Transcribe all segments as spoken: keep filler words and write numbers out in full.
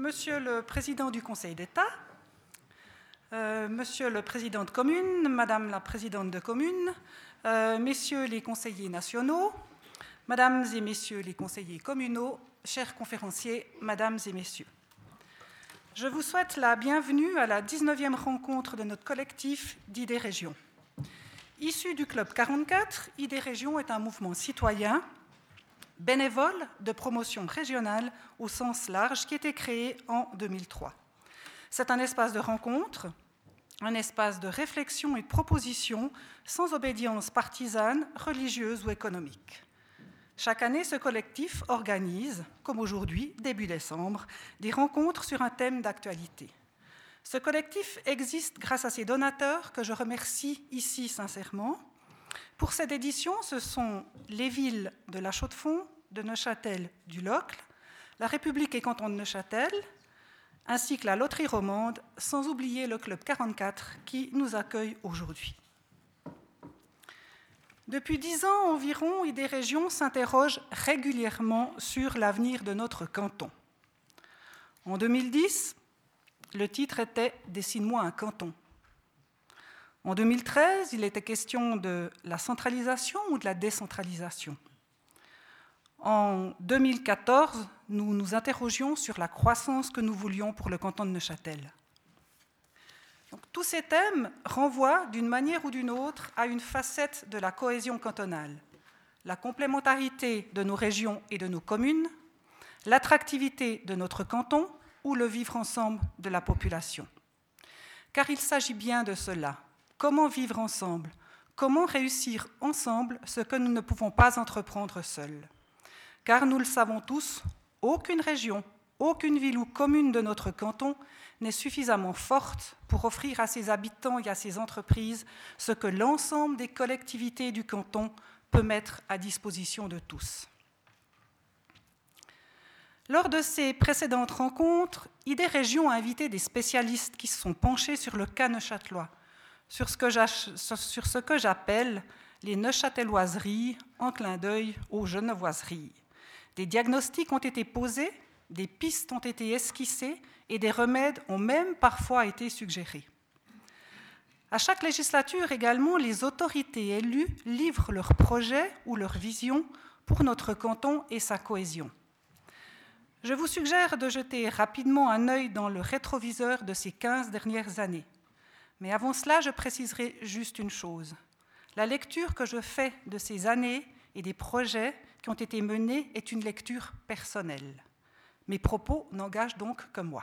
Monsieur le Président du Conseil d'État, euh, Monsieur le Président de commune, Madame la Présidente de commune, euh, Messieurs les conseillers nationaux, Mesdames et Messieurs les conseillers communaux, chers conférenciers, Mesdames et Messieurs. Je vous souhaite la bienvenue à la dix-neuvième rencontre de notre collectif d'Idées Régions. Issu du Club quarante-quatre, Idées Régions est un mouvement citoyen, bénévole de promotion régionale au sens large qui a été créé en deux mille trois. C'est un espace de rencontre, un espace de réflexion et de proposition sans obédience partisane, religieuse ou économique. Chaque année, ce collectif organise, comme aujourd'hui, début décembre, des rencontres sur un thème d'actualité. Ce collectif existe grâce à ses donateurs, que je remercie ici sincèrement. Pour cette édition, ce sont les villes de La Chaux-de-Fonds, de Neuchâtel, du Locle, la République et canton de Neuchâtel, ainsi que la Loterie Romande, sans oublier le Club quarante-quatre qui nous accueille aujourd'hui. Depuis dix ans environ, Idées Régions s'interroge régulièrement sur l'avenir de notre canton. En deux mille dix, le titre était « Dessine-moi un canton ». En deux mille treize, il était question de la centralisation ou de la décentralisation. En deux mille quatorze, nous nous interrogions sur la croissance que nous voulions pour le canton de Neuchâtel. Donc, tous ces thèmes renvoient d'une manière ou d'une autre à une facette de la cohésion cantonale, la complémentarité de nos régions et de nos communes, l'attractivité de notre canton ou le vivre ensemble de la population. Car il s'agit bien de cela. Comment vivre ensemble? Comment réussir ensemble ce que nous ne pouvons pas entreprendre seuls? Car nous le savons tous, aucune région, aucune ville ou commune de notre canton n'est suffisamment forte pour offrir à ses habitants et à ses entreprises ce que l'ensemble des collectivités du canton peut mettre à disposition de tous. Lors de ces précédentes rencontres, Idées Régions a invité des spécialistes qui se sont penchés sur le cas neuchâtelois, sur ce que sur ce que j'appelle les neuchâteloiseries en clin d'œil aux genevoiseries. Des diagnostics ont été posés, des pistes ont été esquissées et des remèdes ont même parfois été suggérés. À chaque législature également, les autorités élues livrent leurs projets ou leurs visions pour notre canton et sa cohésion. Je vous suggère de jeter rapidement un œil dans le rétroviseur de ces quinze dernières années. Mais avant cela, je préciserai juste une chose. La lecture que je fais de ces années et des projets qui ont été menés est une lecture personnelle. Mes propos n'engagent donc que moi.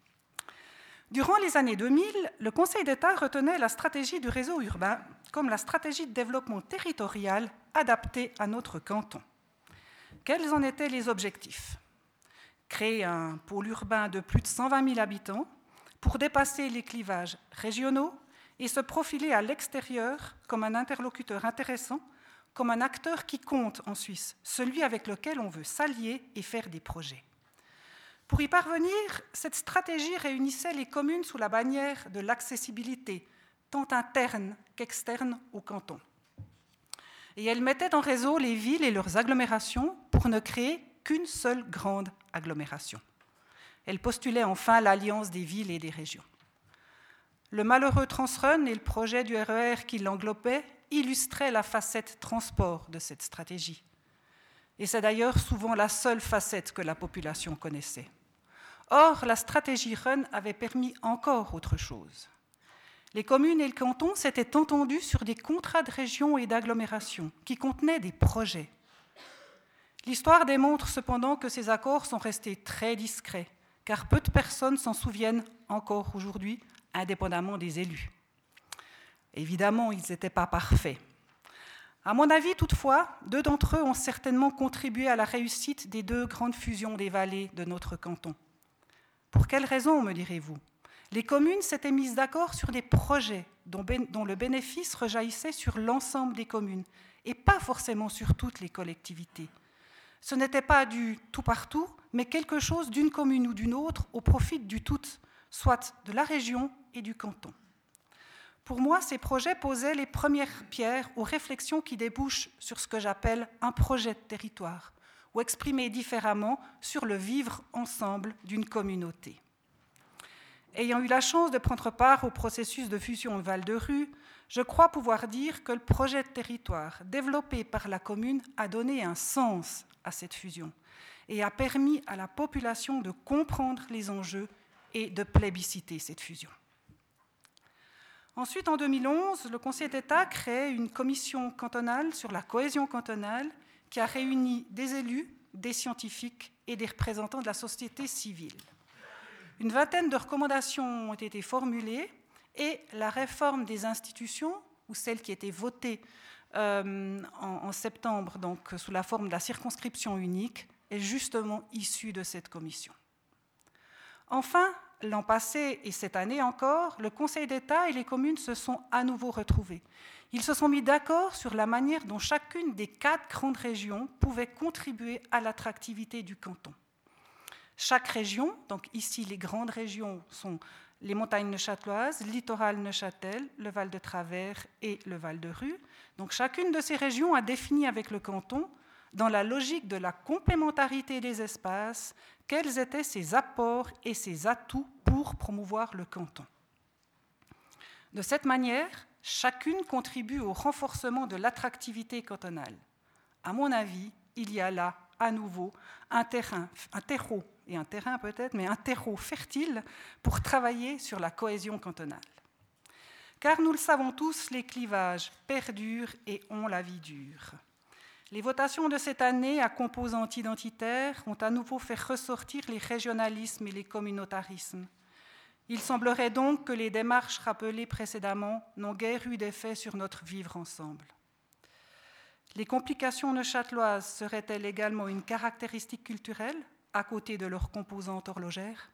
Durant les années deux mille, le Conseil d'État retenait la stratégie du réseau urbain comme la stratégie de développement territorial adaptée à notre canton. Quels en étaient les objectifs? Créer un pôle urbain de plus de cent vingt mille habitants pour dépasser les clivages régionaux et se profiler à l'extérieur comme un interlocuteur intéressant, comme un acteur qui compte en Suisse, celui avec lequel on veut s'allier et faire des projets. Pour y parvenir, cette stratégie réunissait les communes sous la bannière de l'accessibilité, tant interne qu'externe au canton. Et elle mettait en réseau les villes et leurs agglomérations pour ne créer qu'une seule grande agglomération. Elle postulait enfin l'alliance des villes et des régions. Le malheureux Transrun et le projet du R E R qui l'englobait illustraient la facette transport de cette stratégie. Et c'est d'ailleurs souvent la seule facette que la population connaissait. Or, la stratégie R U N avait permis encore autre chose. Les communes et le canton s'étaient entendus sur des contrats de région et d'agglomération qui contenaient des projets. L'histoire démontre cependant que ces accords sont restés très discrets, car peu de personnes s'en souviennent encore aujourd'hui, indépendamment des élus. Évidemment, ils n'étaient pas parfaits. À mon avis, toutefois, deux d'entre eux ont certainement contribué à la réussite des deux grandes fusions des vallées de notre canton. Pour quelles raisons, me direz-vous? Les communes s'étaient mises d'accord sur des projets dont, dont le bénéfice rejaillissait sur l'ensemble des communes et pas forcément sur toutes les collectivités. Ce n'était pas du tout partout, mais quelque chose d'une commune ou d'une autre au profit du tout, soit de la région et du canton. Pour moi, ces projets posaient les premières pierres aux réflexions qui débouchent sur ce que j'appelle un projet de territoire, ou exprimé différemment sur le vivre ensemble d'une communauté. Ayant eu la chance de prendre part au processus de fusion de Val-de-Rue, je crois pouvoir dire que le projet de territoire développé par la commune a donné un sens à cette fusion et a permis à la population de comprendre les enjeux et de plébisciter cette fusion. Ensuite, en deux mille onze, le Conseil d'État crée une commission cantonale sur la cohésion cantonale qui a réuni des élus, des scientifiques et des représentants de la société civile. Une vingtaine de recommandations ont été formulées et la réforme des institutions, ou celle qui a été votée euh, en, en septembre, donc sous la forme de la circonscription unique, est justement issue de cette commission. Enfin, l'an passé et cette année encore, le Conseil d'État et les communes se sont à nouveau retrouvés. Ils se sont mis d'accord sur la manière dont chacune des quatre grandes régions pouvait contribuer à l'attractivité du canton. Chaque région, donc ici les grandes régions sont les montagnes neuchâteloises, le littoral Neuchâtel, le Val de Travers et le Val de Rue. Donc chacune de ces régions a défini avec le canton, dans la logique de la complémentarité des espaces, quels étaient ses apports et ses atouts pour promouvoir le canton. De cette manière, chacune contribue au renforcement de l'attractivité cantonale. À mon avis, il y a là, à nouveau, un terrain, un terreau, et un terrain peut-être, mais un terreau fertile pour travailler sur la cohésion cantonale. Car nous le savons tous, les clivages perdurent et ont la vie dure. Les votations de cette année à composante identitaire ont à nouveau fait ressortir les régionalismes et les communautarismes. Il semblerait donc que les démarches rappelées précédemment n'ont guère eu d'effet sur notre vivre ensemble. Les complications neuchâteloises seraient-elles également une caractéristique culturelle à côté de leur composante horlogère?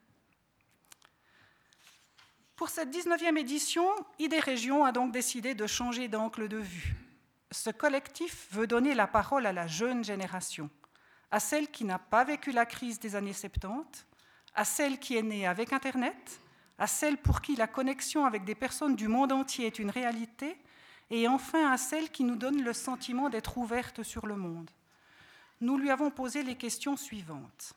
Pour cette dix-neuvième édition, Idées Régions a donc décidé de changer d'angle de vue. Ce collectif veut donner la parole à la jeune génération, à celle qui n'a pas vécu la crise des années soixante-dix, à celle qui est née avec Internet, à celle pour qui la connexion avec des personnes du monde entier est une réalité, et enfin à celle qui nous donne le sentiment d'être ouverte sur le monde. Nous lui avons posé les questions suivantes.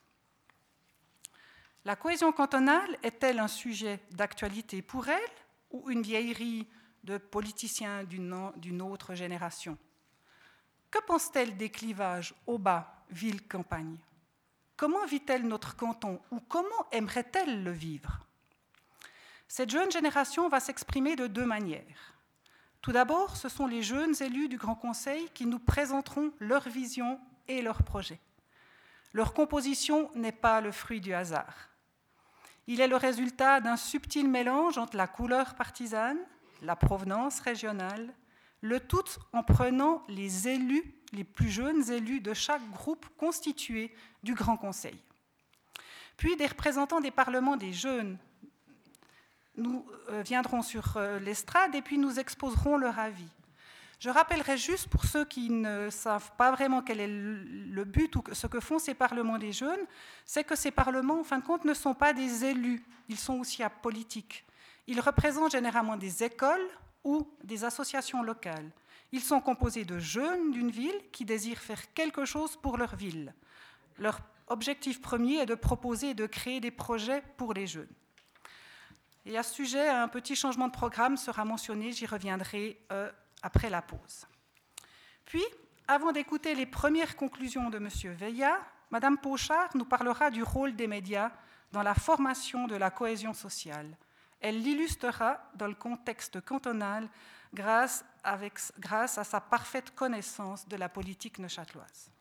La cohésion cantonale est-elle un sujet d'actualité pour elle ou une vieillerie de politiciens d'une, d'une autre génération? Que pense-t-elle des clivages au bas, ville-campagne? Comment vit-elle notre canton ou comment aimerait-elle le vivre? Cette jeune génération va s'exprimer de deux manières. Tout d'abord, ce sont les jeunes élus du Grand Conseil qui nous présenteront leur vision et leurs projets. Leur composition n'est pas le fruit du hasard. Il est le résultat d'un subtil mélange entre la couleur partisane, la provenance régionale, le tout en prenant les élus, les plus jeunes élus de chaque groupe constitué du Grand Conseil. Puis des représentants des parlements des jeunes nous viendront sur l'estrade et puis nous exposerons leur avis. Je rappellerai juste pour ceux qui ne savent pas vraiment quel est le but ou ce que font ces parlements des jeunes, c'est que ces parlements, en fin de compte, ne sont pas des élus, ils sont aussi apolitiques. Ils représentent généralement des écoles ou des associations locales. Ils sont composés de jeunes d'une ville qui désirent faire quelque chose pour leur ville. Leur objectif premier est de proposer et de créer des projets pour les jeunes. Et à ce sujet, un petit changement de programme sera mentionné, j'y reviendrai euh, après la pause. Puis, avant d'écouter les premières conclusions de M. Veillat, Mme Pochard nous parlera du rôle des médias dans la formation de la cohésion sociale. Elle l'illustrera dans le contexte cantonal grâce, avec, grâce à sa parfaite connaissance de la politique neuchâteloise.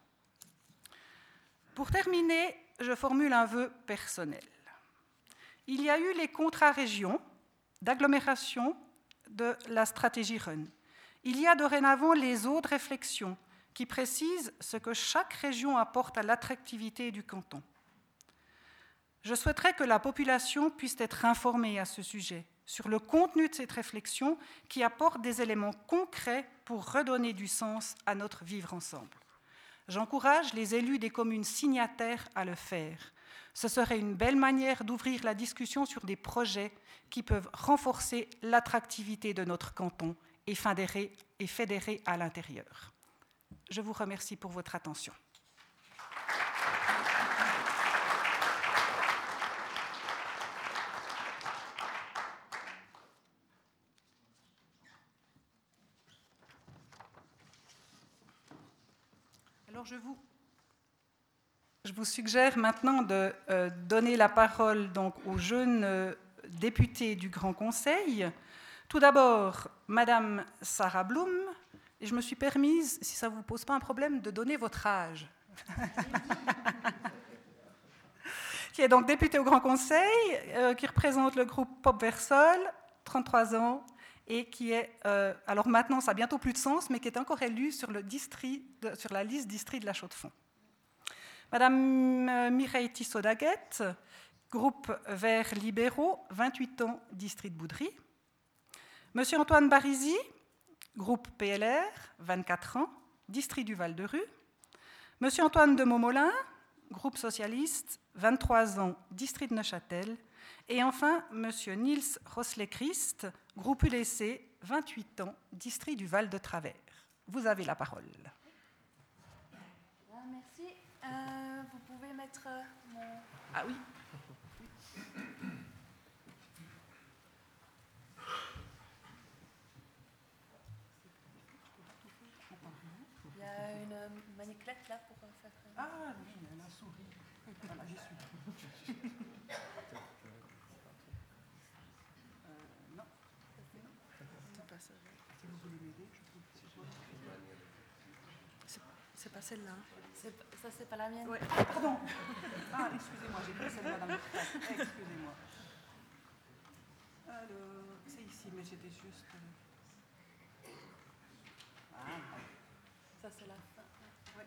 Pour terminer, je formule un vœu personnel. Il y a eu les contrats régions d'agglomération de la stratégie R U N. Il y a dorénavant les eaux de réflexion qui précisent ce que chaque région apporte à l'attractivité du canton. Je souhaiterais que la population puisse être informée à ce sujet sur le contenu de cette réflexion qui apporte des éléments concrets pour redonner du sens à notre vivre ensemble. J'encourage les élus des communes signataires à le faire. Ce serait une belle manière d'ouvrir la discussion sur des projets qui peuvent renforcer l'attractivité de notre canton et fédérer, et fédérer à l'intérieur. Je vous remercie pour votre attention. Alors je vous, je vous suggère maintenant de euh, donner la parole donc, aux jeunes euh, députés du Grand Conseil. Tout d'abord, Madame Sarah Blum, et je me suis permise, si ça ne vous pose pas un problème, de donner votre âge. Qui est donc députée au Grand Conseil, euh, qui représente le groupe Pop Versol, trente-trois ans, et qui est, euh, alors maintenant ça a bientôt plus de sens, mais qui est encore élue sur, le district de, sur la liste district de la Chaux-de-Fonds. Madame Mireille Tissot-Daguette, groupe Verts libéraux, vingt-huit ans, district de Boudry. Monsieur Antoine Barizzi, groupe P L R, vingt-quatre ans, district du Val-de-Rue. Monsieur Antoine de Maumolin, groupe socialiste, vingt-trois ans, district de Neuchâtel. Et enfin, monsieur Niels Roslet-Christ, groupe U D C, vingt-huit ans, district du Val-de-Travers. Vous avez la parole. Merci. Euh, vous pouvez mettre mon... Ah oui. Il y a une maniclette là pour faire... Ah oui, il y a la souris. Voilà, j'y suis. euh, non. Si vous voulez m'aider, je peux... C'est pas celle-là. Ça, c'est pas la mienne. Ouais. Pardon. Ah, excusez-moi, j'ai pris celle de Madame Leclerc. Excusez-moi. Alors, c'est ici, mais j'étais juste... Ah, ça, c'est la fin. Ouais.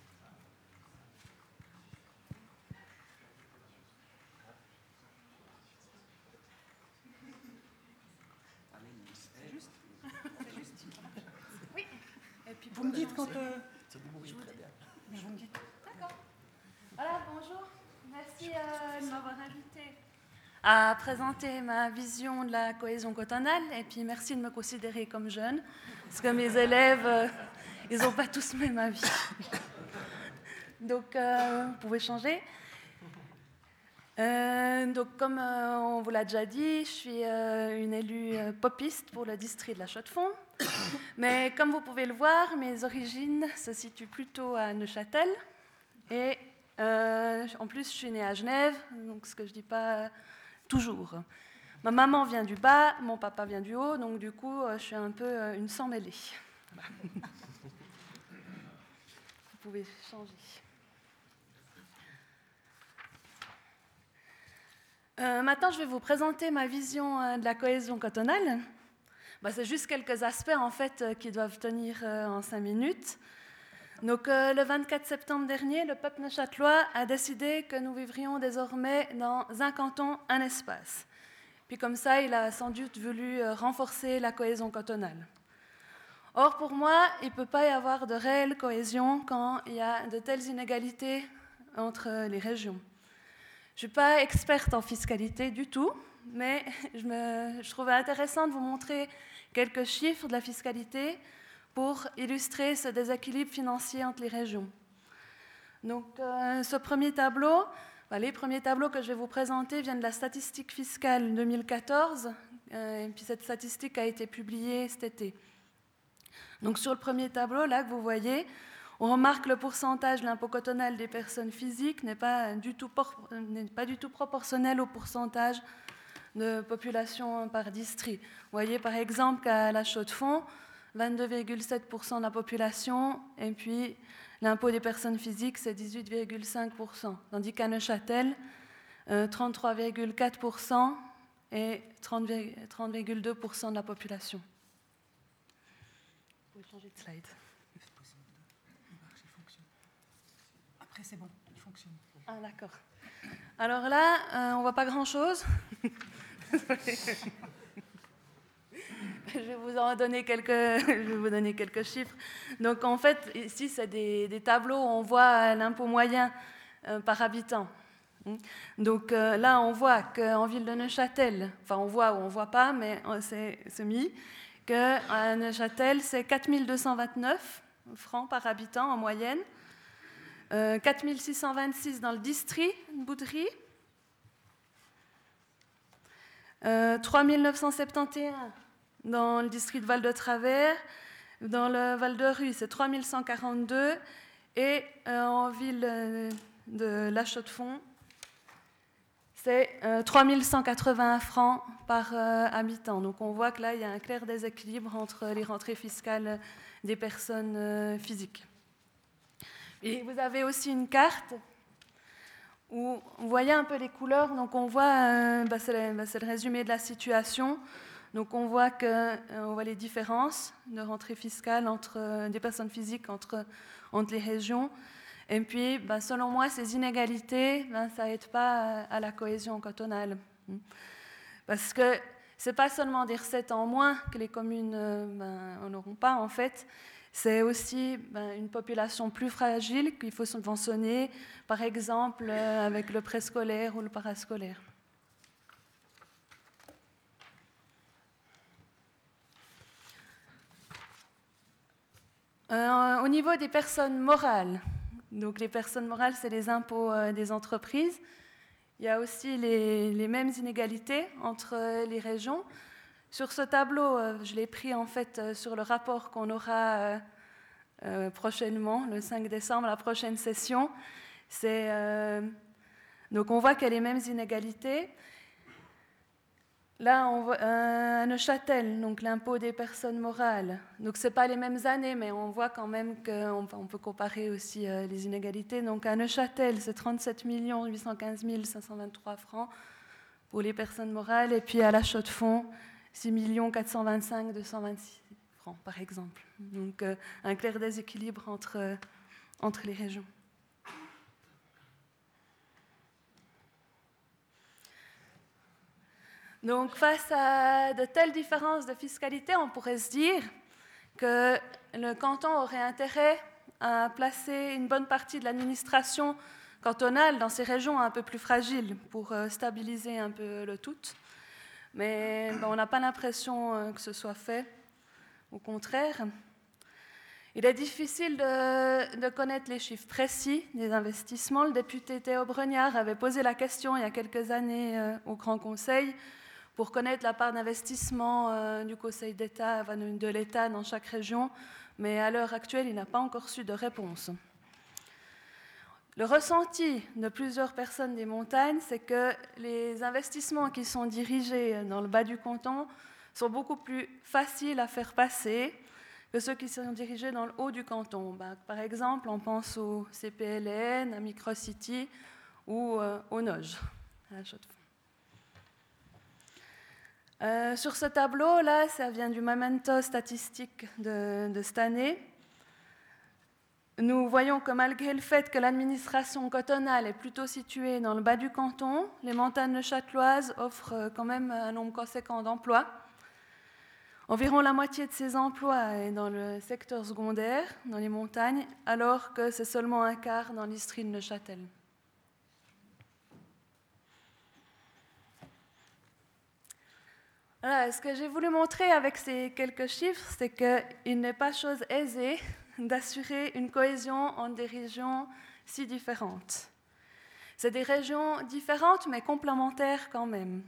C'est juste. C'est juste. Oui. Et puis vous me dites quand... Euh... C'est du bruit, très bien. Mais vous me dites... D'accord. Voilà, bonjour. Merci euh, de m'avoir invité à présenter ma vision de la cohésion cantonale. Et puis merci de me considérer comme jeune. Parce que mes élèves, euh, ils n'ont pas tous le même avis. Donc, euh, vous pouvez changer. Euh, donc, comme euh, on vous l'a déjà dit, je suis euh, une élue euh, popiste pour le district de la Chaux-de-Fonds. Mais comme vous pouvez le voir, mes origines se situent plutôt à Neuchâtel. Et euh, en plus, je suis née à Genève, donc ce que je ne dis pas euh, toujours. Ma maman vient du bas, mon papa vient du haut, donc du coup, euh, je suis un peu euh, une sans mêlée. Vous pouvez changer. Euh, maintenant, je vais vous présenter ma vision euh, de la cohésion cantonale. Bah, c'est juste quelques aspects en fait euh, qui doivent tenir euh, en cinq minutes. Donc, euh, le vingt-quatre septembre dernier, le peuple neuchâtelois a décidé que nous vivrions désormais dans un canton, un espace. Puis comme ça, il a sans doute voulu euh, renforcer la cohésion cantonale. Or, pour moi, il ne peut pas y avoir de réelle cohésion quand il y a de telles inégalités entre les régions. Je ne suis pas experte en fiscalité du tout, mais je, me, je trouvais intéressant de vous montrer quelques chiffres de la fiscalité pour illustrer ce déséquilibre financier entre les régions. Donc, euh, ce premier tableau, bah, les premiers tableaux que je vais vous présenter viennent de la statistique fiscale deux mille quatorze, euh, et puis cette statistique a été publiée cet été. Donc, sur le premier tableau, là, que vous voyez, on remarque que le pourcentage de l'impôt cantonal des personnes physiques n'est pas du tout, n'est pas du tout proportionnel au pourcentage de population par district. Vous voyez par exemple qu'à la Chaux-de-Fonds, vingt-deux virgule sept pour cent de la population, et puis l'impôt des personnes physiques, c'est dix-huit virgule cinq pour cent, tandis qu'à Neuchâtel, euh, trente-trois virgule quatre pour cent et trente virgule deux pour cent de la population. Vous pouvez changer de slide. Après, c'est bon, il fonctionne. Ah, d'accord. Alors là, euh, on ne voit pas grand-chose. Je vais vous en donner quelques, je vais vous donner quelques chiffres. Donc, en fait, ici, c'est des, des tableaux où on voit l'impôt moyen euh, par habitant. Donc euh, là, on voit qu'en ville de Neuchâtel, enfin, on voit ou on ne voit pas, mais c'est, c'est mis, qu'à Neuchâtel, c'est quatre mille deux cent vingt-neuf francs par habitant en moyenne. Euh, quatre mille six cent vingt-six dans le district de Boudry, euh, trois mille neuf cent soixante et onze dans le district de Val-de-Travers, dans le Val-de-Rue, c'est trois mille cent quarante-deux, Et euh, en ville euh, de La Chaux-de-Fonds, c'est euh, trois mille cent quatre-vingts francs par euh, habitant. Donc on voit que là, il y a un clair déséquilibre entre les rentrées fiscales des personnes euh, physiques. Et vous avez aussi une carte où vous voyez un peu les couleurs. Donc on voit, euh, bah, c'est, le, bah, c'est le résumé de la situation. Donc on voit, que, euh, on voit les différences de rentrée fiscale entre euh, des personnes physiques entre, entre les régions. Et puis, bah, selon moi, ces inégalités, bah, ça n'aide pas à, à la cohésion cantonale. Parce que ce n'est pas seulement des recettes en moins que les communes euh, bah, n'auront pas, en fait. C'est aussi bah, une population plus fragile qu'il faut subventionner, par exemple euh, avec le préscolaire ou le parascolaire. Euh, au niveau des personnes morales, donc les personnes morales, c'est les impôts euh, des entreprises. Il y a aussi les, les mêmes inégalités entre euh, les régions. Sur ce tableau, euh, je l'ai pris en fait euh, sur le rapport qu'on aura euh, euh, prochainement, le cinq décembre, la prochaine session. C'est, euh, donc on voit qu'il y a les mêmes inégalités. Là, on voit euh, à Neuchâtel, donc l'impôt des personnes morales. Donc, ce n'est pas les mêmes années, mais on voit quand même qu'on on peut comparer aussi euh, les inégalités. Donc, à Neuchâtel, c'est trente-sept millions huit cent quinze mille cinq cent vingt-trois francs pour les personnes morales. Et puis, à La Chaux-de-Fonds, six millions quatre cent vingt-cinq mille deux cent vingt-six francs, par exemple. Donc, euh, un clair déséquilibre entre, euh, entre les régions. Donc, face à de telles différences de fiscalité, on pourrait se dire que le canton aurait intérêt à placer une bonne partie de l'administration cantonale dans ces régions un peu plus fragiles pour stabiliser un peu le tout. Mais ben, on n'a pas l'impression que ce soit fait. Au contraire, il est difficile de, de connaître les chiffres précis des investissements. Le député Théo Bregnard avait posé la question il y a quelques années euh, au Grand Conseil pour connaître la part d'investissement euh, du Conseil d'État, enfin, de l'État dans chaque région, mais à l'heure actuelle, il n'a pas encore reçu de réponse. Le ressenti de plusieurs personnes des montagnes, c'est que les investissements qui sont dirigés dans le bas du canton sont beaucoup plus faciles à faire passer que ceux qui sont dirigés dans le haut du canton. Ben, par exemple, on pense au C P L N, à Microcity ou euh, au N O G, à Chaux-de-Fonds. Euh, sur ce tableau-là, ça vient du memento statistique de, de cette année. Nous voyons que malgré le fait que l'administration cantonale est plutôt située dans le bas du canton, les montagnes neuchâteloises offrent quand même un nombre conséquent d'emplois. Environ la moitié de ces emplois est dans le secteur secondaire, dans les montagnes, alors que c'est seulement un quart dans l'Istrie de Neuchâtel. Voilà, ce que j'ai voulu montrer avec ces quelques chiffres, c'est qu'il n'est pas chose aisée d'assurer une cohésion entre des régions si différentes. C'est des régions différentes, mais complémentaires quand même.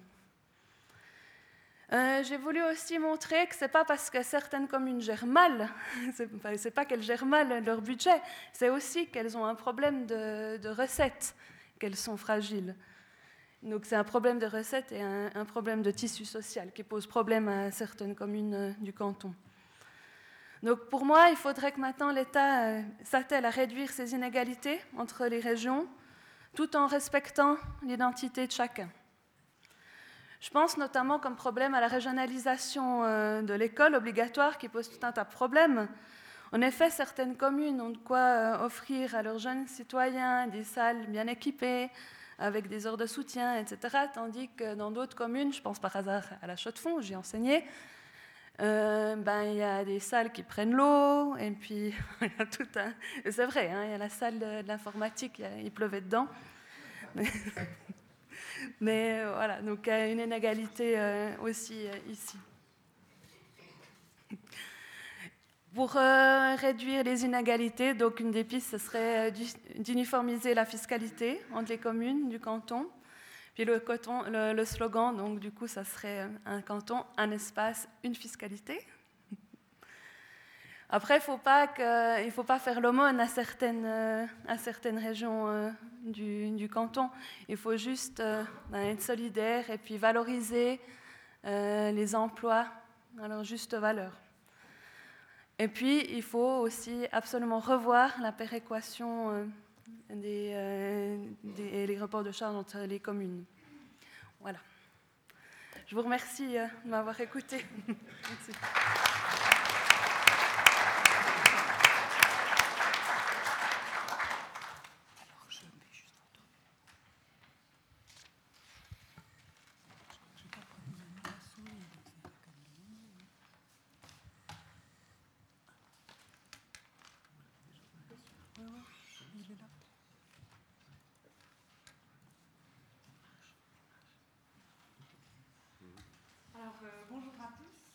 Euh, j'ai voulu aussi montrer que ce n'est pas parce que certaines communes gèrent mal, ce n'est pas qu'elles gèrent mal leur budget, c'est aussi qu'elles ont un problème de, de recettes, qu'elles sont fragiles. Donc c'est un problème de recettes et un, un problème de tissu social qui pose problème à certaines communes euh, du canton. Donc pour moi, il faudrait que maintenant l'État euh, s'attelle à réduire ces inégalités entre les régions, tout en respectant l'identité de chacun. Je pense notamment comme problème à la régionalisation euh, de l'école obligatoire qui pose tout un tas de problèmes. En effet, certaines communes ont de quoi euh, offrir à leurs jeunes citoyens des salles bien équipées, avec des heures de soutien, et cetera, tandis que dans d'autres communes, je pense par hasard à La Chaux-de-Fonds où j'ai enseigné, euh, ben, il y a des salles qui prennent l'eau, et puis il y a tout un... C'est vrai, hein, il y a la salle de, de l'informatique, il, il pleuvait dedans. Mais, Mais euh, voilà, donc il y a une inégalité euh, aussi euh, ici. Pour euh, réduire les inégalités, donc une des pistes, ce serait d'uniformiser la fiscalité entre les communes du canton. Puis le, coton, le, le slogan, donc du coup, ça serait un canton, un espace, une fiscalité. Après, il ne faut pas que, il faut pas faire l'aumône à certaines, euh, à certaines régions euh, du, du canton. Il faut juste euh, être solidaire et puis valoriser euh, les emplois à leur juste valeur. Et puis, il faut aussi absolument revoir la péréquation euh, des, euh, des, et les reports de charges entre les communes. Voilà. Je vous remercie euh, de m'avoir écouté. Merci. Alors, euh, bonjour à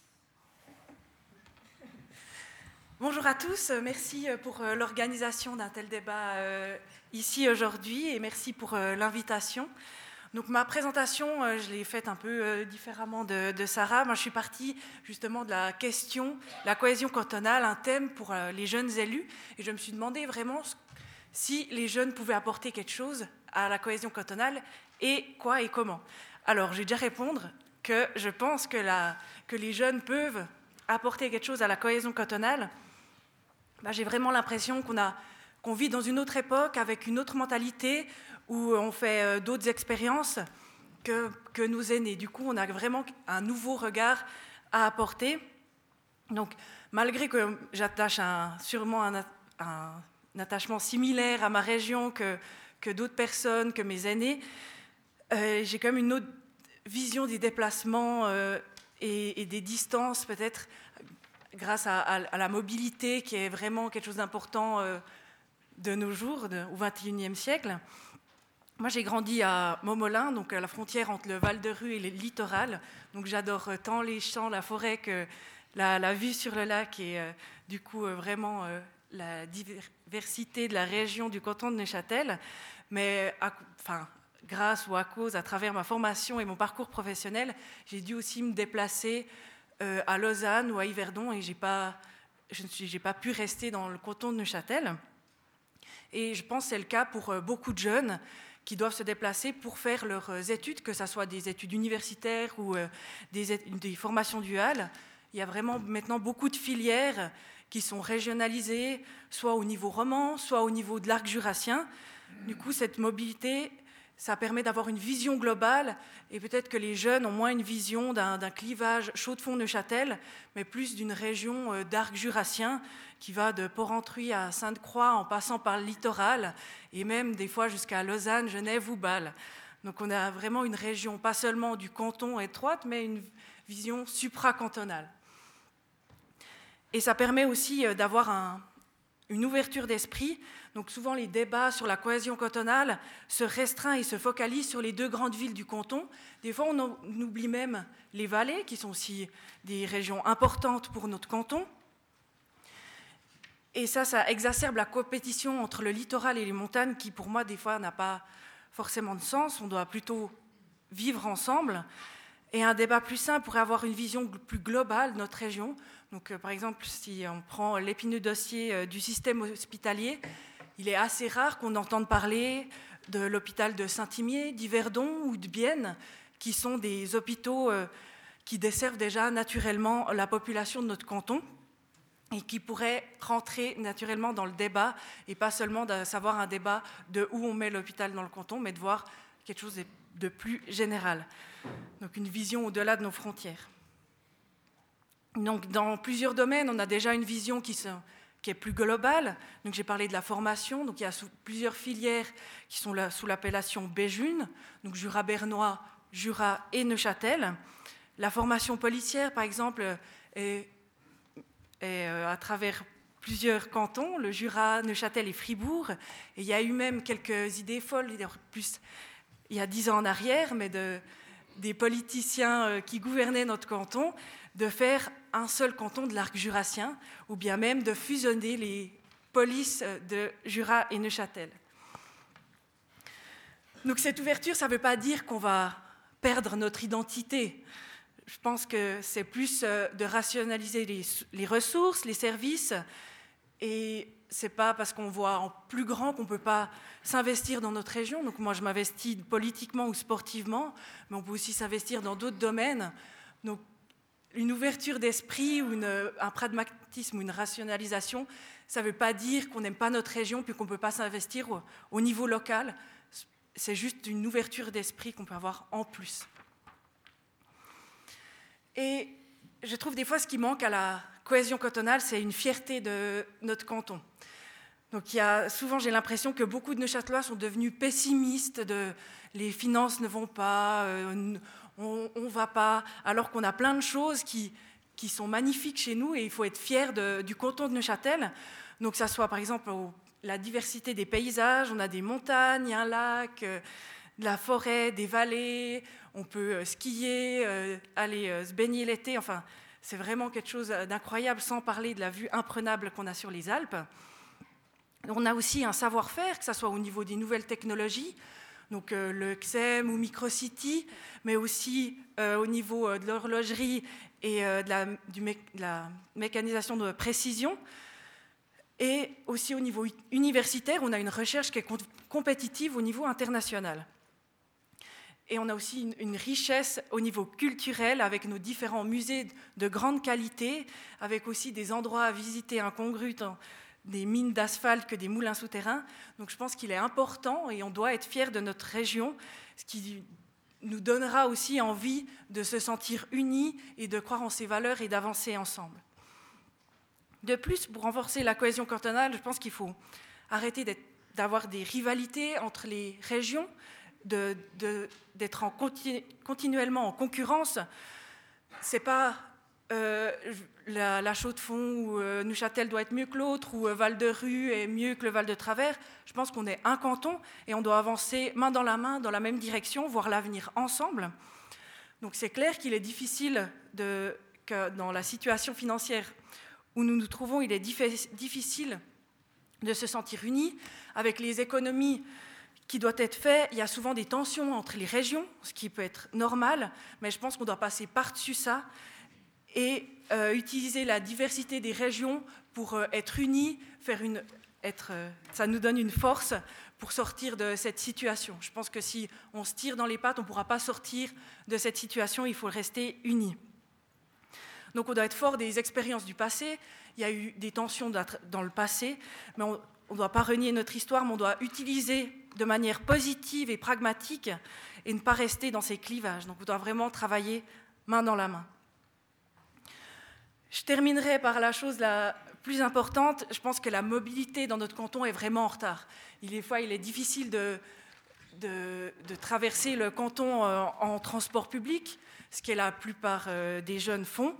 tous. Bonjour à tous, merci pour l'organisation d'un tel débat euh, ici aujourd'hui et merci pour euh, l'invitation. Donc ma présentation, euh, je l'ai faite un peu euh, différemment de, de Sarah. Moi, je suis partie justement de la question, la cohésion cantonale, un thème pour euh, les jeunes élus. Et je me suis demandé vraiment si les jeunes pouvaient apporter quelque chose à la cohésion cantonale et quoi et comment. Alors, je vais déjà répondre que je pense que, la, que les jeunes peuvent apporter quelque chose à la cohésion cantonale. Ben, j'ai vraiment l'impression qu'on, a, qu'on vit dans une autre époque, avec une autre mentalité, où on fait euh, d'autres expériences que, que nos aînés. Du coup, on a vraiment un nouveau regard à apporter. Donc, malgré que j'attache un, sûrement un, un, un attachement similaire à ma région que, que d'autres personnes, que mes aînés, euh, j'ai quand même une autre vision des déplacements euh, et, et des distances, peut-être, grâce à, à, à la mobilité, qui est vraiment quelque chose d'important euh, de nos jours, de, au vingt et unième siècle. Moi, j'ai grandi à Momolin, donc à la frontière entre le Val-de-Rue et le littoral. Donc, j'adore tant les champs, la forêt que la, la vue sur le lac et euh, du coup euh, vraiment euh, la diversité de la région du canton de Neuchâtel. Mais, à, enfin, grâce ou à cause, à travers ma formation et mon parcours professionnel, j'ai dû aussi me déplacer euh, à Lausanne ou à Yverdon et j'ai pas, je n'ai pas pu rester dans le canton de Neuchâtel. Et je pense que c'est le cas pour euh, beaucoup de jeunes qui doivent se déplacer pour faire leurs études, que ce soit des études universitaires ou euh, des, des formations duales. Il y a vraiment maintenant beaucoup de filières qui sont régionalisées, soit au niveau roman, soit au niveau de l'arc jurassien. Du coup, cette mobilité, ça permet d'avoir une vision globale, et peut-être que les jeunes ont moins une vision d'un, d'un clivage Chaux-de-Fonds-Neuchâtel, mais plus d'une région euh, d'arc jurassien qui va de Porrentruy à Sainte-Croix en passant par le littoral, et même des fois jusqu'à Lausanne, Genève ou Bâle. Donc on a vraiment une région, pas seulement du canton étroite, mais une vision supracantonale. Et ça permet aussi d'avoir un, une ouverture d'esprit. Donc souvent les débats sur la cohésion cantonale se restreignent et se focalisent sur les deux grandes villes du canton. Des fois on, en, on oublie même les vallées, qui sont aussi des régions importantes pour notre canton. Et ça, ça exacerbe la compétition entre le littoral et les montagnes, qui pour moi, des fois, n'a pas forcément de sens. On doit plutôt vivre ensemble. Et un débat plus simple pourrait avoir une vision plus globale de notre région. Donc, euh, par exemple, si on prend l'épineux dossier euh, du système hospitalier, il est assez rare qu'on entende parler de l'hôpital de Saint-Imier, d'Yverdon ou de Bienne, qui sont des hôpitaux euh, qui desservent déjà naturellement la population de notre canton, et qui pourrait rentrer naturellement dans le débat, et pas seulement de savoir un débat de où on met l'hôpital dans le canton, mais de voir quelque chose de plus général. Donc une vision au-delà de nos frontières. Donc dans plusieurs domaines, on a déjà une vision qui, se, qui est plus globale. Donc j'ai parlé de la formation, donc il y a sous, plusieurs filières qui sont là, sous l'appellation Béjune, donc Jura bernois, Jura et Neuchâtel. La formation policière, par exemple, est Et à travers plusieurs cantons, le Jura, Neuchâtel et Fribourg. Et il y a eu même quelques idées folles, plus il y a dix ans en arrière, mais de, des politiciens qui gouvernaient notre canton, de faire un seul canton de l'arc jurassien, ou bien même de fusionner les polices de Jura et Neuchâtel. Donc cette ouverture, ça ne veut pas dire qu'on va perdre notre identité. Je pense que c'est plus de rationaliser les, les ressources, les services, et c'est pas parce qu'on voit en plus grand qu'on peut pas s'investir dans notre région. Donc moi, je m'investis politiquement ou sportivement, mais on peut aussi s'investir dans d'autres domaines. Donc une ouverture d'esprit ou une, un pragmatisme ou une rationalisation, ça ne veut pas dire qu'on n'aime pas notre région puis qu'on ne peut pas s'investir au, au niveau local. C'est juste une ouverture d'esprit qu'on peut avoir en plus. Et je trouve des fois ce qui manque à la cohésion cantonale, c'est une fierté de notre canton. Donc il y a, souvent j'ai l'impression que beaucoup de Neuchâtelois sont devenus pessimistes, de les finances ne vont pas, euh, on ne va pas, alors qu'on a plein de choses qui, qui sont magnifiques chez nous et il faut être fier de, du canton de Neuchâtel. Donc ça soit par exemple au, la diversité des paysages, on a des montagnes, un lac, euh, de la forêt, des vallées, on peut euh, skier, euh, aller euh, se baigner l'été, enfin c'est vraiment quelque chose d'incroyable, sans parler de la vue imprenable qu'on a sur les Alpes. On a aussi un savoir-faire, que ce soit au niveau des nouvelles technologies, donc euh, le X E M ou Microcity, mais aussi euh, au niveau euh, de l'horlogerie et euh, de, la, du mé- de la mécanisation de précision. Et aussi au niveau universitaire, on a une recherche qui est com- compétitive au niveau international. Et on a aussi une, une richesse au niveau culturel avec nos différents musées de grande qualité, avec aussi des endroits à visiter incongrus, tant des mines d'asphalte que des moulins souterrains. Donc je pense qu'il est important et on doit être fiers de notre région, ce qui nous donnera aussi envie de se sentir unis et de croire en ses valeurs et d'avancer ensemble. De plus, pour renforcer la cohésion cantonale, je pense qu'il faut arrêter d'être, d'avoir des rivalités entre les régions, de, de, d'être en continu, continuellement en concurrence. C'est pas euh, la, la Chaux-de-Fonds où euh, Neuchâtel doit être mieux que l'autre, ou euh, Val-de-Rue est mieux que le Val-de-Travers. Je pense qu'on est un canton et on doit avancer main dans la main dans la même direction, voir l'avenir ensemble. Donc c'est clair qu'il est difficile, de, que dans la situation financière où nous nous trouvons, il est difficile de se sentir unis. Avec les économies qui doivent être faites, il y a souvent des tensions entre les régions, ce qui peut être normal, mais je pense qu'on doit passer par-dessus ça et euh, utiliser la diversité des régions pour euh, être unis, faire une, être, euh, ça nous donne une force pour sortir de cette situation. Je pense que si on se tire dans les pattes, on ne pourra pas sortir de cette situation, il faut rester unis. Donc on doit être fort des expériences du passé, il y a eu des tensions dans le passé, mais on ne doit pas renier notre histoire, mais on doit utiliser de manière positive et pragmatique et ne pas rester dans ces clivages. Donc on doit vraiment travailler main dans la main. Je terminerai par la chose la plus importante. Je pense que la mobilité dans notre canton est vraiment en retard. Il, des fois, il est difficile de, de, de traverser le canton en, en transport public, ce que la plupart euh, des jeunes font.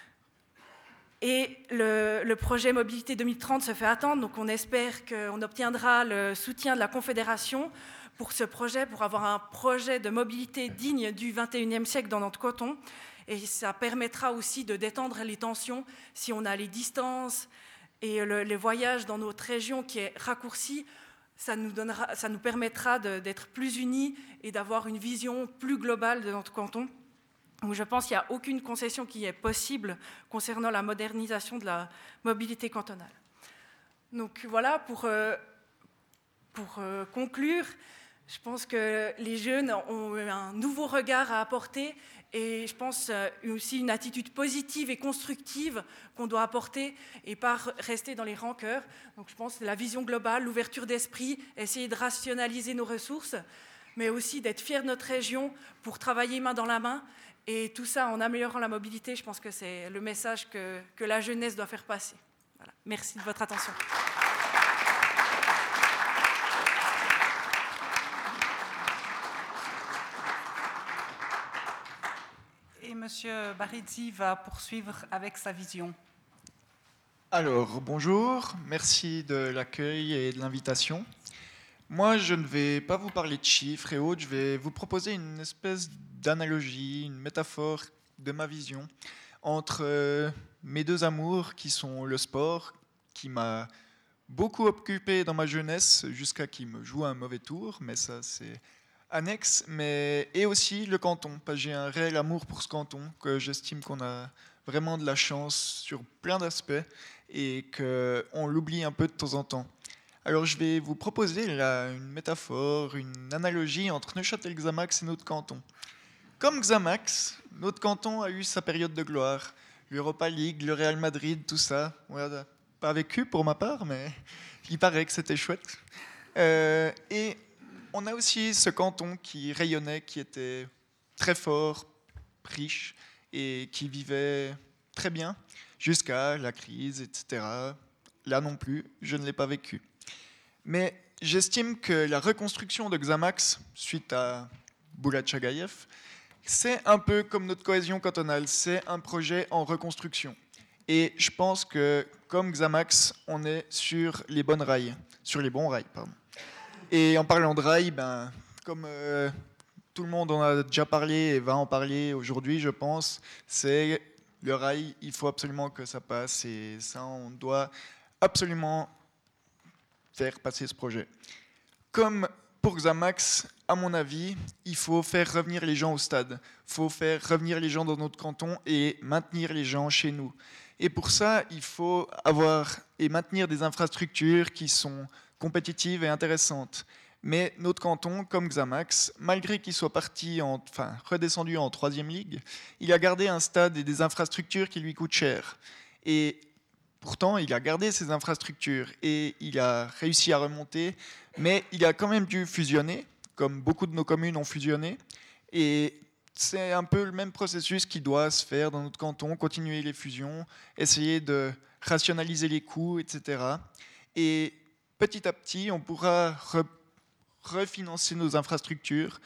Et le, le projet Mobilité deux mille trente se fait attendre, donc on espère qu'on obtiendra le soutien de la Confédération pour ce projet, pour avoir un projet de mobilité digne du vingt et unième siècle dans notre canton. Et ça permettra aussi de détendre les tensions si on a les distances et le, le voyage dans notre région qui est raccourci. Ça nous, donnera, ça nous permettra de, d'être plus unis et d'avoir une vision plus globale de notre canton, où je pense qu'il n'y a aucune concession qui est possible concernant la modernisation de la mobilité cantonale. Donc voilà, pour, euh, pour euh, conclure, je pense que les jeunes ont un nouveau regard à apporter et je pense euh, aussi une attitude positive et constructive qu'on doit apporter et pas rester dans les rancœurs. Donc je pense que la vision globale, l'ouverture d'esprit, essayer de rationaliser nos ressources, mais aussi d'être fiers de notre région pour travailler main dans la main. Et tout ça en améliorant la mobilité, je pense que c'est le message que, que la jeunesse doit faire passer. Voilà. Merci de votre attention. Et M. Barizzi va poursuivre avec sa vision. Alors, bonjour, merci de l'accueil et de l'invitation. Moi, je ne vais pas vous parler de chiffres et autres, je vais vous proposer une espèce d'analogie, une métaphore de ma vision entre euh, mes deux amours qui sont le sport, qui m'a beaucoup occupé dans ma jeunesse jusqu'à qu'il me joue un mauvais tour, mais ça c'est annexe, mais et aussi le canton, parce que j'ai un réel amour pour ce canton, que j'estime qu'on a vraiment de la chance sur plein d'aspects et qu'on l'oublie un peu de temps en temps. Alors je vais vous proposer là une métaphore, une analogie entre Neuchâtel Xamax et notre canton. Comme Xamax, notre canton a eu sa période de gloire. L'Europa League, le Real Madrid, tout ça. On n'a pas vécu pour ma part, mais il paraît que c'était chouette. Euh, et on a aussi ce canton qui rayonnait, qui était très fort, riche, et qui vivait très bien jusqu'à la crise, et cetera. Là non plus, je ne l'ai pas vécu. Mais j'estime que la reconstruction de Xamax, suite à Boulat Chagaïev, c'est un peu comme notre cohésion cantonale, c'est un projet en reconstruction. Et je pense que, comme Xamax, on est sur les bonnes rails, sur les bons rails, pardon. Et en parlant de rails, ben, comme euh, tout le monde en a déjà parlé et va en parler aujourd'hui, je pense, c'est le rail, il faut absolument que ça passe et ça, on doit absolument faire passer ce projet. Comme pour Xamax, à mon avis, il faut faire revenir les gens au stade. Il faut faire revenir les gens dans notre canton et maintenir les gens chez nous. Et pour ça, il faut avoir et maintenir des infrastructures qui sont compétitives et intéressantes. Mais notre canton, comme Xamax, malgré qu'il soit parti en, enfin, redescendu en troisième ligue, il a gardé un stade et des infrastructures qui lui coûtent cher. Et pourtant, il a gardé ses infrastructures et il a réussi à remonter, mais il a quand même dû fusionner, comme beaucoup de nos communes ont fusionné. Et c'est un peu le même processus qui doit se faire dans notre canton, continuer les fusions, essayer de rationaliser les coûts, et cetera. Et petit à petit, on pourra re- refinancer nos infrastructures,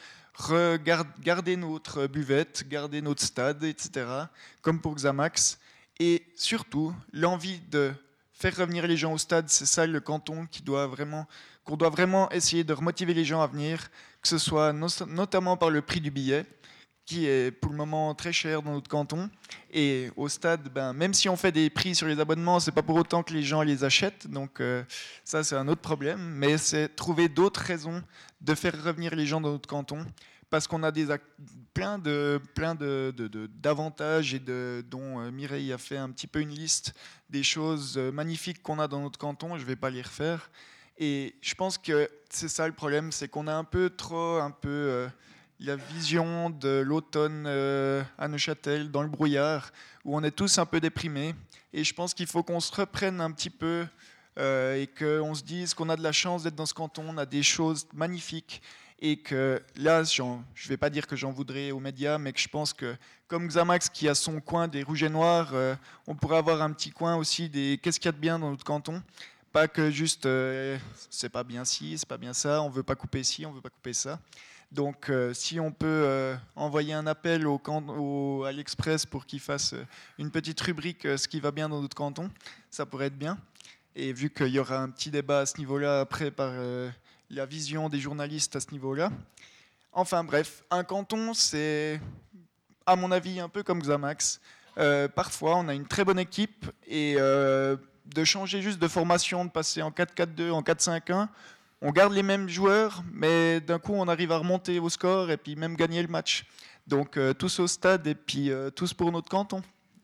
garder notre buvette, garder notre stade, et cetera, comme pour Xamax. Et surtout, l'envie de faire revenir les gens au stade, c'est ça le canton qui doit vraiment, qu'on doit vraiment essayer de remotiver les gens à venir, que ce soit no- notamment par le prix du billet, qui est pour le moment très cher dans notre canton. Et au stade, ben, même si on fait des prix sur les abonnements, c'est pas pour autant que les gens les achètent. Donc euh, ça, c'est un autre problème. Mais c'est trouver d'autres raisons de faire revenir les gens dans notre canton, parce qu'on a des ac- plein de plein de, de, de, d'avantages et de, dont euh, Mireille a fait un petit peu une liste des choses euh, magnifiques qu'on a dans notre canton. Je vais pas les refaire. Et je pense que c'est ça le problème, c'est qu'on a un peu trop un peu euh, la vision de l'automne euh, à Neuchâtel, dans le brouillard, où on est tous un peu déprimés. Et je pense qu'il faut qu'on se reprenne un petit peu euh, et qu'on se dise qu'on a de la chance d'être dans ce canton, on a des choses magnifiques. Et que là, je ne vais pas dire que j'en voudrais aux médias, mais que je pense que comme Xamax qui a son coin des rouges et noirs, euh, on pourrait avoir un petit coin aussi des qu'est-ce qu'il y a de bien dans notre canton. Pas que juste euh, c'est pas bien ci, c'est pas bien ça, on veut pas couper ci, on veut pas couper ça. Donc, euh, si on peut euh, envoyer un appel au, au, à l'Express pour qu'il fasse une petite rubrique euh, ce qui va bien dans notre canton, ça pourrait être bien. Et vu qu'il y aura un petit débat à ce niveau-là après par euh, la vision des journalistes à ce niveau-là. Enfin bref, un canton, c'est à mon avis un peu comme Xamax. Euh, parfois, on a une très bonne équipe et euh, de changer juste de formation, de passer en quatre quatre deux, en quatre cinq un, on garde les mêmes joueurs, mais d'un coup, on arrive à remonter au score et puis même gagner le match. Donc, euh, tous au stade et puis euh, tous pour notre canton.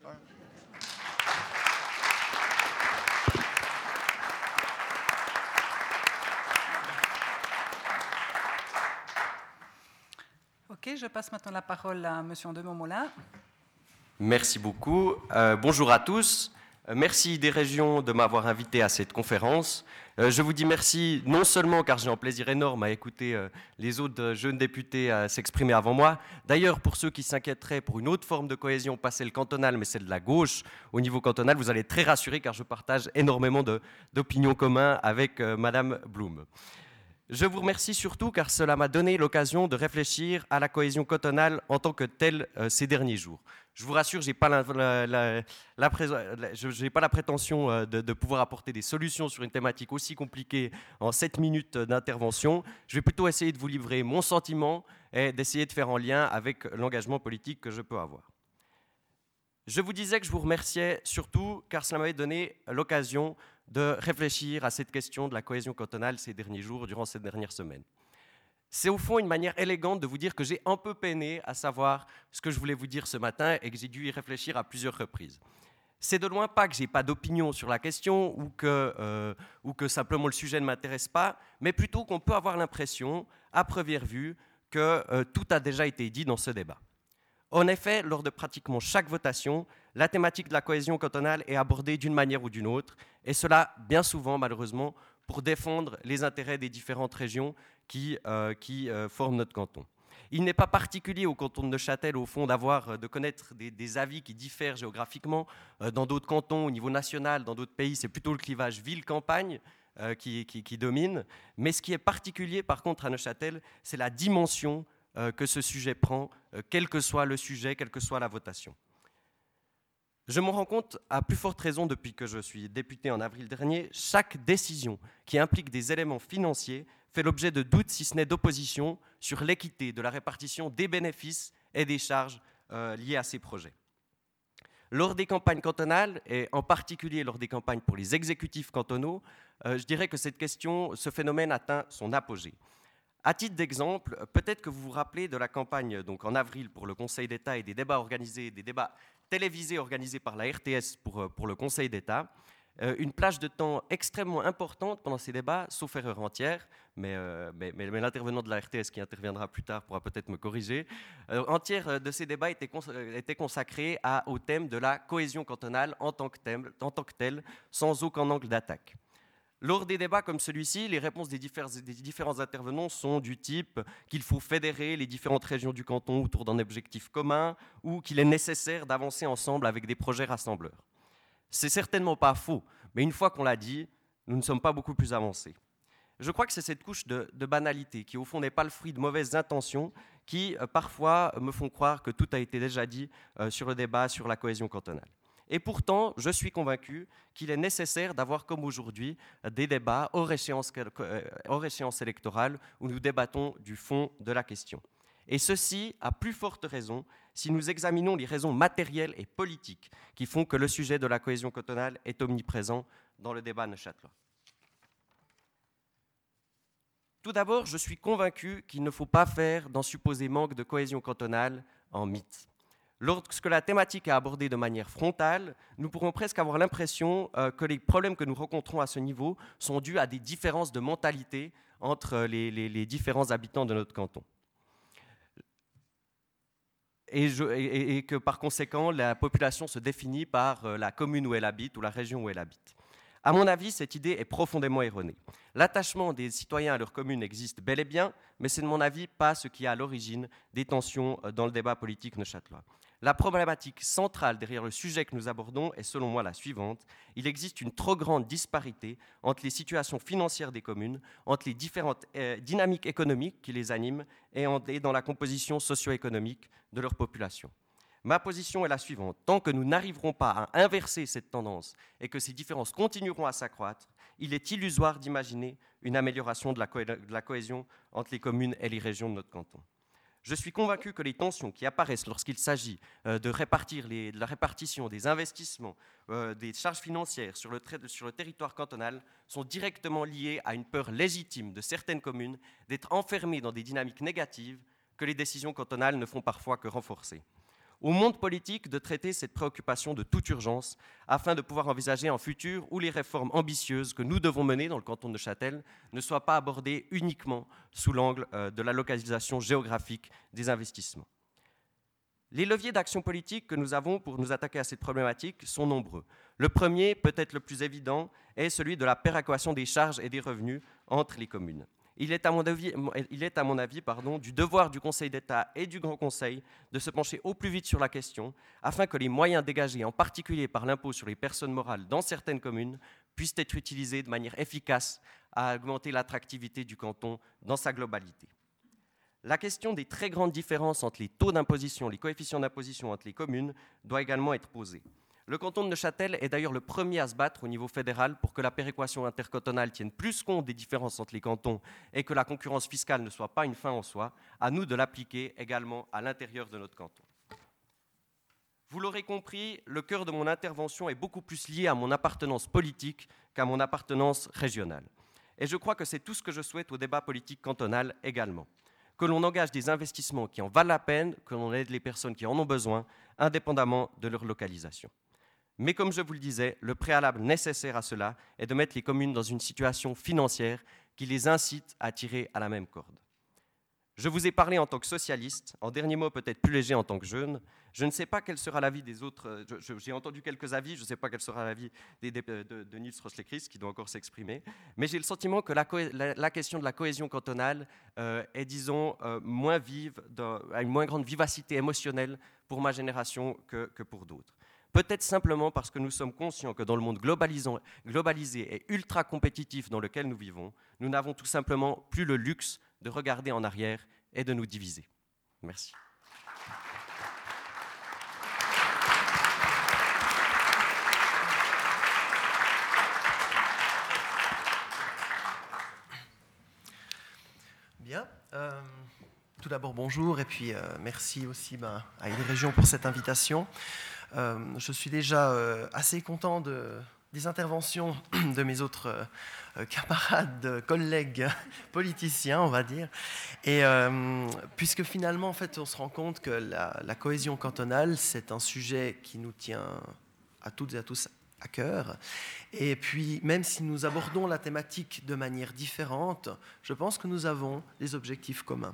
Ok, je passe maintenant la parole à M. de Montmolin. Merci beaucoup. Euh, bonjour à tous. Merci des régions de m'avoir invité à cette conférence. Euh, je vous dis merci non seulement car j'ai un plaisir énorme à écouter euh, les autres jeunes députés euh, s'exprimer avant moi. D'ailleurs, pour ceux qui s'inquiéteraient pour une autre forme de cohésion, pas celle cantonale, mais celle de la gauche au niveau cantonal, vous allez être très rassurés car je partage énormément de, d'opinions communes avec euh, Madame Blum. Je vous remercie surtout car cela m'a donné l'occasion de réfléchir à la cohésion cantonale en tant que telle euh, ces derniers jours. Je vous rassure, je n'ai pas, la, la, la, la, j'ai pas la prétention euh, de, de pouvoir apporter des solutions sur une thématique aussi compliquée en sept minutes d'intervention. Je vais plutôt essayer de vous livrer mon sentiment et d'essayer de faire en lien avec l'engagement politique que je peux avoir. Je vous disais que je vous remerciais surtout car cela m'avait donné l'occasion de réfléchir à cette question de la cohésion cantonale ces derniers jours, durant cette dernière semaine. C'est au fond une manière élégante de vous dire que j'ai un peu peiné à savoir ce que je voulais vous dire ce matin et que j'ai dû y réfléchir à plusieurs reprises. C'est de loin pas que je n'ai pas d'opinion sur la question ou que, euh, ou que simplement le sujet ne m'intéresse pas, mais plutôt qu'on peut avoir l'impression, à première vue, que euh, tout a déjà été dit dans ce débat. En effet, lors de pratiquement chaque votation, la thématique de la cohésion cantonale est abordée d'une manière ou d'une autre, et cela bien souvent, malheureusement, pour défendre les intérêts des différentes régions qui, euh, qui euh, forment notre canton. Il n'est pas particulier au canton de Neuchâtel, au fond, d'avoir, de connaître des, des avis qui diffèrent géographiquement. Euh, dans d'autres cantons, au niveau national, dans d'autres pays, c'est plutôt le clivage ville-campagne euh, qui, qui, qui domine. Mais ce qui est particulier, par contre, à Neuchâtel, c'est la dimension euh, que ce sujet prend, euh, quel que soit le sujet, quelle que soit la votation. Je m'en rends compte à plus forte raison depuis que je suis député en avril dernier. Chaque décision qui implique des éléments financiers fait l'objet de doutes, si ce n'est d'opposition, sur l'équité de la répartition des bénéfices et des charges euh, liées à ces projets. Lors des campagnes cantonales, et en particulier lors des campagnes pour les exécutifs cantonaux, euh, je dirais que cette question, ce phénomène atteint son apogée. À titre d'exemple, peut-être que vous vous rappelez de la campagne donc en avril pour le Conseil d'État et des débats organisés, des débats télévisés organisés par la R T S pour, pour le Conseil d'État. Euh, une plage de temps extrêmement importante pendant ces débats, sauf erreur entière, mais, euh, mais, mais, mais l'intervenant de la R T S qui interviendra plus tard pourra peut-être me corriger, euh, entière de ces débats était, cons était consacrée à, au thème de la cohésion cantonale en tant que, thème, en tant que tel, sans aucun angle d'attaque. Lors des débats comme celui-ci, les réponses des différents, des différents intervenants sont du type qu'il faut fédérer les différentes régions du canton autour d'un objectif commun ou qu'il est nécessaire d'avancer ensemble avec des projets rassembleurs. C'est certainement pas faux, mais une fois qu'on l'a dit, nous ne sommes pas beaucoup plus avancés. Je crois que c'est cette couche de, de banalité qui, au fond, n'est pas le fruit de mauvaises intentions qui, euh, parfois, me font croire que tout a été déjà dit euh, sur le débat sur la cohésion cantonale. Et pourtant, je suis convaincu qu'il est nécessaire d'avoir, comme aujourd'hui, des débats hors échéance, hors échéance électorale où nous débattons du fond de la question. Et ceci, à plus forte raison, si nous examinons les raisons matérielles et politiques qui font que le sujet de la cohésion cantonale est omniprésent dans le débat neuchâtelois. Tout d'abord, je suis convaincu qu'il ne faut pas faire d'un supposé manque de cohésion cantonale un mythe. Lorsque la thématique est abordée de manière frontale, nous pourrons presque avoir l'impression euh, que les problèmes que nous rencontrons à ce niveau sont dus à des différences de mentalité entre les, les, les différents habitants de notre canton. Et, je, et, et que par conséquent, la population se définit par euh, la commune où elle habite ou la région où elle habite. À mon avis, cette idée est profondément erronée. L'attachement des citoyens à leur commune existe bel et bien, mais c'est de mon avis pas ce qui est à l'origine des tensions dans le débat politique neuchâtelois. La problématique centrale derrière le sujet que nous abordons est selon moi la suivante. Il existe une trop grande disparité entre les situations financières des communes, entre les différentes euh, dynamiques économiques qui les animent et, en, et dans la composition socio-économique de leur population. Ma position est la suivante. Tant que nous n'arriverons pas à inverser cette tendance et que ces différences continueront à s'accroître, il est illusoire d'imaginer une amélioration de la, co- de la cohésion entre les communes et les régions de notre canton. Je suis convaincu que les tensions qui apparaissent lorsqu'il s'agit euh, de, répartir les, de la répartition des investissements, euh, des charges financières sur le, sur le territoire cantonal sont directement liées à une peur légitime de certaines communes d'être enfermées dans des dynamiques négatives que les décisions cantonales ne font parfois que renforcer. Au monde politique de traiter cette préoccupation de toute urgence afin de pouvoir envisager un futur où les réformes ambitieuses que nous devons mener dans le canton de Neuchâtel ne soient pas abordées uniquement sous l'angle de la localisation géographique des investissements. Les leviers d'action politique que nous avons pour nous attaquer à cette problématique sont nombreux. Le premier, peut-être le plus évident, est celui de la péréquation des charges et des revenus entre les communes. Il est à mon avis, il est à mon avis pardon, du devoir du Conseil d'État et du Grand Conseil de se pencher au plus vite sur la question afin que les moyens dégagés, en particulier par l'impôt sur les personnes morales dans certaines communes, puissent être utilisés de manière efficace à augmenter l'attractivité du canton dans sa globalité. La question des très grandes différences entre les taux d'imposition, les coefficients d'imposition entre les communes doit également être posée. Le canton de Neuchâtel est d'ailleurs le premier à se battre au niveau fédéral pour que la péréquation intercantonale tienne plus compte des différences entre les cantons et que la concurrence fiscale ne soit pas une fin en soi. À nous de l'appliquer également à l'intérieur de notre canton. Vous l'aurez compris, le cœur de mon intervention est beaucoup plus lié à mon appartenance politique qu'à mon appartenance régionale. Et je crois que c'est tout ce que je souhaite au débat politique cantonal également. Que l'on engage des investissements qui en valent la peine, que l'on aide les personnes qui en ont besoin, indépendamment de leur localisation. Mais comme je vous le disais, le préalable nécessaire à cela est de mettre les communes dans une situation financière qui les incite à tirer à la même corde. Je vous ai parlé en tant que socialiste, en dernier mot peut-être plus léger en tant que jeune. Je ne sais pas quel sera l'avis des autres, je, j'ai entendu quelques avis, je ne sais pas quel sera l'avis de, de, de Niels Roslecris, qui doit encore s'exprimer, mais j'ai le sentiment que la, la, la question de la cohésion cantonale euh, est, disons, euh, moins vive, à une moins grande vivacité émotionnelle pour ma génération que, que pour d'autres. Peut-être simplement parce que nous sommes conscients que dans le monde globalisé et ultra compétitif dans lequel nous vivons, nous n'avons tout simplement plus le luxe de regarder en arrière et de nous diviser. Merci. Bien. Euh, tout d'abord, bonjour, et puis euh, merci aussi ben, à Idérégion pour cette invitation. Euh, je suis déjà euh, assez content de, des interventions de mes autres euh, camarades, collègues politiciens, on va dire. Et euh, puisque finalement, en fait, on se rend compte que la, la cohésion cantonale, c'est un sujet qui nous tient à toutes et à tous à cœur. Et puis, même si nous abordons la thématique de manière différente, je pense que nous avons des objectifs communs.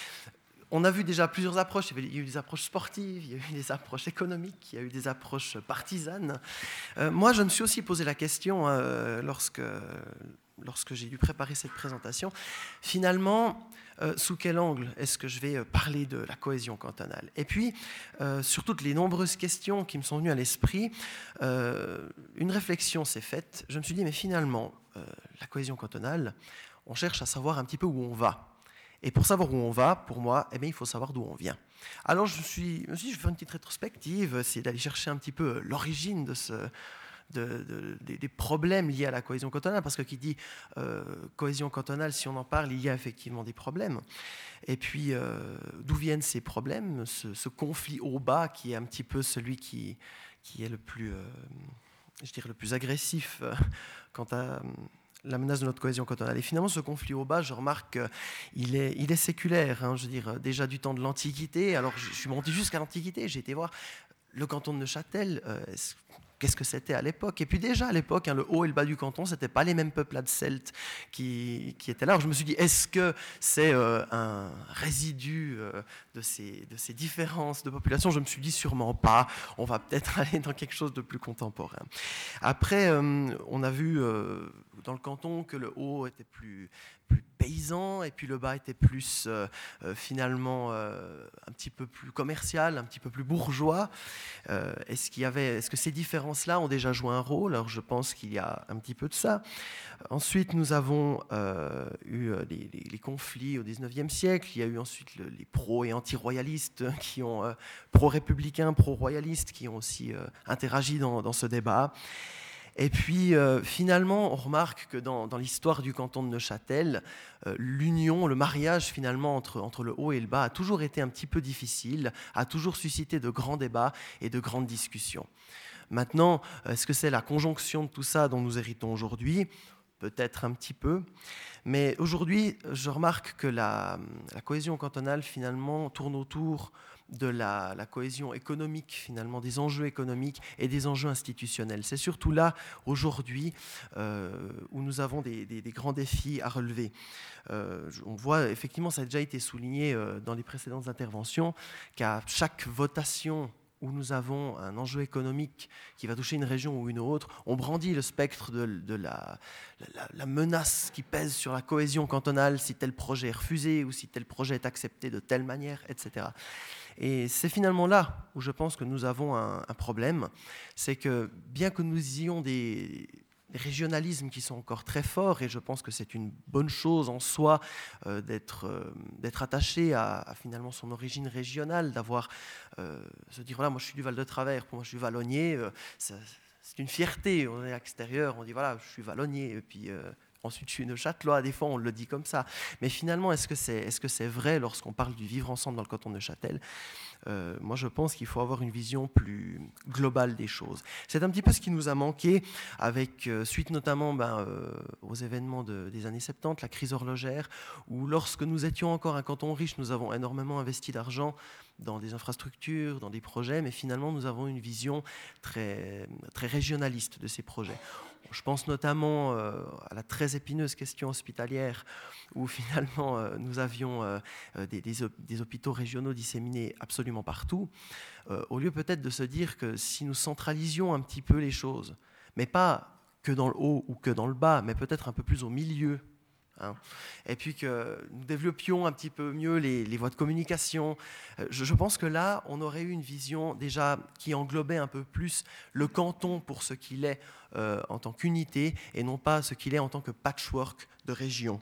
On a vu déjà plusieurs approches. Il y a eu des approches sportives, il y a eu des approches économiques, il y a eu des approches partisanes. Euh, moi, je me suis aussi posé la question euh, lorsque, lorsque j'ai dû préparer cette présentation. Finalement, euh, sous quel angle est-ce que je vais parler de la cohésion cantonale ? Et puis, euh, sur toutes les nombreuses questions qui me sont venues à l'esprit, euh, une réflexion s'est faite. Je me suis dit, mais finalement, euh, la cohésion cantonale, on cherche à savoir un petit peu où on va. Et pour savoir où on va, pour moi, eh bien, il faut savoir d'où on vient. Alors je me suis, je me suis dit, je vais faire une petite rétrospective, c'est d'aller chercher un petit peu l'origine de ce, de, de, des, des problèmes liés à la cohésion cantonale, parce que qui dit euh, cohésion cantonale, si on en parle, il y a effectivement des problèmes. Et puis, euh, d'où viennent ces problèmes, ce, ce conflit au bas qui est un petit peu celui qui, qui est le plus, euh, je dirais, le plus agressif euh, quant à la menace de notre cohésion cantonale. Et finalement, ce conflit au bas, je remarque qu'il est, il est séculaire. Hein, je veux dire, déjà du temps de l'Antiquité. Alors, je suis monté jusqu'à l'Antiquité. J'ai été voir le canton de Neuchâtel. Euh, Qu'est-ce que c'était à l'époque ? Et puis déjà à l'époque, hein, le haut et le bas du canton, ce n'étaient pas les mêmes peuplades celtes qui, qui étaient là. Alors je me suis dit, est-ce que c'est euh, un résidu euh, de, ces, de ces différences de population ? Je me suis dit, sûrement pas. On va peut-être aller dans quelque chose de plus contemporain. Après, euh, on a vu euh, dans le canton que le haut était plus, plus paysan et puis le bas était plus euh, euh, finalement euh, un petit peu plus commercial, un petit peu plus bourgeois. Euh, est-ce qu'il y avait, est-ce que ces différences là ont déjà joué un rôle ? Alors je pense qu'il y a un petit peu de ça. Ensuite, nous avons euh, eu les, les, les conflits au dix-neuvième siècle. Il y a eu ensuite le, les pro- et anti-royalistes qui ont euh, pro-républicains, pro-royalistes qui ont aussi euh, interagi dans, dans ce débat. Et puis, euh, finalement, on remarque que dans, dans l'histoire du canton de Neuchâtel, euh, l'union, le mariage, finalement, entre, entre le haut et le bas a toujours été un petit peu difficile, a toujours suscité de grands débats et de grandes discussions. Maintenant, est-ce que c'est la conjonction de tout ça dont nous héritons aujourd'hui ? Peut-être un petit peu. Mais aujourd'hui, je remarque que la, la cohésion cantonale, finalement, tourne autour de la, la cohésion économique, finalement, des enjeux économiques et des enjeux institutionnels. C'est surtout là, aujourd'hui, euh, où nous avons des, des, des grands défis à relever. Euh, on voit, effectivement, ça a déjà été souligné euh, dans les précédentes interventions, qu'à chaque votation où nous avons un enjeu économique qui va toucher une région ou une autre, on brandit le spectre de, de la, la, la menace qui pèse sur la cohésion cantonale si tel projet est refusé ou si tel projet est accepté de telle manière, et cetera. Et c'est finalement là où je pense que nous avons un, un problème, c'est que bien que nous ayons des... des régionalismes qui sont encore très forts, et je pense que c'est une bonne chose en soi euh, d'être, euh, d'être attaché à, à finalement son origine régionale, d'avoir, euh, se dire, voilà, moi je suis du Val de Travers, pour moi je suis vallonnier, euh, ça, c'est une fierté, on est à l'extérieur, on dit, voilà, je suis vallonnier, et puis euh, ensuite je suis neuchâtelois, des fois on le dit comme ça. Mais finalement, est-ce que c'est, est-ce que c'est vrai lorsqu'on parle du vivre ensemble dans le canton de Neuchâtel ? Euh, moi, je pense qu'il faut avoir une vision plus globale des choses. C'est un petit peu ce qui nous a manqué, avec, euh, suite notamment ben, euh, aux événements de, des années soixante-dix, la crise horlogère, où lorsque nous étions encore un canton riche, nous avons énormément investi d'argent dans des infrastructures, dans des projets, mais finalement, nous avons une vision très, très régionaliste de ces projets. Je pense notamment euh, à la très épineuse question hospitalière où finalement euh, nous avions euh, des, des, des hôpitaux régionaux disséminés absolument partout, euh, au lieu peut-être de se dire que si nous centralisions un petit peu les choses, mais pas que dans le haut ou que dans le bas, mais peut-être un peu plus au milieu, hein, et puis que nous développions un petit peu mieux les, les voies de communication. Je, je pense que là, on aurait eu une vision déjà qui englobait un peu plus le canton pour ce qu'il est euh, en tant qu'unité et non pas ce qu'il est en tant que patchwork de régions.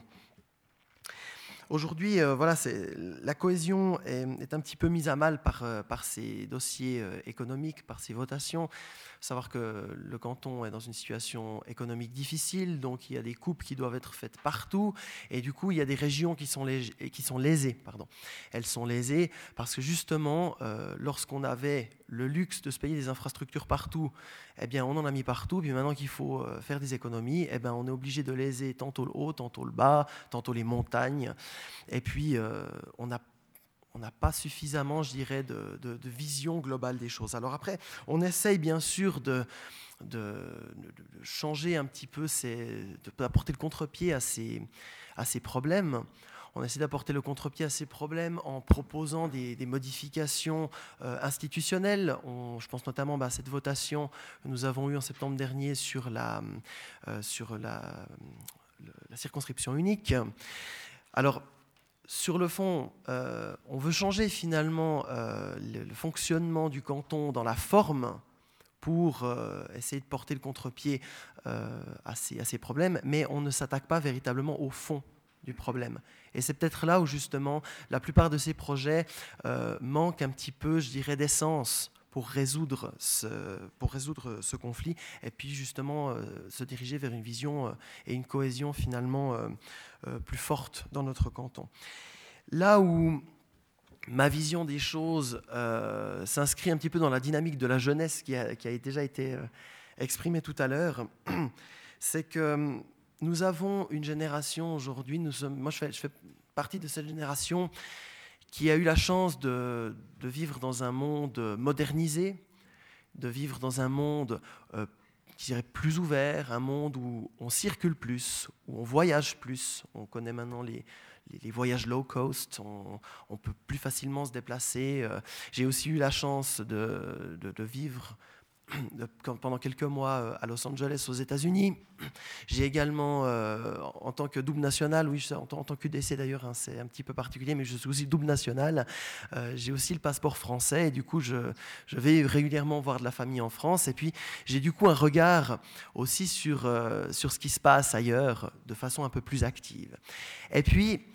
Aujourd'hui, euh, voilà, c'est, la cohésion est, est un petit peu mise à mal par, euh, par ces dossiers euh, économiques, par ces votations. Il faut savoir que le canton est dans une situation économique difficile, donc il y a des coupes qui doivent être faites partout, et du coup, il y a des régions qui sont, lég- qui sont lésées. Pardon. Elles sont lésées parce que justement, euh, lorsqu'on avait le luxe de se payer des infrastructures partout, eh bien, on en a mis partout, puis maintenant qu'il faut euh, faire des économies, eh bien, on est obligé de léser tantôt le haut, tantôt le bas, tantôt les montagnes. Et puis, euh, on n'a on n'a pas suffisamment, je dirais, de, de, de vision globale des choses. Alors après, on essaye bien sûr de, de, de changer un petit peu, ces, d'apporter le contre-pied à ces, à ces problèmes. On essaie d'apporter le contre-pied à ces problèmes en proposant des, des modifications euh, institutionnelles. On, je pense notamment bah, à cette votation que nous avons eue en septembre dernier sur la, euh, sur la, la circonscription unique. Alors, sur le fond, euh, on veut changer finalement euh, le, le fonctionnement du canton dans la forme pour euh, essayer de porter le contre-pied euh, à, ces, à ces problèmes, mais on ne s'attaque pas véritablement au fond du problème. Et c'est peut-être là où justement la plupart de ces projets euh, manquent un petit peu, je dirais, d'essence pour résoudre ce, pour résoudre ce conflit et puis justement euh, se diriger vers une vision euh, et une cohésion finalement euh, euh, plus forte dans notre canton. Là où ma vision des choses euh, s'inscrit un petit peu dans la dynamique de la jeunesse qui a, qui a déjà été euh, exprimée tout à l'heure, c'est que nous avons une génération aujourd'hui, nous sommes, moi je fais, je fais partie de cette génération qui a eu la chance de, de vivre dans un monde modernisé, de vivre dans un monde euh, je dirais plus ouvert, un monde où on circule plus, où on voyage plus. On connaît maintenant les, les, les voyages low cost, on, on peut plus facilement se déplacer. Euh, j'ai aussi eu la chance de, de, de vivre de, pendant quelques mois à Los Angeles aux États-Unis. J'ai également, euh, en tant que double national, oui, en, en tant qu'U D C d'ailleurs, hein, c'est un petit peu particulier, mais je suis aussi double national. Euh, j'ai aussi le passeport français et du coup, je, je vais régulièrement voir de la famille en France. Et puis, j'ai du coup un regard aussi sur, euh, sur ce qui se passe ailleurs de façon un peu plus active. Et puis,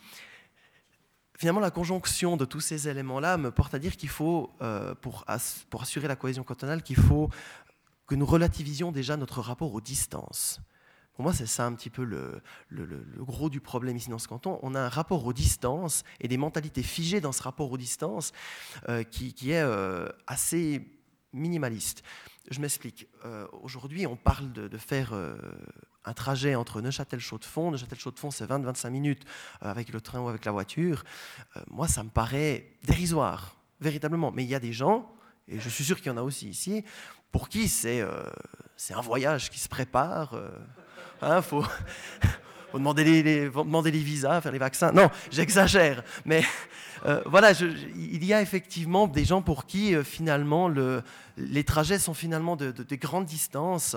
finalement, la conjonction de tous ces éléments-là me porte à dire qu'il faut, euh, pour, ass- pour assurer la cohésion cantonale, qu'il faut que nous relativisions déjà notre rapport aux distances. Pour moi, c'est ça un petit peu le, le, le gros du problème ici dans ce canton. On a un rapport aux distances et des mentalités figées dans ce rapport aux distances euh, qui, qui est euh, assez minimaliste. Je m'explique. Euh, aujourd'hui, on parle de, de faire euh, un trajet entre Neuchâtel-Chaux-de-Fonds. Neuchâtel-Chaux-de-Fonds, c'est vingt à vingt-cinq minutes euh, avec le train ou avec la voiture. Euh, moi, ça me paraît dérisoire, véritablement. Mais il y a des gens, et je suis sûr qu'il y en a aussi ici, pour qui c'est, euh, c'est un voyage qui se prépare. Il euh, hein, faut, faut, demander les, les, faut demander les visas, faire les vaccins. Non, j'exagère. Mais euh, voilà, je, il y a effectivement des gens pour qui, euh, finalement, le, les trajets sont finalement de, de, de grandes distances.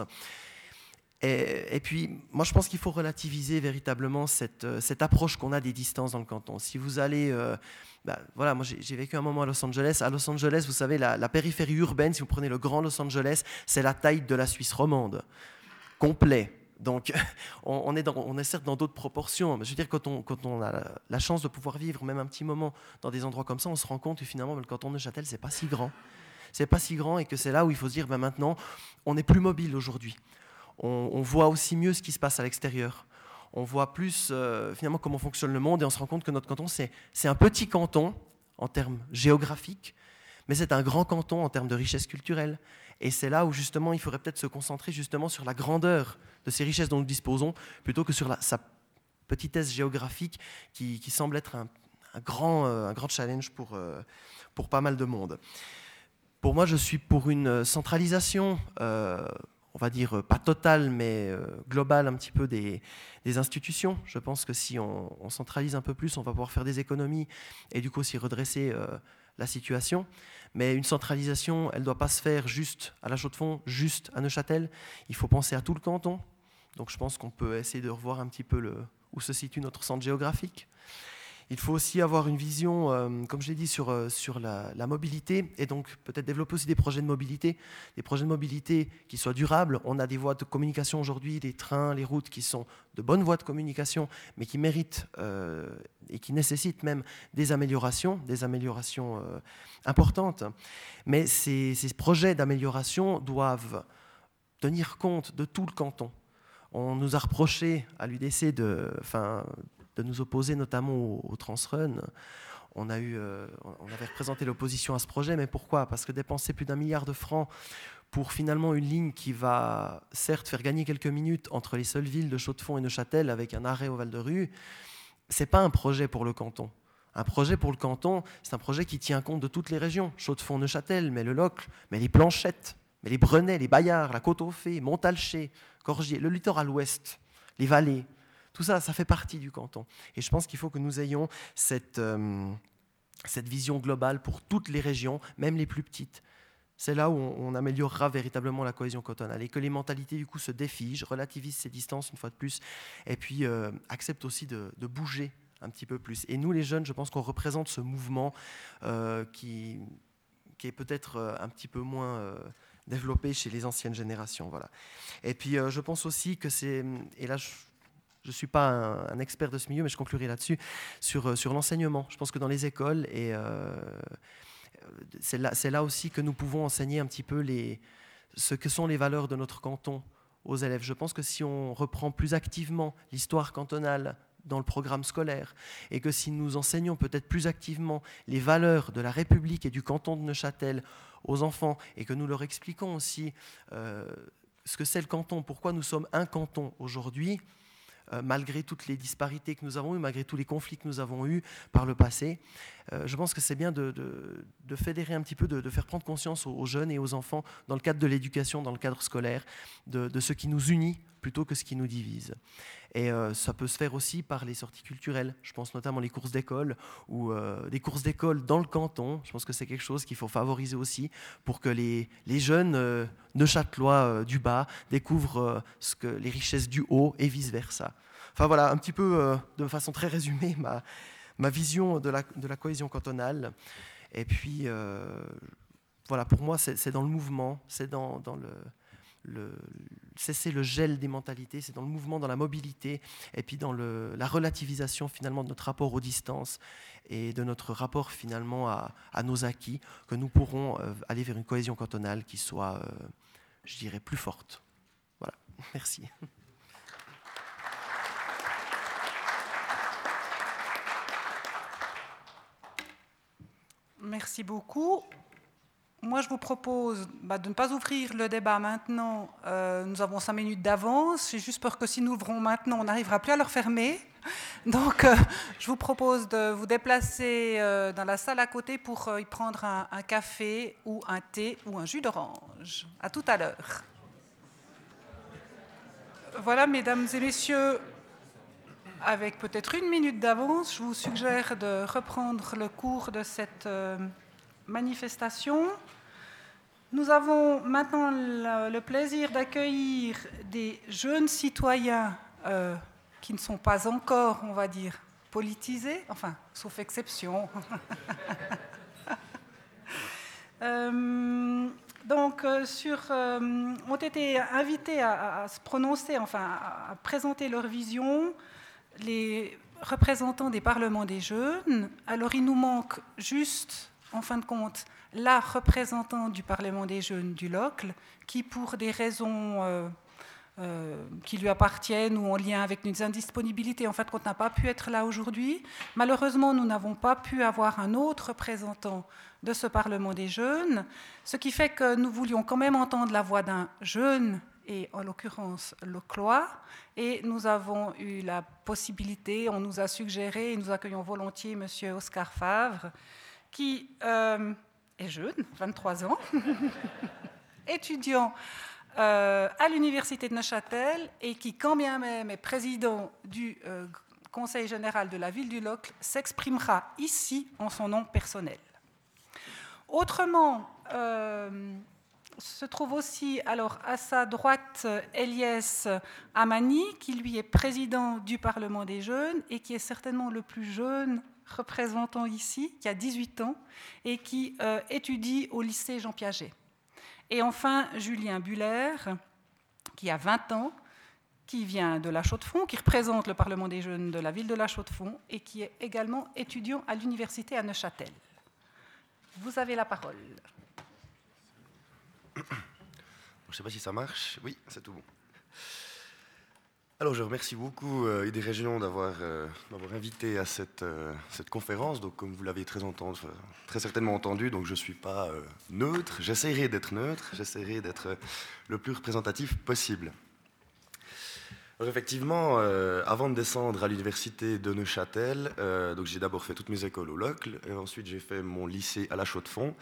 Et, et puis, moi, je pense qu'il faut relativiser véritablement cette, cette approche qu'on a des distances dans le canton. Si vous allez... Euh, bah, voilà, moi, j'ai, j'ai vécu un moment à Los Angeles. À Los Angeles, vous savez, la, la périphérie urbaine, si vous prenez le grand Los Angeles, c'est la taille de la Suisse romande, complet. Donc, on, on, est dans, on est certes dans d'autres proportions. Mais je veux dire, quand on, quand on a la, la chance de pouvoir vivre même un petit moment dans des endroits comme ça, on se rend compte que finalement, le canton de Neuchâtel, c'est pas si grand. C'est pas si grand et que c'est là où il faut se dire, ben maintenant, on est plus mobile aujourd'hui. On, on voit aussi mieux ce qui se passe à l'extérieur. on voit plus euh, finalement comment fonctionne le monde et on se rend compte que notre canton, c'est, c'est un petit canton en termes géographiques, mais c'est un grand canton en termes de richesse culturelle. Et c'est là où justement il faudrait peut-être se concentrer justement sur la grandeur de ces richesses dont nous disposons, plutôt que sur la, sa petitesse géographique qui, qui semble être un, un, grand, euh, un grand challenge pour, euh, pour pas mal de monde. Pour moi, je suis pour une centralisation, euh, on va dire pas totale, mais euh, globale un petit peu des, des institutions. Je pense que si on, on centralise un peu plus, on va pouvoir faire des économies et du coup aussi redresser euh, la situation. Mais une centralisation, elle ne doit pas se faire juste à La Chaux-de-Fonds, juste à Neuchâtel. Il faut penser à tout le canton. Donc je pense qu'on peut essayer de revoir un petit peu le, où se situe notre centre géographique. Il faut aussi avoir une vision, euh, comme je l'ai dit, sur, euh, sur la, la mobilité, et donc peut-être développer aussi des projets de mobilité, des projets de mobilité qui soient durables. On a des voies de communication aujourd'hui, les trains, les routes qui sont de bonnes voies de communication, mais qui méritent euh, et qui nécessitent même des améliorations, des améliorations euh, importantes. Mais ces, ces projets d'amélioration doivent tenir compte de tout le canton. On nous a reproché à l'U D C de... Enfin, de nous opposer notamment au, au Transrun. On, a eu, euh, on avait représenté l'opposition à ce projet, mais pourquoi ? Parce que dépenser plus d'un milliard de francs pour finalement une ligne qui va certes faire gagner quelques minutes entre les seules villes de Chaux-de-Fonds et Neuchâtel avec un arrêt au Val-de-Rue, ce n'est pas un projet pour le canton. Un projet pour le canton, c'est un projet qui tient compte de toutes les régions. Chaux-de-Fonds, Neuchâtel, mais le Locle, mais les Planchettes, mais les Brenets, les Bayards, la Côte-aux-Fées, Montalcher, Corgier, le littoral ouest, les vallées. Tout ça, ça fait partie du canton. Et je pense qu'il faut que nous ayons cette, euh, cette vision globale pour toutes les régions, même les plus petites. C'est là où on, on améliorera véritablement la cohésion cantonale et que les mentalités, du coup, se défigent, relativisent ces distances une fois de plus, et puis euh, acceptent aussi de, de bouger un petit peu plus. Et nous, les jeunes, je pense qu'on représente ce mouvement euh, qui, qui est peut-être euh, un petit peu moins... Euh, développé chez les anciennes générations. Voilà. Et puis, euh, je pense aussi que c'est... Et là, je, Je ne suis pas un, un expert de ce milieu, mais je conclurai là-dessus, sur, sur l'enseignement. Je pense que dans les écoles, et euh, c'est, là, c'est là aussi que nous pouvons enseigner un petit peu les, ce que sont les valeurs de notre canton aux élèves. Je pense que si on reprend plus activement l'histoire cantonale dans le programme scolaire, et que si nous enseignons peut-être plus activement les valeurs de la République et du canton de Neuchâtel aux enfants, et que nous leur expliquons aussi euh, ce que c'est le canton, pourquoi nous sommes un canton aujourd'hui, Euh, malgré toutes les disparités que nous avons eues, malgré tous les conflits que nous avons eus par le passé. Euh, je pense que c'est bien de, de, de fédérer un petit peu, de, de faire prendre conscience aux, aux jeunes et aux enfants, dans le cadre de l'éducation, dans le cadre scolaire, de, de ce qui nous unit plutôt que ce qui nous divise. Et euh, ça peut se faire aussi par les sorties culturelles. Je pense notamment les courses d'école, ou euh, des courses d'école dans le canton. Je pense que c'est quelque chose qu'il faut favoriser aussi pour que les, les jeunes euh, neuchâtelois euh, du bas découvrent euh, ce que, les richesses du haut et vice-versa. Enfin voilà, un petit peu euh, de façon très résumée ma, ma vision de la, de la cohésion cantonale. Et puis euh, voilà, pour moi c'est, c'est dans le mouvement, c'est dans, dans le... Le, cesser le gel des mentalités, c'est dans le mouvement, dans la mobilité, et puis dans le, la relativisation finalement de notre rapport aux distances et de notre rapport finalement à, à nos acquis, que nous pourrons euh, aller vers une cohésion cantonale qui soit, euh, je dirais, plus forte. Voilà, merci. Merci beaucoup. Moi, je vous propose bah, de ne pas ouvrir le débat maintenant. Euh, nous avons cinq minutes d'avance. J'ai juste peur que si nous ouvrons maintenant, on n'arrivera plus à le refermer. Donc, euh, je vous propose de vous déplacer euh, dans la salle à côté pour euh, y prendre un, un café ou un thé ou un jus d'orange. À tout à l'heure. Voilà, mesdames et messieurs, avec peut-être une minute d'avance, je vous suggère de reprendre le cours de cette euh, manifestation. Nous avons maintenant le, le plaisir d'accueillir des jeunes citoyens euh, qui ne sont pas encore, on va dire, politisés, enfin, sauf exception. euh, donc, euh, sur, euh, ont été invités à, à se prononcer, enfin, à, à présenter leur vision, les représentants des parlements des jeunes. Alors, il nous manque juste, en fin de compte, la représentante du Parlement des jeunes du Locle, qui, pour des raisons euh, euh, qui lui appartiennent ou en lien avec nos indisponibilités, en fait, qu'on n'a pas pu être là aujourd'hui. Malheureusement, nous n'avons pas pu avoir un autre représentant de ce Parlement des jeunes, ce qui fait que nous voulions quand même entendre la voix d'un jeune, et en l'occurrence Loclois, et nous avons eu la possibilité, on nous a suggéré, et nous accueillons volontiers M. Oscar Favre, qui euh, est jeune, vingt-trois ans, étudiant euh, à l'Université de Neuchâtel, et qui, quand bien même est président du euh, Conseil général de la ville du Locle, s'exprimera ici en son nom personnel. Autrement, euh, se trouve aussi alors à sa droite Eliès Amani, qui lui est président du Parlement des jeunes et qui est certainement le plus jeune représentant ici, qui a dix-huit ans et qui euh, étudie au lycée Jean Piaget. Et enfin, Julien Buller, qui a vingt ans, qui vient de La Chaux-de-Fonds, qui représente le Parlement des jeunes de la ville de La Chaux-de-Fonds et qui est également étudiant à l'université à Neuchâtel. Vous avez la parole. Je ne sais pas si ça marche. Oui, c'est tout bon. Alors, je remercie beaucoup euh, Idées Régions d'avoir euh, d'avoir invité à cette, euh, cette conférence. Donc, comme vous l'avez très, entendu, très certainement entendu, donc je ne suis pas euh, neutre. J'essaierai d'être neutre. J'essaierai d'être le plus représentatif possible. Alors, effectivement, euh, avant de descendre à l'université de Neuchâtel, euh, donc j'ai d'abord fait toutes mes écoles au Locle, et ensuite j'ai fait mon lycée à La Chaux-de-Fonds.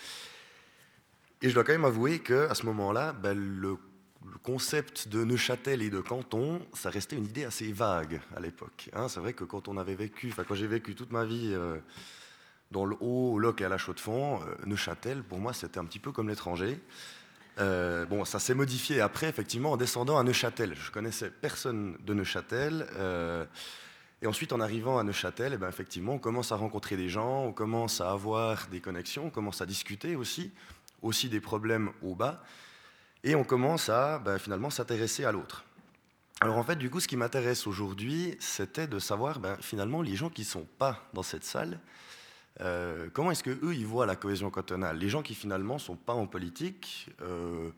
Et je dois quand même avouer qu'à ce moment-là, ben, le, le concept de Neuchâtel et de canton, ça restait une idée assez vague à l'époque. Hein, c'est vrai que quand on avait vécu, enfin quand j'ai vécu toute ma vie euh, dans le Haut, au Locle et à La Chaux-de-Fonds, euh, Neuchâtel, pour moi, c'était un petit peu comme l'étranger. Euh, bon, ça s'est modifié après, effectivement, en descendant à Neuchâtel. Je connaissais personne de Neuchâtel. Euh, et ensuite, en arrivant à Neuchâtel, eh ben, effectivement, on commence à rencontrer des gens, on commence à avoir des connexions, on commence à discuter aussi. aussi des problèmes au bas, et on commence à ben, finalement s'intéresser à l'autre. Alors en fait, du coup, ce qui m'intéresse aujourd'hui, c'était de savoir ben, finalement les gens qui ne sont pas dans cette salle, euh, comment est-ce qu'eux, ils voient la cohésion cantonale. Les gens qui finalement ne sont pas en politique, euh,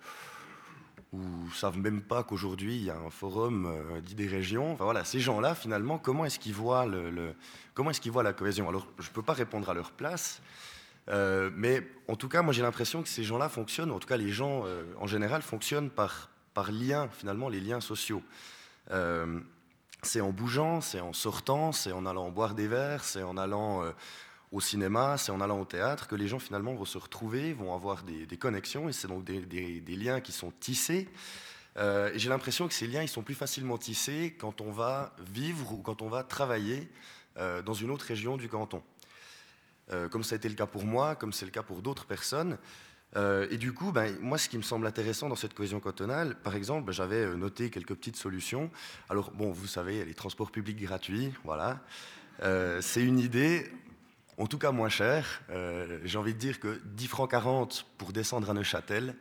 ou ne savent même pas qu'aujourd'hui, il y a un forum euh, d'idées régions. Enfin, voilà, ces gens-là, finalement, comment est-ce qu'ils voient, le, le, comment est-ce qu'ils voient la cohésion? Alors, je ne peux pas répondre à leur place, Euh, mais en tout cas, moi j'ai l'impression que ces gens-là fonctionnent, ou en tout cas les gens euh, en général fonctionnent par, par liens, finalement les liens sociaux. Euh, c'est en bougeant, c'est en sortant, c'est en allant boire des verres, c'est en allant euh, au cinéma, c'est en allant au théâtre que les gens finalement vont se retrouver, vont avoir des, des connexions, et c'est donc des, des, des liens qui sont tissés. Euh, et j'ai l'impression que ces liens ils sont plus facilement tissés quand on va vivre ou quand on va travailler euh, dans une autre région du canton. Euh, comme ça a été le cas pour moi, comme c'est le cas pour d'autres personnes. Euh, et du coup, ben, moi, ce qui me semble intéressant dans cette cohésion cantonale, par exemple, ben, j'avais noté quelques petites solutions. Alors, bon, vous savez, les transports publics gratuits, voilà. Euh, c'est une idée, en tout cas moins chère. Euh, j'ai envie de dire que dix francs quarante pour descendre à Neuchâtel,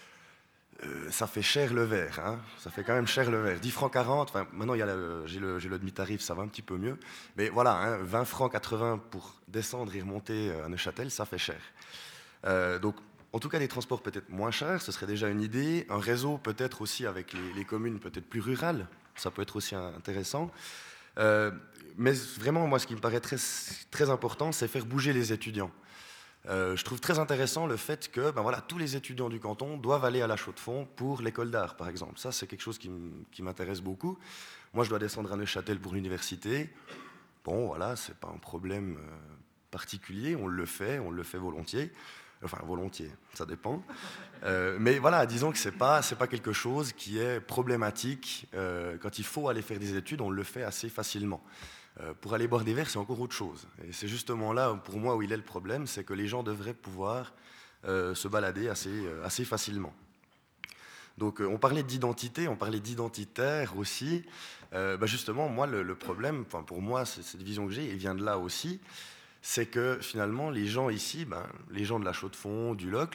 Euh, ça fait cher le verre, hein. Ça fait quand même cher le verre. dix francs quarante, enfin, maintenant il y a le, j'ai, le, j'ai le demi-tarif, ça va un petit peu mieux. Mais voilà, hein, vingt francs quatre-vingts pour descendre et remonter à Neuchâtel, ça fait cher. Euh, donc, en tout cas, des transports peut-être moins chers, ce serait déjà une idée. Un réseau peut-être aussi avec les, les communes peut-être plus rurales, ça peut être aussi intéressant. Euh, mais vraiment, moi, ce qui me paraît très, très important, c'est faire bouger les étudiants. Euh, je trouve très intéressant le fait que ben voilà, tous les étudiants du canton doivent aller à La Chaux-de-Fonds pour l'école d'art, par exemple. Ça, c'est quelque chose qui, m- qui m'intéresse beaucoup. Moi, je dois descendre à Neuchâtel pour l'université. Bon, voilà, c'est pas un problème euh, particulier. On le fait, on le fait volontiers. Enfin, volontiers, ça dépend. Euh, mais voilà, disons que c'est pas, c'est pas quelque chose qui est problématique. Euh, quand il faut aller faire des études, on le fait assez facilement. Euh, pour aller boire des verres, c'est encore autre chose. Et c'est justement là, pour moi, où il est le problème, c'est que les gens devraient pouvoir euh, se balader assez, euh, assez facilement. Donc, euh, on parlait d'identité, on parlait d'identitaire aussi. Euh, bah justement, moi, le, le problème, enfin, pour moi, c'est, cette vision que j'ai, et vient de là aussi, c'est que finalement, les gens ici, ben, les gens de La Chaux-de-Fonds, du Locle,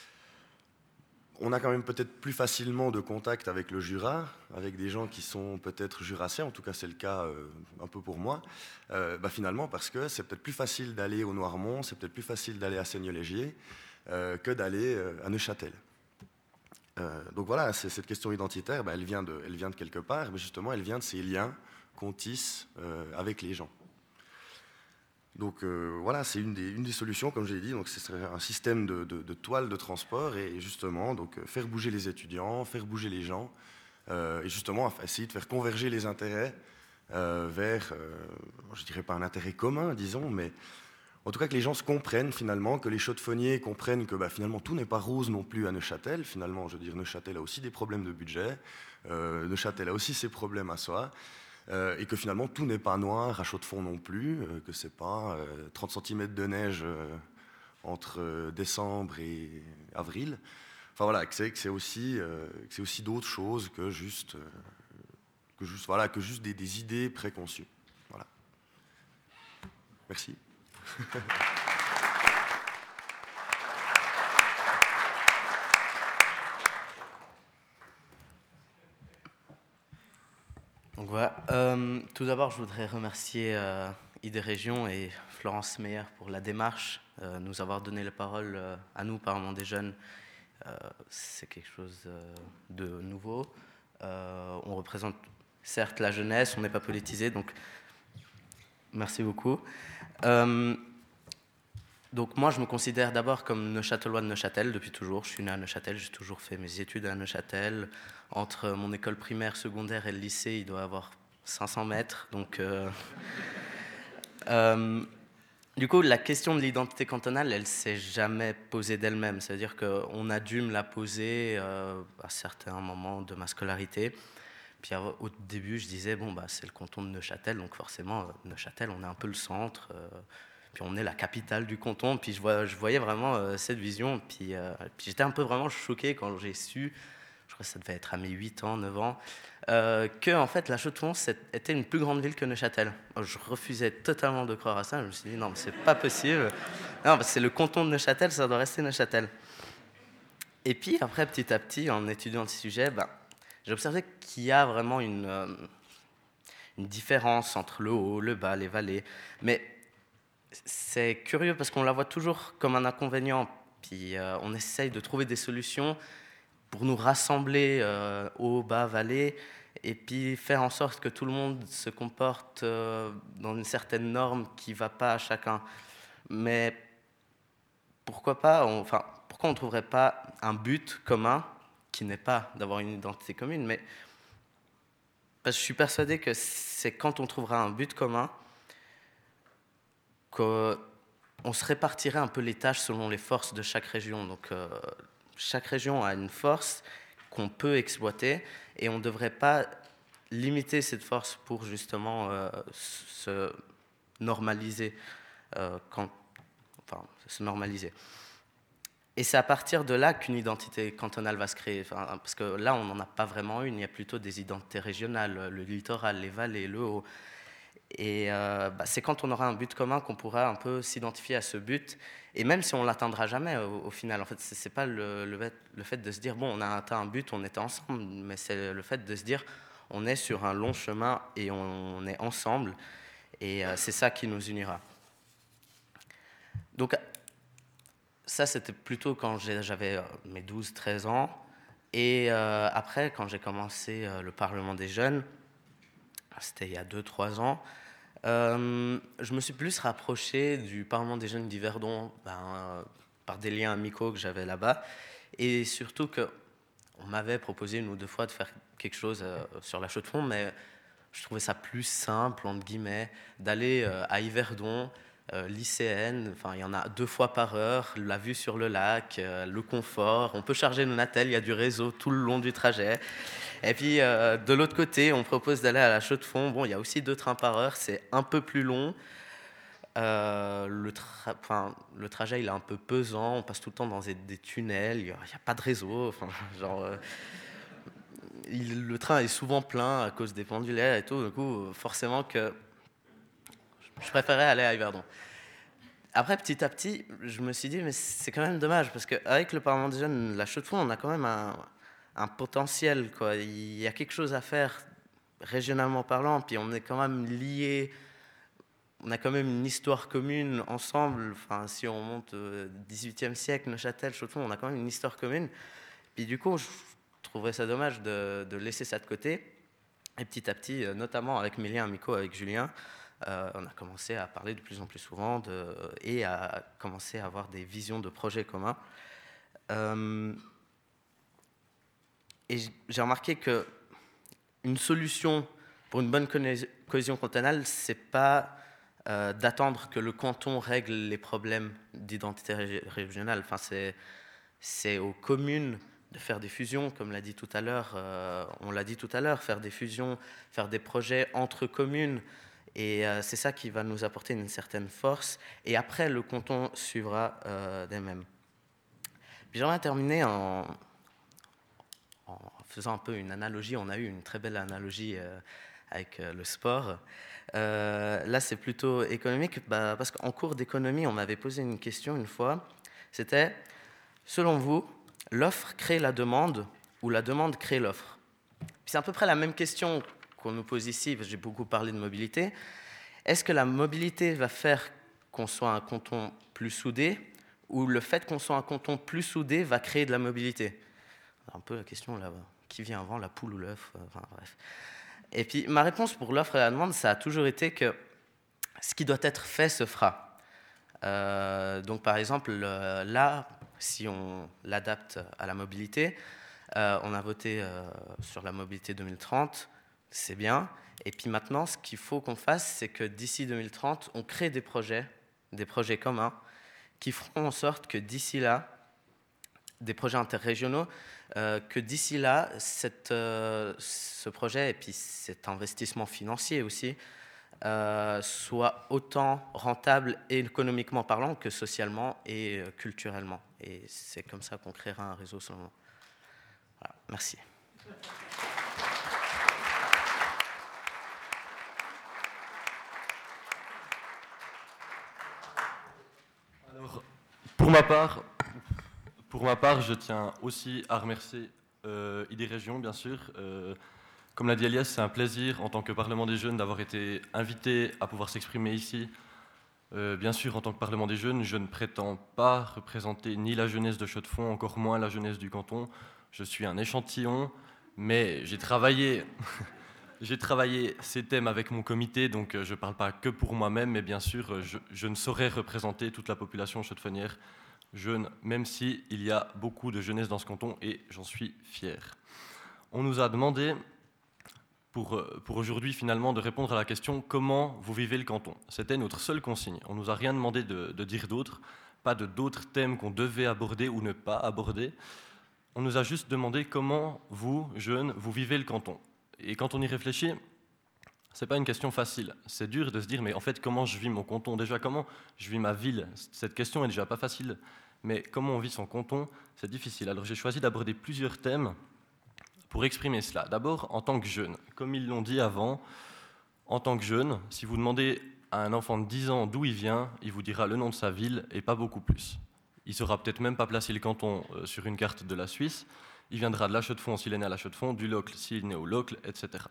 on a quand même peut-être plus facilement de contact avec le Jura, avec des gens qui sont peut-être jurassiens, en tout cas c'est le cas euh, un peu pour moi, euh, bah finalement parce que c'est peut-être plus facile d'aller au Noirmont, c'est peut-être plus facile d'aller à Seignelay-Légier euh, que d'aller euh, à Neuchâtel. Euh, donc voilà, cette question identitaire, bah, elle, vient de, elle vient de quelque part, mais justement, elle vient de ces liens qu'on tisse euh, avec les gens. Donc euh, voilà, c'est une des, une des solutions, comme je l'ai dit, donc ce serait un système de, de, de toile de transport, et justement, donc, faire bouger les étudiants, faire bouger les gens, euh, et justement, essayer de faire converger les intérêts euh, vers, euh, je dirais pas un intérêt commun, disons, mais en tout cas que les gens se comprennent finalement, que les chaudefonniers comprennent que bah, finalement tout n'est pas rose non plus à Neuchâtel. Finalement, je veux dire, Neuchâtel a aussi des problèmes de budget, euh, Neuchâtel a aussi ses problèmes à soi, euh, et que finalement tout n'est pas noir à Chaux-de-Fonds non plus, euh, que c'est pas euh, trente centimètres de neige euh, entre euh, décembre et avril. Enfin voilà, que c'est, que c'est aussi, euh, que c'est aussi d'autres choses que juste, euh, que juste, voilà, que juste des, des idées préconçues. Voilà. Merci. Donc voilà. Euh, tout d'abord, je voudrais remercier euh, I D Région et Florence Meyer pour la démarche, euh, nous avoir donné la parole euh, à nous, Parlement des jeunes. Euh, c'est quelque chose euh, de nouveau. Euh, on représente certes la jeunesse, on n'est pas politisé, donc merci beaucoup. Euh, donc moi, je me considère d'abord comme Neuchâtelois de Neuchâtel depuis toujours. Je suis né à Neuchâtel, j'ai toujours fait mes études à Neuchâtel. Entre mon école primaire, secondaire et le lycée, il doit y avoir cinq cents mètres. Donc, euh, euh, du coup, la question de l'identité cantonale, elle ne s'est jamais posée d'elle-même. C'est-à-dire qu'on a dû me la poser euh, à certains moments de ma scolarité. Puis au début, je disais, bon, bah, c'est le canton de Neuchâtel, donc forcément, Neuchâtel, on est un peu le centre. Euh, Puis on est la capitale du canton, puis je, vois, je voyais vraiment euh, cette vision. Puis, euh, puis j'étais un peu vraiment choqué quand j'ai su, je crois que ça devait être à mes huit ans, neuf ans, euh, que en fait, la Chaux-de-Fonds était une plus grande ville que Neuchâtel. Je refusais totalement de croire à ça. Je me suis dit, non, mais c'est pas possible. Non, c'est le canton de Neuchâtel, ça doit rester Neuchâtel. Et puis après, petit à petit, en étudiant le sujet, ben, j'ai observé qu'il y a vraiment une, euh, une différence entre le haut, le bas, les vallées. Mais c'est curieux parce qu'on la voit toujours comme un inconvénient, puis euh, on essaye de trouver des solutions pour nous rassembler euh, haut, bas, vallée, et puis faire en sorte que tout le monde se comporte euh, dans une certaine norme qui ne va pas à chacun. Mais pourquoi pas, on, enfin, pourquoi on ne trouverait pas un but commun qui n'est pas d'avoir une identité commune, mais parce que je suis persuadé que c'est quand on trouvera un but commun qu'on se répartirait un peu les tâches selon les forces de chaque région. Donc, euh, chaque région a une force qu'on peut exploiter et on ne devrait pas limiter cette force pour justement euh, se normaliser, euh, quand, enfin, se normaliser. Et c'est à partir de là qu'une identité cantonale va se créer. Enfin, parce que là, on n'en a pas vraiment une, il y a plutôt des identités régionales, le littoral, les vallées, le haut. Et euh, bah, c'est quand on aura un but commun qu'on pourra un peu s'identifier à ce but. Et même si on ne l'atteindra jamais au, au final, en fait, ce n'est pas le, le, le fait de se dire, bon, on a atteint un but, on était ensemble, mais c'est le fait de se dire, on est sur un long chemin et on, on est ensemble. Et euh, c'est ça qui nous unira. Donc, ça, c'était plutôt quand j'avais mes douze treize ans. Et euh, après, quand j'ai commencé euh, le Parlement des jeunes, c'était il y a deux trois ans, Euh, je me suis plus rapproché du Parlement des jeunes d'Yverdon ben, euh, par des liens amicaux que j'avais là-bas, et surtout qu'on m'avait proposé une ou deux fois de faire quelque chose euh, sur la Chaux-de-Fonds, mais je trouvais ça plus simple, entre guillemets, d'aller euh, à Yverdon, euh, lycéenne, enfin, il y en a deux fois par heure, la vue sur le lac, euh, le confort, on peut charger nos Natel, il y a du réseau tout le long du trajet. Et puis, euh, de l'autre côté, on propose d'aller à la Chaux-de-Fonds. Bon, il y a aussi deux trains par heure, c'est un peu plus long. Euh, le, tra- enfin, le trajet, il est un peu pesant. On passe tout le temps dans des, des tunnels. Il n'y a, a pas de réseau. Enfin, genre, euh, il, le train est souvent plein à cause des pendulaires et tout. Du coup, forcément que je préférais aller à Yverdon. Après, petit à petit, je me suis dit, mais c'est quand même dommage, parce qu'avec le Parlement des jeunes, la Chaux-de-Fonds, on a quand même un... un potentiel, quoi. Il y a quelque chose à faire régionalement parlant, puis on est quand même liés, on a quand même une histoire commune ensemble. Enfin, si on monte au dix-huitième siècle, Neuchâtel, Chaux-de-Fonds, on a quand même une histoire commune. Puis du coup, je trouverais ça dommage de, de laisser ça de côté. Et petit à petit, notamment avec mes liens amicaux avec Julien, euh, on a commencé à parler de plus en plus souvent de, et à commencer à avoir des visions de projets communs. Euh, et j'ai remarqué qu'une solution pour une bonne cohésion cantonale, ce n'est pas euh, d'attendre que le canton règle les problèmes d'identité ré régionale. Enfin, c'est, c'est aux communes de faire des fusions, comme l'a dit tout à l'heure, euh, on l'a dit tout à l'heure, faire des fusions, faire des projets entre communes, et euh, c'est ça qui va nous apporter une certaine force, et après le canton suivra euh, d'elle-même. Puis j'aimerais terminer en, en faisant un peu une analogie, on a eu une très belle analogie euh, avec euh, le sport. Euh, là c'est plutôt économique, bah, parce qu'en cours d'économie, on m'avait posé une question une fois, c'était, selon vous, l'offre crée la demande ou la demande crée l'offre? C'est à peu près la même question qu'on nous pose ici, parce que j'ai beaucoup parlé de mobilité. Est-ce que la mobilité va faire qu'on soit un canton plus soudé, ou le fait qu'on soit un canton plus soudé va créer de la mobilité? Un peu la question là, qui vient avant, la poule ou l'œuf? Enfin, bref. Et puis ma réponse pour l'offre et la demande, ça a toujours été que ce qui doit être fait se fera. Euh, donc par exemple, là, si on l'adapte à la mobilité, euh, on a voté euh, sur la mobilité deux mille trente, c'est bien. Et puis maintenant, ce qu'il faut qu'on fasse, c'est que d'ici deux mille trente, on crée des projets, des projets communs, qui feront en sorte que d'ici là, des projets interrégionaux, euh, que d'ici là, cette, euh, ce projet et puis cet investissement financier aussi, Euh, soit autant rentable et économiquement parlant que socialement et euh, culturellement. Et c'est comme ça qu'on créera un réseau selon moi. Voilà, merci. Alors, pour ma part, pour ma part, je tiens aussi à remercier euh, I D Région, bien sûr. Euh, Comme l'a dit Elias, c'est un plaisir en tant que Parlement des jeunes d'avoir été invité à pouvoir s'exprimer ici. Euh, bien sûr, en tant que Parlement des jeunes, je ne prétends pas représenter ni la jeunesse de Chaux-de-Fonds, encore moins la jeunesse du canton. Je suis un échantillon, mais j'ai travaillé, j'ai travaillé ces thèmes avec mon comité, donc je ne parle pas que pour moi-même, mais bien sûr, je, je ne saurais représenter toute la population chaux-de-fonnière jeune, même s'il y a beaucoup de jeunesse dans ce canton, et j'en suis fier. On nous a demandé pour, pour aujourd'hui finalement de répondre à la question « Comment vous vivez le canton ?» C'était notre seule consigne. On ne nous a rien demandé de, de dire d'autres, pas de d'autres thèmes qu'on devait aborder ou ne pas aborder. On nous a juste demandé comment vous, jeunes, vous vivez le canton. Et quand on y réfléchit, ce n'est pas une question facile. C'est dur de se dire « Mais en fait, comment je vis mon canton? Déjà, comment je vis ma ville ?» Cette question est déjà pas facile. Mais comment on vit son canton, c'est difficile. Alors j'ai choisi d'aborder plusieurs thèmes pour exprimer cela. D'abord, en tant que jeune. Comme ils l'ont dit avant, en tant que jeune, si vous demandez à un enfant de dix ans d'où il vient, il vous dira le nom de sa ville et pas beaucoup plus. Il ne saura peut-être même pas placer le canton sur une carte de la Suisse. Il viendra de la Chaux-de-Fonds s'il est né à la Chaux-de-Fonds, du Locle s'il est né au Locle, et cetera.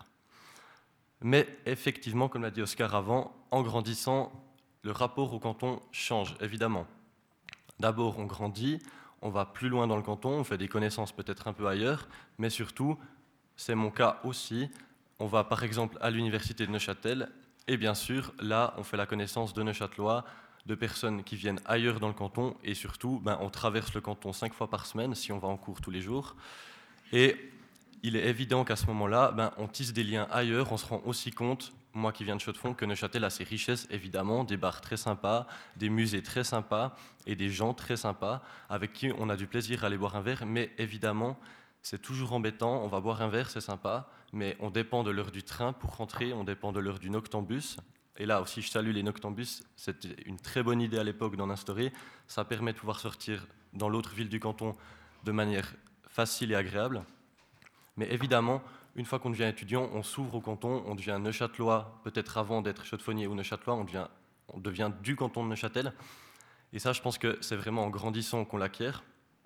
Mais effectivement, comme l'a dit Oscar avant, en grandissant, le rapport au canton change, évidemment. D'abord, on grandit, on va plus loin dans le canton, on fait des connaissances peut-être un peu ailleurs, mais surtout, c'est mon cas aussi, on va par exemple à l'université de Neuchâtel, et bien sûr, là, on fait la connaissance de Neuchâtelois, de personnes qui viennent ailleurs dans le canton, et surtout, ben, on traverse le canton cinq fois par semaine, si on va en cours tous les jours, et il est évident qu'à ce moment-là, ben, on tisse des liens ailleurs, on se rend aussi compte, moi qui viens de Chaux-de-Fonds, que Neuchâtel a ses richesses, évidemment, des bars très sympas, des musées très sympas et des gens très sympas avec qui on a du plaisir à aller boire un verre, mais évidemment, c'est toujours embêtant, on va boire un verre, c'est sympa, mais on dépend de l'heure du train pour rentrer, on dépend de l'heure du noctambus, et là aussi je salue les noctambus, c'était une très bonne idée à l'époque d'en instaurer, ça permet de pouvoir sortir dans l'autre ville du canton de manière facile et agréable, mais évidemment, une fois qu'on devient étudiant, on s'ouvre au canton, on devient neuchâtelois, peut-être avant d'être chaux-de-fonnier ou neuchâtelois, on devient, on devient du canton de Neuchâtel. Et ça, je pense que c'est vraiment en grandissant qu'on l'acquiert.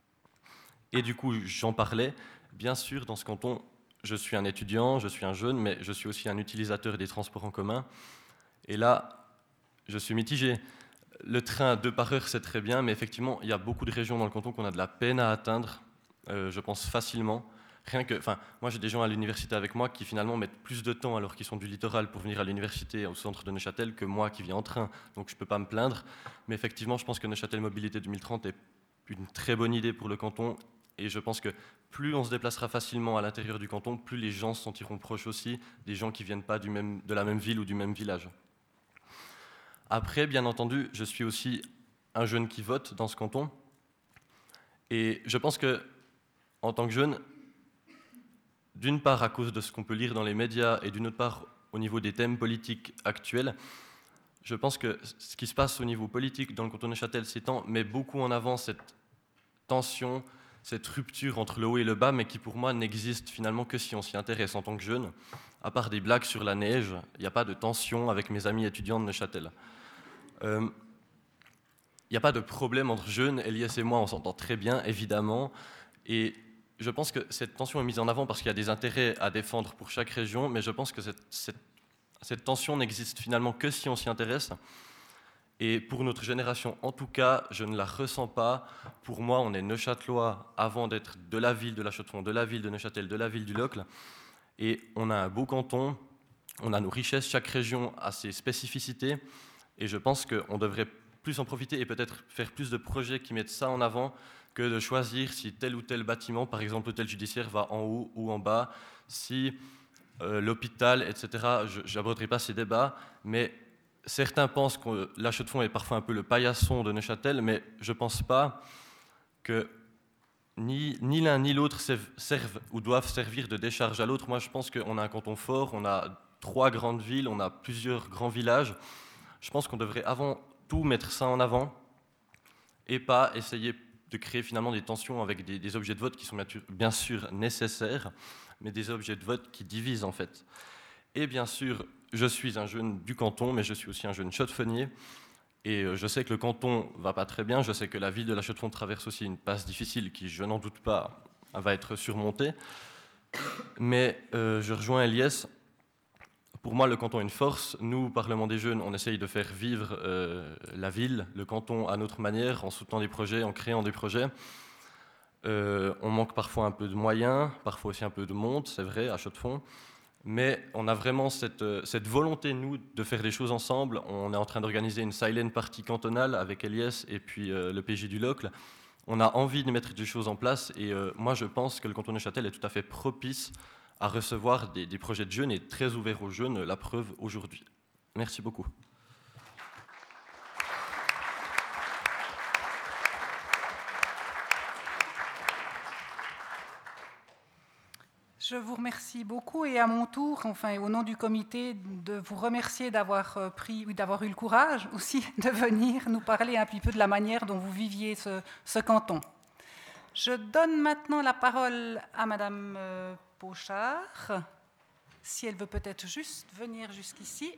Et du coup, j'en parlais. Bien sûr, dans ce canton, je suis un étudiant, je suis un jeune, mais je suis aussi un utilisateur des transports en commun. Et là, je suis mitigé. Le train deux par heure, c'est très bien, mais effectivement, il y a beaucoup de régions dans le canton qu'on a de la peine à atteindre. euh, je pense facilement. Rien que, enfin, moi j'ai des gens à l'université avec moi qui finalement mettent plus de temps alors qu'ils sont du littoral pour venir à l'université au centre de Neuchâtel que moi qui viens en train, donc je ne peux pas me plaindre. Mais effectivement, je pense que Neuchâtel Mobilité deux mille trente est une très bonne idée pour le canton et je pense que plus on se déplacera facilement à l'intérieur du canton, plus les gens se sentiront proches aussi des gens qui ne viennent pas du même, de la même ville ou du même village. Après, bien entendu, je suis aussi un jeune qui vote dans ce canton et je pense que en tant que jeune, d'une part à cause de ce qu'on peut lire dans les médias et d'une autre part au niveau des thèmes politiques actuels, je pense que ce qui se passe au niveau politique dans le canton de Neuchâtel ces temps met beaucoup en avant cette tension, cette rupture entre le haut et le bas, mais qui pour moi n'existe finalement que si on s'y intéresse en tant que jeune. À part des blagues sur la neige, il n'y a pas de tension avec mes amis étudiants de Neuchâtel. Euh, il n'y a pas de problème entre jeunes, Elias et moi on s'entend très bien évidemment, et je pense que cette tension est mise en avant parce qu'il y a des intérêts à défendre pour chaque région, mais je pense que cette, cette, cette tension n'existe finalement que si on s'y intéresse. Et pour notre génération, en tout cas, je ne la ressens pas. Pour moi, on est Neuchâtelois avant d'être de la ville de La Chaux-de-Fonds, de la ville de Neuchâtel, de la ville du Locle. Et on a un beau canton, on a nos richesses, chaque région a ses spécificités. Et je pense qu'on devrait plus en profiter et peut-être faire plus de projets qui mettent ça en avant, que de choisir si tel ou tel bâtiment, par exemple l'hôtel judiciaire, va en haut ou en bas, si euh, l'hôpital, et cetera. Je n'aborderai pas ces débats, mais certains pensent que La Chaux-de-Fonds est parfois un peu le paillasson de Neuchâtel, mais je ne pense pas que ni, ni l'un ni l'autre servent ou doivent servir de décharge à l'autre. Moi, je pense qu'on a un canton fort, on a trois grandes villes, on a plusieurs grands villages. Je pense qu'on devrait avant tout mettre ça en avant et pas essayer de créer finalement des tensions avec des, des objets de vote qui sont bien sûr nécessaires, mais des objets de vote qui divisent en fait. Et bien sûr, je suis un jeune du canton, mais je suis aussi un jeune chaux-de-fonnier, et je sais que le canton va pas très bien, je sais que la ville de La Chaux-de-Fonds traverse aussi une passe difficile qui, je n'en doute pas, va être surmontée, mais euh, je rejoins Elias. Pour moi, le canton est une force. Nous, Parlement des jeunes, on essaye de faire vivre euh, la ville, le canton à notre manière, en soutenant des projets, en créant des projets. Euh, on manque parfois un peu de moyens, parfois aussi un peu de monde, c'est vrai, à Chaux-de-Fonds. Mais on a vraiment cette, cette volonté, nous, de faire des choses ensemble. On est en train d'organiser une silent party cantonale avec Elias et puis euh, le P J du Locle. On a envie de mettre des choses en place et euh, moi, je pense que le canton de Neuchâtel est tout à fait propice à recevoir des, des projets de jeunes et très ouvert aux jeunes, la preuve aujourd'hui. Merci beaucoup. Je vous remercie beaucoup et à mon tour, enfin au nom du comité, de vous remercier d'avoir pris, d'avoir eu le courage aussi de venir nous parler un petit peu de la manière dont vous viviez ce, ce canton. Je donne maintenant la parole à Madame Pochard, si elle veut peut-être juste venir jusqu'ici.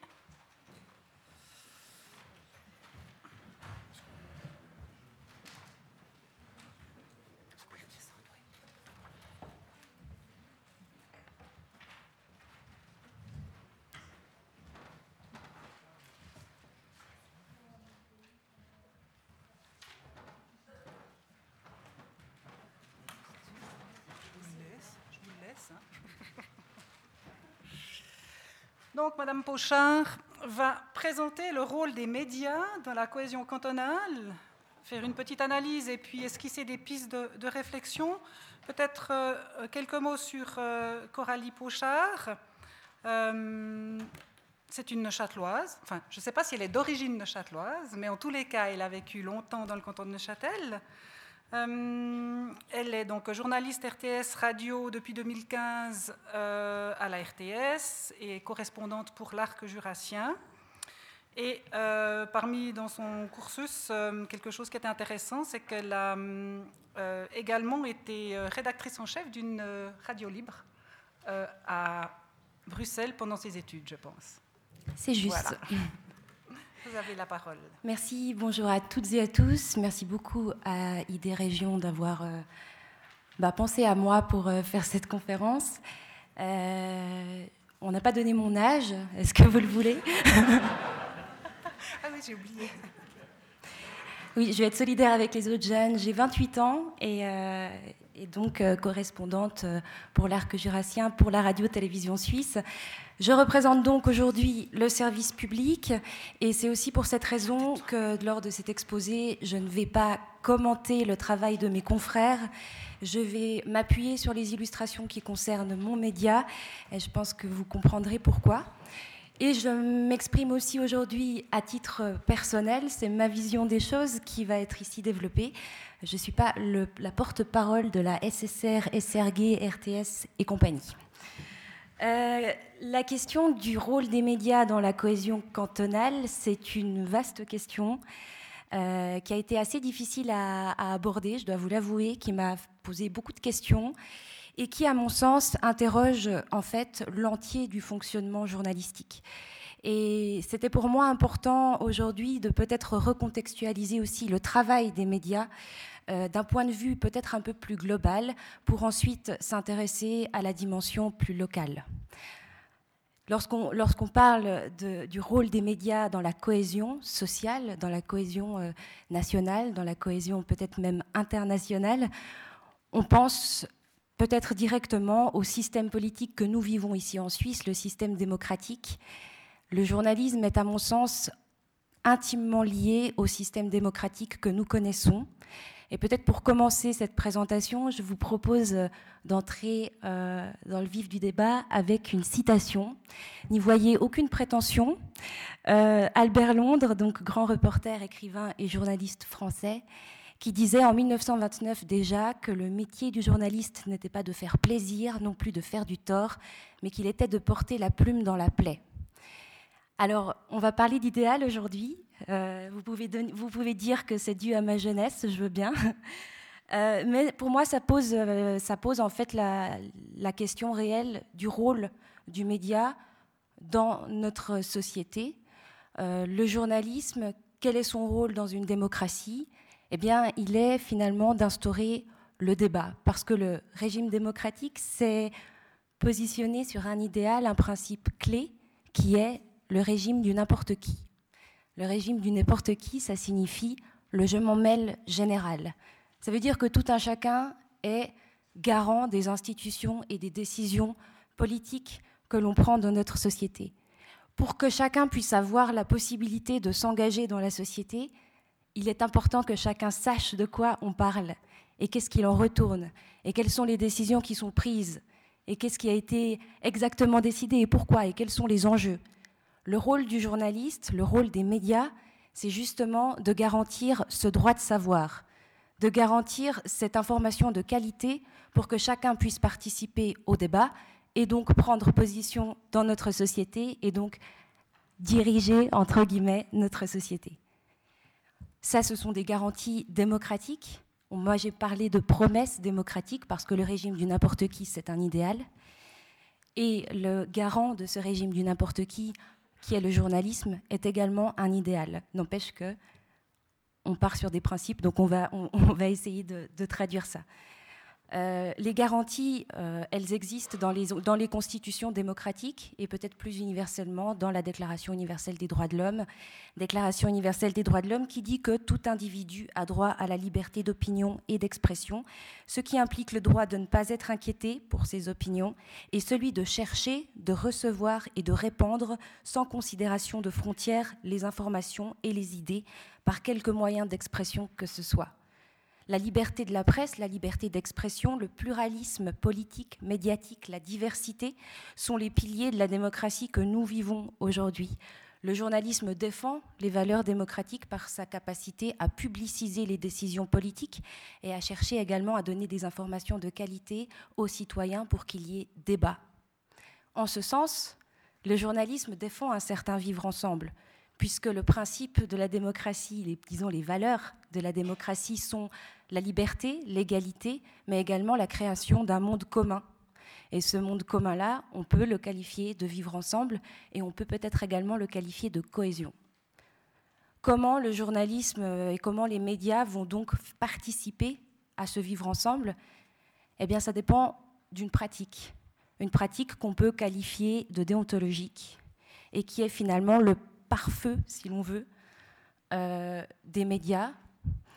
Donc, Madame Pochard va présenter le rôle des médias dans la cohésion cantonale, faire une petite analyse et puis esquisser des pistes de, de réflexion. Peut-être euh, quelques mots sur euh, Coralie Pochard. Euh, c'est une Neuchâteloise. Enfin, je ne sais pas si elle est d'origine neuchâteloise, mais en tous les cas, elle a vécu longtemps dans le canton de Neuchâtel. Euh, elle est donc journaliste R T S Radio depuis deux mille quinze euh, à la R T S et correspondante pour l'Arc jurassien. Et euh, parmi dans son cursus, euh, quelque chose qui était intéressant, c'est qu'elle a euh, également été rédactrice en chef d'une radio libre euh, à Bruxelles pendant ses études, je pense. C'est juste. Voilà. Vous avez la parole. Merci, bonjour à toutes et à tous. Merci beaucoup à I D Région d'avoir euh, bah, pensé à moi pour euh, faire cette conférence. Euh, on n'a pas donné mon âge, est-ce que vous le voulez? Ah oui, j'ai oublié. Oui, je vais être solidaire avec les autres jeunes. J'ai vingt-huit ans et, euh, et donc euh, correspondante pour l'arc jurassien pour la radio-télévision suisse. Je représente donc aujourd'hui le service public et c'est aussi pour cette raison que lors de cet exposé, je ne vais pas commenter le travail de mes confrères. Je vais m'appuyer sur les illustrations qui concernent mon média et je pense que vous comprendrez pourquoi. Et je m'exprime aussi aujourd'hui à titre personnel, c'est ma vision des choses qui va être ici développée. Je ne suis pas le, la porte-parole de la S S R, S R G, R T S et compagnie. Euh, la question du rôle des médias dans la cohésion cantonale, c'est une vaste question euh, qui a été assez difficile à, à aborder, je dois vous l'avouer, qui m'a posé beaucoup de questions et qui, à mon sens, interroge en fait l'entier du fonctionnement journalistique. Et c'était pour moi important aujourd'hui de peut-être recontextualiser aussi le travail des médias euh, d'un point de vue peut-être un peu plus global pour ensuite s'intéresser à la dimension plus locale. Lorsqu'on, lorsqu'on parle de, du rôle des médias dans la cohésion sociale, dans la cohésion euh, nationale, dans la cohésion peut-être même internationale, on pense peut-être directement au système politique que nous vivons ici en Suisse, le système démocratique. Le journalisme est, à mon sens, intimement lié au système démocratique que nous connaissons. Et peut-être pour commencer cette présentation, je vous propose d'entrer euh, dans le vif du débat avec une citation. N'y voyez aucune prétention. Euh, Albert Londres, donc grand reporter, écrivain et journaliste français, qui disait en mille neuf cent vingt-neuf déjà que le métier du journaliste n'était pas de faire plaisir, non plus de faire du tort, mais qu'il était de porter la plume dans la plaie. Alors, on va parler d'idéal aujourd'hui. Euh, vous, pouvez donner, vous pouvez dire que c'est dû à ma jeunesse, je veux bien. Euh, mais pour moi, ça pose, euh, ça pose en fait la, la question réelle du rôle du média dans notre société. Euh, le journalisme, quel est son rôle dans une démocratie ? Eh bien, il est finalement d'instaurer le débat, parce que le régime démocratique s'est positionné sur un idéal, un principe clé, qui est le régime du n'importe qui. Le régime du n'importe qui, ça signifie le je m'en mêle général. Ça veut dire que tout un chacun est garant des institutions et des décisions politiques que l'on prend dans notre société. Pour que chacun puisse avoir la possibilité de s'engager dans la société, il est important que chacun sache de quoi on parle et qu'est-ce qu'il en retourne et quelles sont les décisions qui sont prises et qu'est-ce qui a été exactement décidé et pourquoi et quels sont les enjeux. Le rôle du journaliste, le rôle des médias, c'est justement de garantir ce droit de savoir, de garantir cette information de qualité pour que chacun puisse participer au débat et donc prendre position dans notre société et donc diriger, entre guillemets, notre société. Ça, ce sont des garanties démocratiques. Moi, j'ai parlé de promesses démocratiques parce que le régime du n'importe qui, c'est un idéal. Et le garant de ce régime du n'importe qui, qui est le journalisme, est également un idéal. N'empêche que on part sur des principes, donc on va, on, on va essayer de, de traduire ça. Euh, les garanties, euh, elles existent dans les, dans les constitutions démocratiques et peut-être plus universellement dans la Déclaration universelle des droits de l'homme. Déclaration universelle des droits de l'homme qui dit que tout individu a droit à la liberté d'opinion et d'expression, ce qui implique le droit de ne pas être inquiété pour ses opinions et celui de chercher, de recevoir et de répandre sans considération de frontières les informations et les idées par quelque moyen d'expression que ce soit. La liberté de la presse, la liberté d'expression, le pluralisme politique, médiatique, la diversité sont les piliers de la démocratie que nous vivons aujourd'hui. Le journalisme défend les valeurs démocratiques par sa capacité à publiciser les décisions politiques et à chercher également à donner des informations de qualité aux citoyens pour qu'il y ait débat. En ce sens, le journalisme défend un certain vivre ensemble, puisque le principe de la démocratie, les, disons les valeurs de la démocratie sont la liberté, l'égalité, mais également la création d'un monde commun. Et ce monde commun-là, on peut le qualifier de vivre ensemble et on peut peut-être également le qualifier de cohésion. Comment le journalisme et comment les médias vont donc participer à ce vivre ensemble ? Eh bien, ça dépend d'une pratique, une pratique qu'on peut qualifier de déontologique et qui est finalement le pare-feu, si l'on veut, euh, des médias.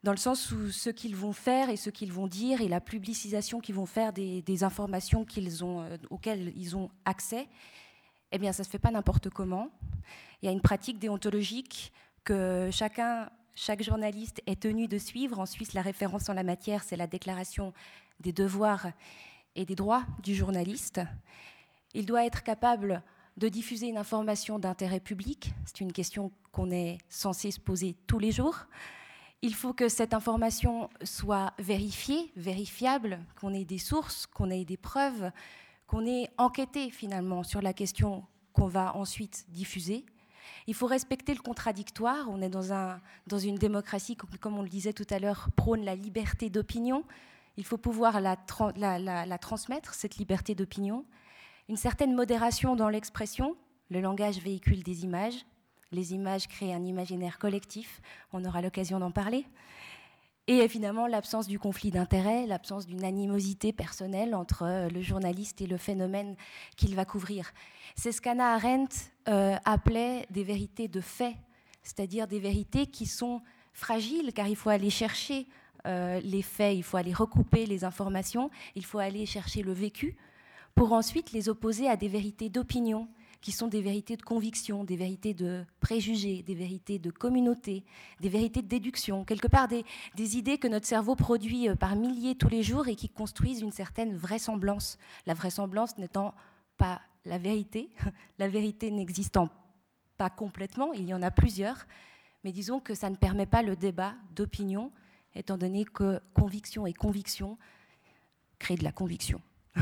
dans le sens où ce qu'ils vont faire et ce qu'ils vont dire et la publicisation qu'ils vont faire des, des informations qu'ils ont, euh, auxquelles ils ont accès, eh bien, ça ne se fait pas n'importe comment. Il y a une pratique déontologique que chacun, chaque journaliste est tenu de suivre. En Suisse, la référence en la matière, c'est la déclaration des devoirs et des droits du journaliste. Il doit être capable de diffuser une information d'intérêt public. C'est une question qu'on est censé se poser tous les jours. Il faut que cette information soit vérifiée, vérifiable, qu'on ait des sources, qu'on ait des preuves, qu'on ait enquêté finalement sur la question qu'on va ensuite diffuser. Il faut respecter le contradictoire. On est dans, un, dans une démocratie, comme on le disait tout à l'heure, prône la liberté d'opinion. Il faut pouvoir la, la, la, la transmettre, cette liberté d'opinion. Une certaine modération dans l'expression. Le langage véhicule des images. Les images créent un imaginaire collectif. On aura l'occasion d'en parler. Et évidemment, l'absence du conflit d'intérêts, l'absence d'une animosité personnelle entre le journaliste et le phénomène qu'il va couvrir. C'est ce qu'Hannah Arendt euh, appelait des vérités de fait, c'est-à-dire des vérités qui sont fragiles, car il faut aller chercher euh, les faits, il faut aller recouper les informations, il faut aller chercher le vécu, pour ensuite les opposer à des vérités d'opinion, qui sont des vérités de conviction, des vérités de préjugés, des vérités de communauté, des vérités de déduction, quelque part des, des idées que notre cerveau produit par milliers tous les jours et qui construisent une certaine vraisemblance. La vraisemblance n'étant pas la vérité, la vérité n'existant pas complètement, il y en a plusieurs, mais disons que ça ne permet pas le débat d'opinion, étant donné que conviction et conviction créent de la conviction.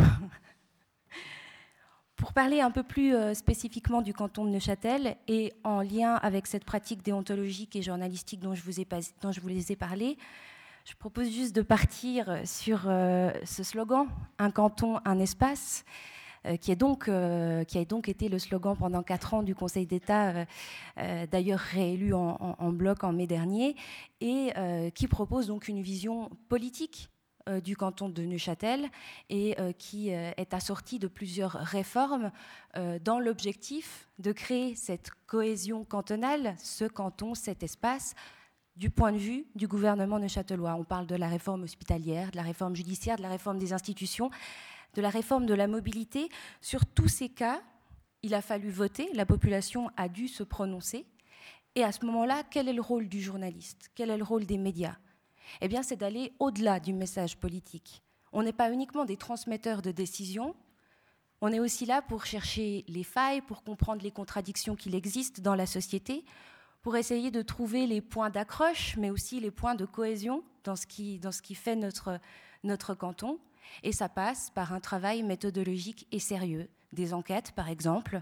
Pour parler un peu plus euh, spécifiquement du canton de Neuchâtel et en lien avec cette pratique déontologique et journalistique dont je vous ai, pas, dont je vous les ai parlé, je propose juste de partir sur euh, ce slogan « Un canton, un espace », euh, qui, est donc, euh, qui a donc été le slogan pendant quatre ans du Conseil d'État, euh, euh, d'ailleurs réélu en, en, en bloc en mai dernier, et euh, qui propose donc une vision politique Euh, du canton de Neuchâtel et euh, qui euh, est assorti de plusieurs réformes euh, dans l'objectif de créer cette cohésion cantonale, ce canton, cet espace, du point de vue du gouvernement neuchâtelois. On parle de la réforme hospitalière, de la réforme judiciaire, de la réforme des institutions, de la réforme de la mobilité. Sur tous ces cas, il a fallu voter, la population a dû se prononcer. Et à ce moment-là, quel est le rôle du journaliste? Quel est le rôle des médias? Eh bien, c'est d'aller au-delà du message politique. On n'est pas uniquement des transmetteurs de décisions, on est aussi là pour chercher les failles, pour comprendre les contradictions qu'il existe dans la société, pour essayer de trouver les points d'accroche, mais aussi les points de cohésion dans ce qui, dans ce qui fait notre, notre canton. Et ça passe par un travail méthodologique et sérieux, des enquêtes par exemple,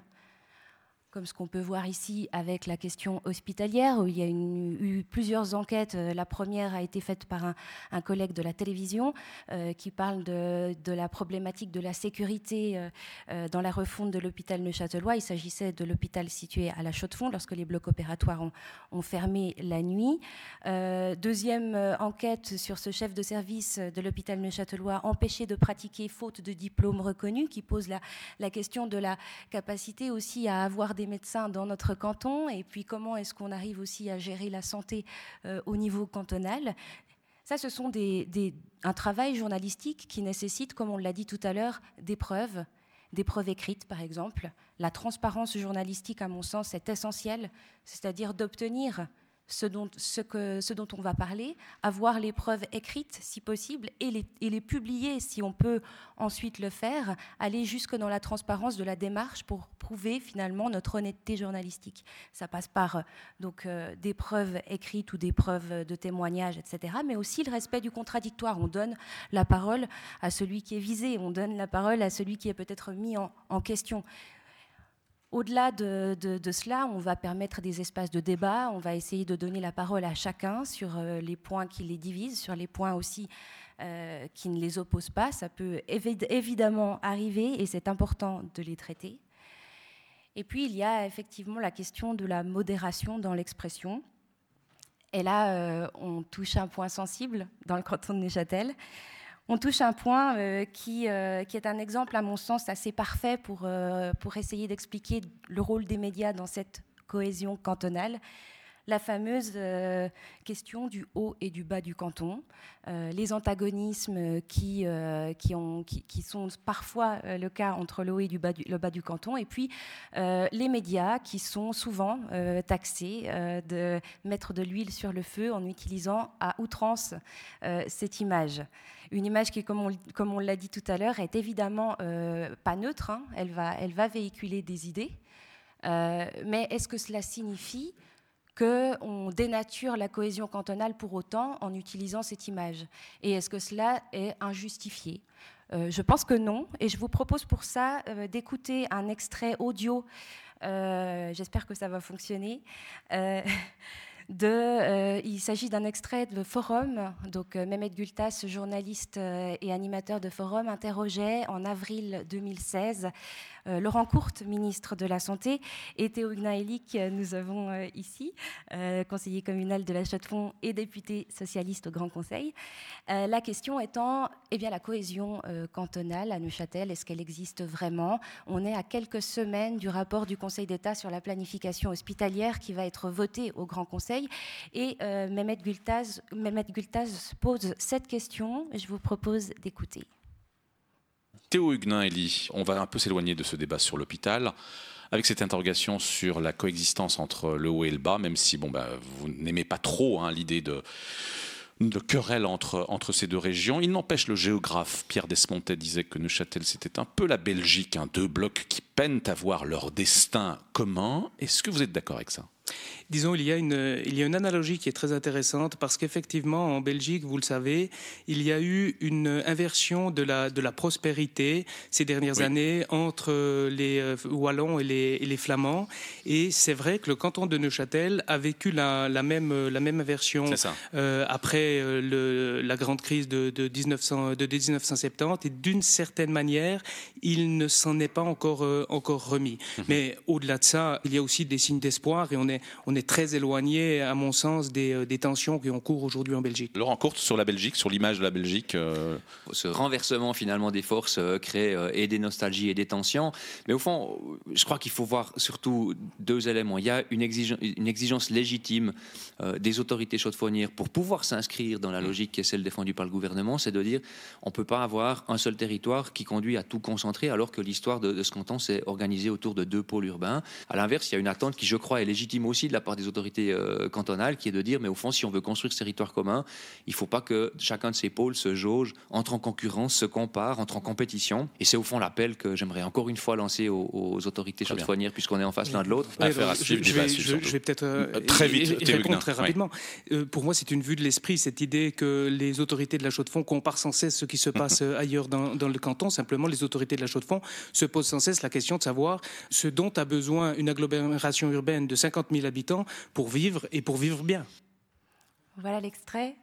comme ce qu'on peut voir ici avec la question hospitalière, où il y a une, eu plusieurs enquêtes. La première a été faite par un, un collègue de la télévision euh, qui parle de, de la problématique de la sécurité euh, euh, dans la refonte de l'hôpital neuchâtelois. Il s'agissait de l'hôpital situé à la Chaux-de-Fonds lorsque les blocs opératoires ont, ont fermé la nuit. Euh, deuxième euh, enquête sur ce chef de service de l'hôpital neuchâtelois empêché de pratiquer faute de diplôme reconnu, qui pose la, la question de la capacité aussi à avoir des des médecins dans notre canton, et puis comment est-ce qu'on arrive aussi à gérer la santé euh, au niveau cantonal. Ça, ce sont des, des, un travail journalistique qui nécessite, comme on l'a dit tout à l'heure, des preuves, des preuves écrites par exemple. La transparence journalistique, à mon sens, est essentielle, c'est-à-dire d'obtenir Ce dont, ce, que, ce dont on va parler, avoir les preuves écrites si possible et les, et les publier si on peut ensuite le faire, aller jusque dans la transparence de la démarche pour prouver finalement notre honnêteté journalistique. Ça passe par donc, euh, des preuves écrites ou des preuves de témoignages, et cetera, mais aussi le respect du contradictoire. On donne la parole à celui qui est visé, on donne la parole à celui qui est peut-être mis en, en question. Au-delà de, de, de cela, on va permettre des espaces de débat, on va essayer de donner la parole à chacun sur euh, les points qui les divisent, sur les points aussi euh, qui ne les opposent pas. Ça peut évi- évidemment arriver et c'est important de les traiter. Et puis, il y a effectivement la question de la modération dans l'expression. Et là, euh, on touche un point sensible dans le canton de Neuchâtel. On touche un point euh, qui, euh, qui est un exemple, à mon sens, assez parfait pour, euh, pour essayer d'expliquer le rôle des médias dans cette cohésion cantonale. la fameuse euh, question du haut et du bas du canton, euh, les antagonismes qui, euh, qui, ont, qui, qui sont parfois euh, le cas entre le haut et du bas du, le bas du canton, et puis euh, les médias qui sont souvent euh, taxés euh, de mettre de l'huile sur le feu en utilisant à outrance euh, cette image. Une image qui, comme on, comme on l'a dit tout à l'heure, est évidemment euh, pas neutre, hein. elle, va, elle va véhiculer des idées, euh, mais est-ce que cela signifie qu'on dénature la cohésion cantonale pour autant en utilisant cette image? Et est-ce que cela est injustifié? euh, Je pense que non, et je vous propose pour ça euh, d'écouter un extrait audio, euh, j'espère que ça va fonctionner, euh, De, euh, il s'agit d'un extrait de Forum. Donc, euh, Mehmet Gültas, journaliste euh, et animateur de Forum, interrogeait en avril deux mille seize euh, Laurent Courte, ministre de la Santé, et Théo Gnaeli, que nous avons euh, ici, euh, conseiller communal de la Chaux-de-Fonds et député socialiste au Grand Conseil. Euh, la question étant, eh bien, la cohésion euh, cantonale à Neuchâtel, est-ce qu'elle existe vraiment? On est à quelques semaines du rapport du Conseil d'État sur la planification hospitalière qui va être voté au Grand Conseil. Et euh, Mehmet Gültas, Mehmet Gültas pose cette question. Je vous propose d'écouter. Théo Gnaeli, on va un peu s'éloigner de ce débat sur l'hôpital, avec cette interrogation sur la coexistence entre le haut et le bas, même si bon, bah, vous n'aimez pas trop hein, l'idée de, de querelle entre, entre ces deux régions. Il n'empêche, le géographe Pierre Desmontet disait que Neuchâtel, c'était un peu la Belgique, hein, deux blocs qui peinent à voir leur destin commun. Est-ce que vous êtes d'accord avec ça ? Disons, il y a une, il y a une analogie qui est très intéressante parce qu'effectivement, en Belgique, vous le savez, il y a eu une inversion de la, de la prospérité ces dernières oui. années entre les Wallons et les, et les Flamands. Et c'est vrai que le canton de Neuchâtel a vécu la, la, même, la même inversion euh, après le, la grande crise de, de, dix-neuf cents, de dix-neuf cent soixante-dix. Et d'une certaine manière, il ne s'en est pas encore, euh, encore remis. Mmh. Mais au-delà de ça, il y a aussi des signes d'espoir et on est, on est très éloigné, à mon sens, des, des tensions qui ont cours aujourd'hui en Belgique. Laurent Courte, sur la Belgique, sur l'image de la Belgique euh... Ce renversement finalement des forces euh, crée euh, et des nostalgies et des tensions. Mais au fond, je crois qu'il faut voir surtout deux éléments. Il y a une exigence, une exigence légitime euh, des autorités chaudefonnières pour pouvoir s'inscrire dans la logique qui est celle défendue par le gouvernement, c'est de dire on ne peut pas avoir un seul territoire qui conduit à tout concentrer alors que l'histoire de, de ce canton s'est organisée autour de deux pôles urbains. À l'inverse, il y a une attente qui, je crois, est légitime aussi de la part des autorités euh, cantonales, qui est de dire, mais au fond, si on veut construire ce territoire commun, il ne faut pas que chacun de ces pôles se jauge, entre en concurrence, se compare, entre en compétition. Et c'est au fond l'appel que j'aimerais encore une fois lancer aux, aux autorités chaudefonnières, puisqu'on est en face l'un de l'autre. Oui, alors, je, je, vais, je, je vais peut-être euh, très vite et, et répondre très rapidement. Oui. Euh, pour moi, c'est une vue de l'esprit, cette idée que les autorités de la Chaux-de-Fonds comparent sans cesse ce qui se passe ailleurs dans, dans le canton. Simplement, les autorités de la Chaux-de-Fonds se posent sans cesse la question de savoir ce dont a besoin une agglomération urbaine de cinquante mille habitants pour vivre et pour vivre bien. Voilà l'extrait.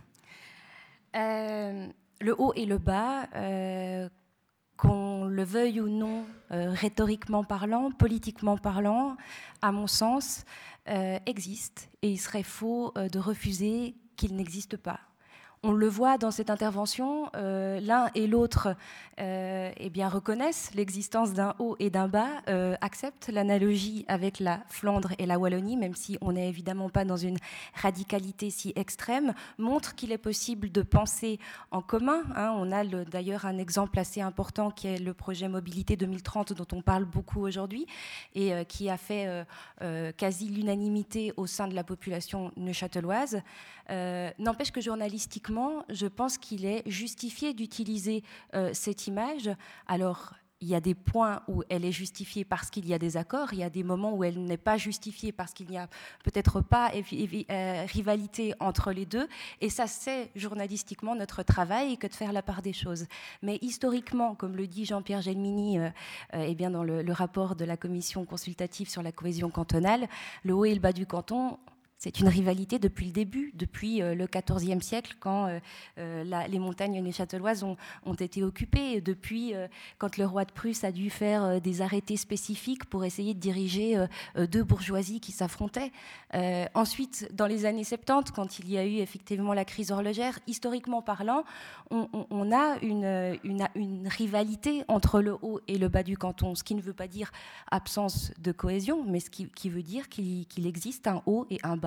Euh, le haut et le bas, euh, qu'on le veuille ou non, euh, rhétoriquement parlant, politiquement parlant, à mon sens, euh, existent. Et il serait faux euh, de refuser qu'il n'existe pas. On le voit dans cette intervention, euh, l'un et l'autre euh, eh bien, reconnaissent l'existence d'un haut et d'un bas, euh, acceptent l'analogie avec la Flandre et la Wallonie, même si on n'est évidemment pas dans une radicalité si extrême, montrent qu'il est possible de penser en commun. Hein. On a le, d'ailleurs un exemple assez important qui est le projet Mobilité deux mille trente dont on parle beaucoup aujourd'hui et euh, qui a fait euh, euh, quasi l'unanimité au sein de la population neuchâteloise. Euh, n'empêche que journalistiquement, je pense qu'il est justifié d'utiliser euh, cette image. Alors, il y a des points où elle est justifiée parce qu'il y a des accords, il y a des moments où elle n'est pas justifiée parce qu'il n'y a peut-être pas euh, rivalité entre les deux. Et ça, c'est journalistiquement notre travail que de faire la part des choses. Mais historiquement, comme le dit Jean-Pierre Gelmini euh, euh, eh bien dans le, le rapport de la commission consultative sur la cohésion cantonale, le haut et le bas du canton, c'est une rivalité depuis le début, depuis euh, le quatorzième siècle, quand euh, euh, la, les montagnes neuchâteloises ont, ont été occupées, depuis euh, quand le roi de Prusse a dû faire euh, des arrêtés spécifiques pour essayer de diriger euh, euh, deux bourgeoisies qui s'affrontaient. Euh, ensuite, dans les années soixante-dix, quand il y a eu effectivement la crise horlogère, historiquement parlant, on, on, on a une, une, une rivalité entre le haut et le bas du canton, ce qui ne veut pas dire absence de cohésion, mais ce qui, qui veut dire qu'il, qu'il existe un haut et un bas,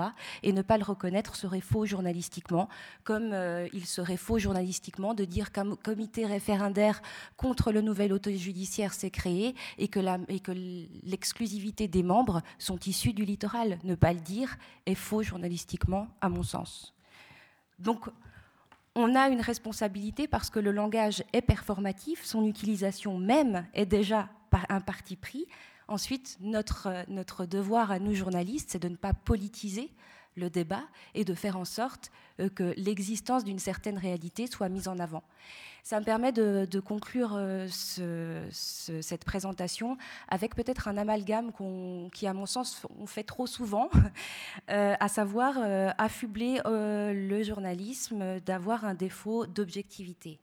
débat, et ne pas le reconnaître serait faux journalistiquement, comme euh, il serait faux journalistiquement de dire qu'un comité référendaire contre le nouvel autorité judiciaire s'est créé et que, la, et que l'exclusivité des membres sont issus du littoral. Ne pas le dire est faux journalistiquement, à mon sens. Donc, on a une responsabilité parce que le langage est performatif, son utilisation même est déjà un parti pris. Ensuite, notre, notre devoir à nous journalistes, c'est de ne pas politiser le débat et de faire en sorte que l'existence d'une certaine réalité soit mise en avant. Ça me permet de, de conclure ce, ce, cette présentation avec peut-être un amalgame qu'on, qui, à mon sens, on fait trop souvent, euh, à savoir euh, affubler euh, le journalisme d'avoir un défaut d'objectivité.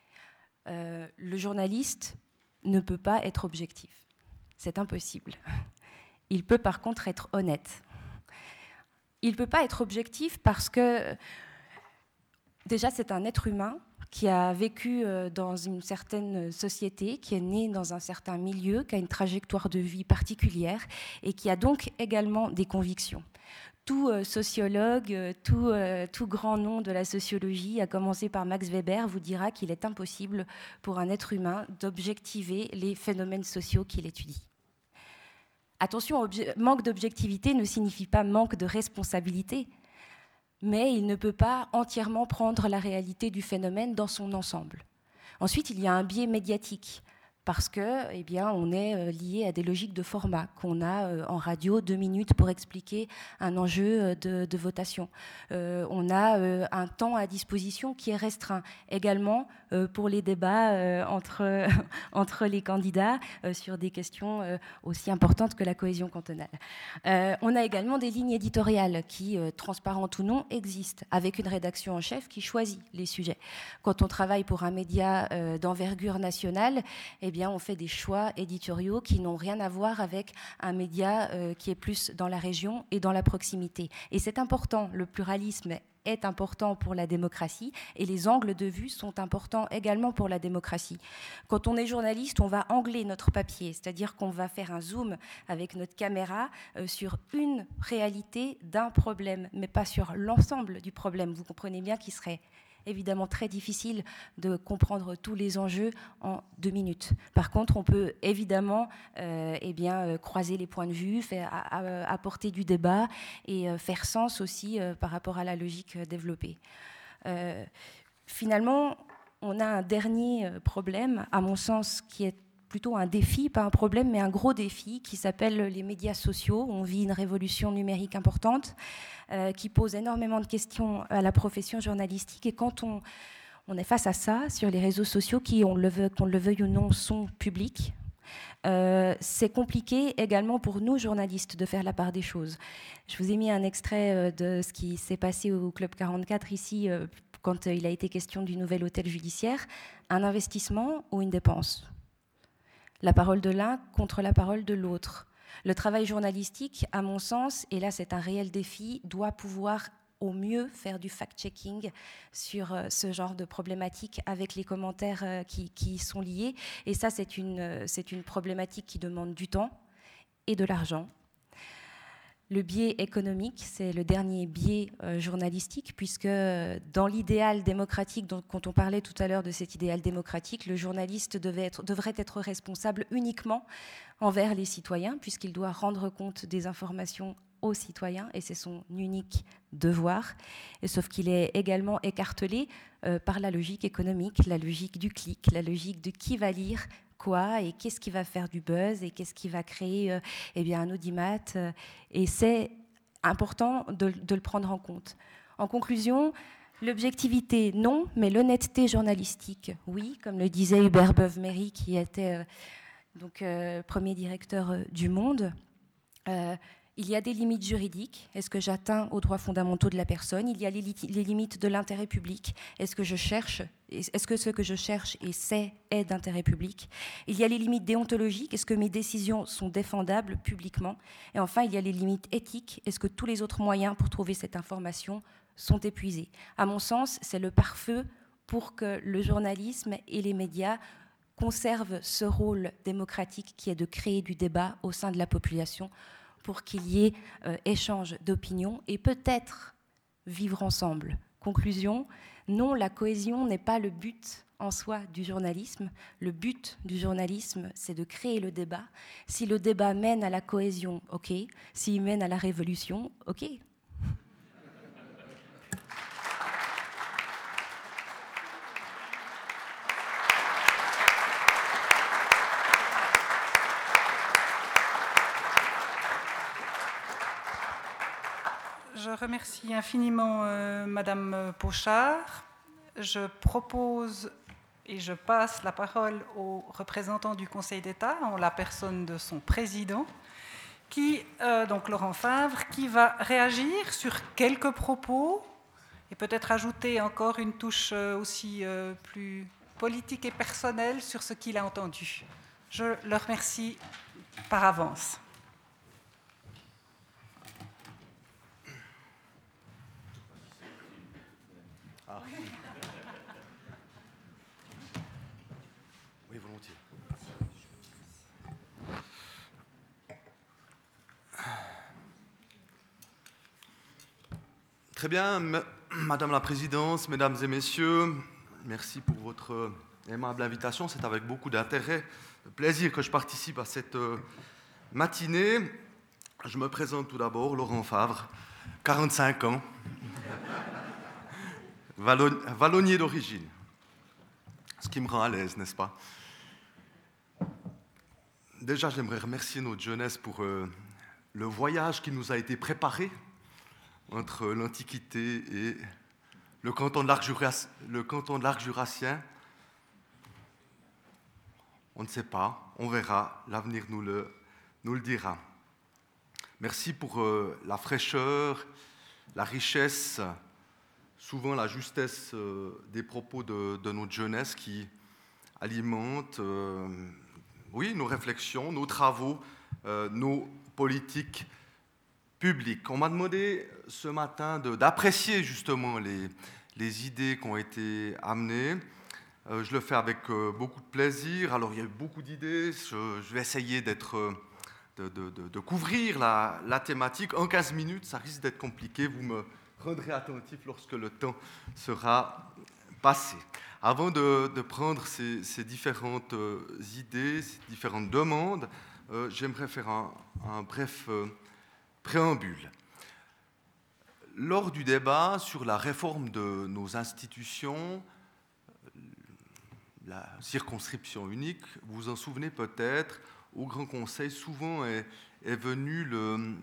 Euh, le journaliste ne peut pas être objectif. C'est impossible. Il peut par contre être honnête. Il ne peut pas être objectif parce que, déjà, c'est un être humain qui a vécu dans une certaine société, qui est né dans un certain milieu, qui a une trajectoire de vie particulière et qui a donc également des convictions. Tout euh, sociologue, euh, tout, euh, tout grand nom de la sociologie, à commencer par Max Weber, vous dira qu'il est impossible pour un être humain d'objectiver les phénomènes sociaux qu'il étudie. Attention, manque d'objectivité ne signifie pas manque de responsabilité, mais il ne peut pas entièrement prendre la réalité du phénomène dans son ensemble. Ensuite, il y a un biais médiatique, parce que, eh bien, on est lié à des logiques de format qu'on a en radio, deux minutes pour expliquer un enjeu de, de votation. Euh, on a euh, un temps à disposition qui est restreint également euh, pour les débats euh, entre, entre les candidats euh, sur des questions euh, aussi importantes que la cohésion cantonale. Euh, on a également des lignes éditoriales qui, euh, transparentes ou non, existent, avec une rédaction en chef qui choisit les sujets. Quand on travaille pour un média euh, d'envergure nationale, eh bien, on fait des choix éditoriaux qui n'ont rien à voir avec un média euh, qui est plus dans la région et dans la proximité. Et c'est important, le pluralisme est important pour la démocratie et les angles de vue sont importants également pour la démocratie. Quand on est journaliste, on va angler notre papier, c'est-à-dire qu'on va faire un zoom avec notre caméra euh, sur une réalité d'un problème, mais pas sur l'ensemble du problème. Vous comprenez bien qu'il serait évidemment très difficile de comprendre tous les enjeux en deux minutes. Par contre, on peut évidemment euh, eh bien, euh, croiser les points de vue, faire, à, à, apporter du débat et euh, faire sens aussi euh, par rapport à la logique euh, développée. Euh, finalement, on a un dernier problème, à mon sens, qui est plutôt un défi, pas un problème, mais un gros défi qui s'appelle les médias sociaux. On vit une révolution numérique importante euh, qui pose énormément de questions à la profession journalistique. Et quand on, on est face à ça, sur les réseaux sociaux qui, on le veut, qu'on le veuille ou non, sont publics, euh, c'est compliqué également pour nous, journalistes, de faire la part des choses. Je vous ai mis un extrait de ce qui s'est passé au Club quarante-quatre ici, euh, quand il a été question du nouvel hôtel judiciaire. Un investissement ou une dépense ? La parole de l'un contre la parole de l'autre. Le travail journalistique, à mon sens, et là c'est un réel défi, doit pouvoir au mieux faire du fact-checking sur ce genre de problématiques avec les commentaires qui, qui y sont liés. Et ça, c'est une, c'est une problématique qui demande du temps et de l'argent. Le biais économique, c'est le dernier biais euh, journalistique, puisque dans l'idéal démocratique, donc, quand on parlait tout à l'heure de cet idéal démocratique, le journaliste devait être, devrait être responsable uniquement envers les citoyens, puisqu'il doit rendre compte des informations aux citoyens, et c'est son unique devoir, et sauf qu'il est également écartelé euh, par la logique économique, la logique du clic, la logique de qui va lire quoi et qu'est-ce qui va faire du buzz et qu'est-ce qui va créer euh, eh bien, un audimat. Euh, et c'est important de, de le prendre en compte. En conclusion, l'objectivité, non, mais l'honnêteté journalistique, oui, comme le disait Hubert Beuve-Méry, qui était euh, donc, euh, premier directeur euh, du Monde. Euh, Il y a des limites juridiques. Est-ce que j'atteins aux droits fondamentaux de la personne ? Il y a les, li- les limites de l'intérêt public. Est-ce que je cherche, est-ce que ce que je cherche et sais est d'intérêt public ? Il y a les limites déontologiques. Est-ce que mes décisions sont défendables publiquement ? Et enfin, il y a les limites éthiques. Est-ce que tous les autres moyens pour trouver cette information sont épuisés ? À mon sens, c'est le pare-feu pour que le journalisme et les médias conservent ce rôle démocratique qui est de créer du débat au sein de la population, pour qu'il y ait euh, échange d'opinions et peut-être vivre ensemble. Conclusion, non, la cohésion n'est pas le but en soi du journalisme. Le but du journalisme, c'est de créer le débat. Si le débat mène à la cohésion, ok. S'il mène à la révolution, ok. Je remercie infiniment euh, Madame Pochard. Je propose et je passe la parole au représentant du Conseil d'État, en la personne de son président, qui, euh, donc Laurent Favre, qui va réagir sur quelques propos et peut-être ajouter encore une touche euh, aussi euh, plus politique et personnelle sur ce qu'il a entendu. Je le remercie par avance. Oui, volontiers. Très bien, Madame la Présidente, Mesdames et Messieurs, merci pour votre aimable invitation. C'est avec beaucoup d'intérêt, de plaisir que je participe à cette matinée. Je me présente tout d'abord, Laurent Favre, quarante-cinq ans, Vallonnier d'origine. Ce qui me rend à l'aise, n'est-ce pas? Déjà, j'aimerais remercier notre jeunesse pour euh, le voyage qui nous a été préparé entre l'Antiquité et le canton de l'Arc Jurassien. Le canton de l'Arc Jurassien. On ne sait pas, on verra, l'avenir nous le, nous le dira. Merci pour euh, la fraîcheur, la richesse, souvent la justesse euh, des propos de, de notre jeunesse qui alimente euh, oui, nos réflexions, nos travaux, euh, nos politiques publiques. On m'a demandé ce matin de, d'apprécier justement les, les idées qui ont été amenées. Euh, je le fais avec euh, beaucoup de plaisir. Alors il y a eu beaucoup d'idées, je, je vais essayer d'être... Euh, de, de, de, de couvrir la, la thématique. En quinze minutes, ça risque d'être compliqué. Vous me rendrez attentif lorsque le temps sera passé. Avant de, de prendre ces, ces différentes euh, idées, ces différentes demandes, euh, j'aimerais faire un, un bref euh, préambule. Lors du débat sur la réforme de nos institutions, la circonscription unique, vous vous en souvenez peut-être, au Grand Conseil, souvent est, est venu le,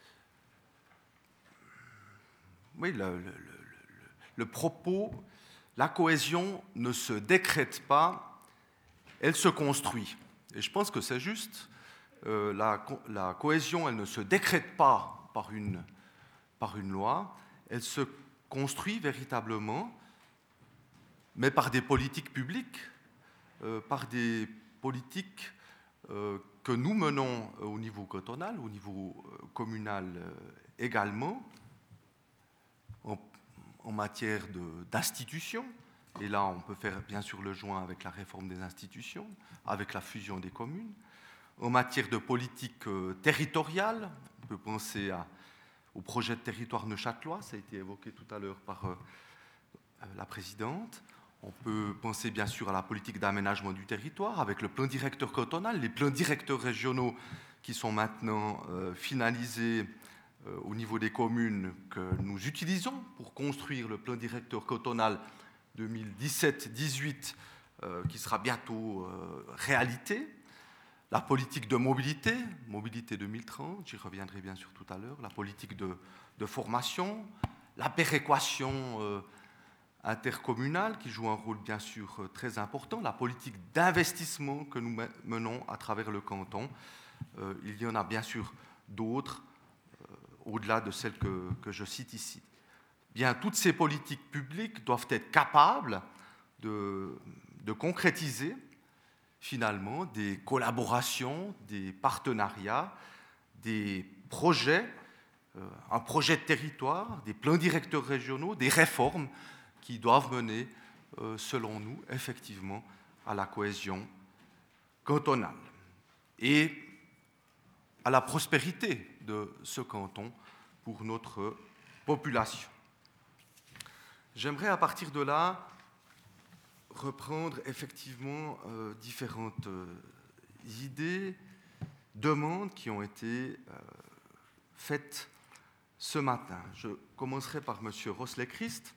oui, le, le, le, le propos, la cohésion ne se décrète pas, elle se construit. Et je pense que c'est juste, euh, la, la cohésion, elle ne se décrète pas par une, par une loi, elle se construit véritablement, mais par des politiques publiques, euh, par des politiques Euh, que nous menons euh, au niveau cantonal, au niveau euh, communal euh, également, en, en matière de, d'institutions. Et là, on peut faire bien sûr le joint avec la réforme des institutions, avec la fusion des communes. En matière de politique euh, territoriale, on peut penser à, au projet de territoire neuchâtelois, ça a été évoqué tout à l'heure par euh, la présidente. On peut penser bien sûr à la politique d'aménagement du territoire avec le plan directeur cantonal, les plans directeurs régionaux qui sont maintenant euh, finalisés euh, au niveau des communes que nous utilisons pour construire le plan directeur cantonal deux mille dix-sept dix-huit euh, qui sera bientôt euh, réalité. La politique de mobilité, mobilité deux mille trente, j'y reviendrai bien sûr tout à l'heure, la politique de, de formation, la péréquation euh, intercommunale qui joue un rôle bien sûr très important, la politique d'investissement que nous menons à travers le canton. Euh, il y en a bien sûr d'autres, euh, au-delà de celles que, que je cite ici. Bien, toutes ces politiques publiques doivent être capables de, de concrétiser finalement des collaborations, des partenariats, des projets, euh, un projet de territoire, des plans directeurs régionaux, des réformes qui doivent mener, euh, selon nous, effectivement, à la cohésion cantonale et à la prospérité de ce canton pour notre population. J'aimerais à partir de là reprendre effectivement euh, différentes euh, idées, demandes qui ont été euh, faites ce matin. Je commencerai par M. Roslet-Christ,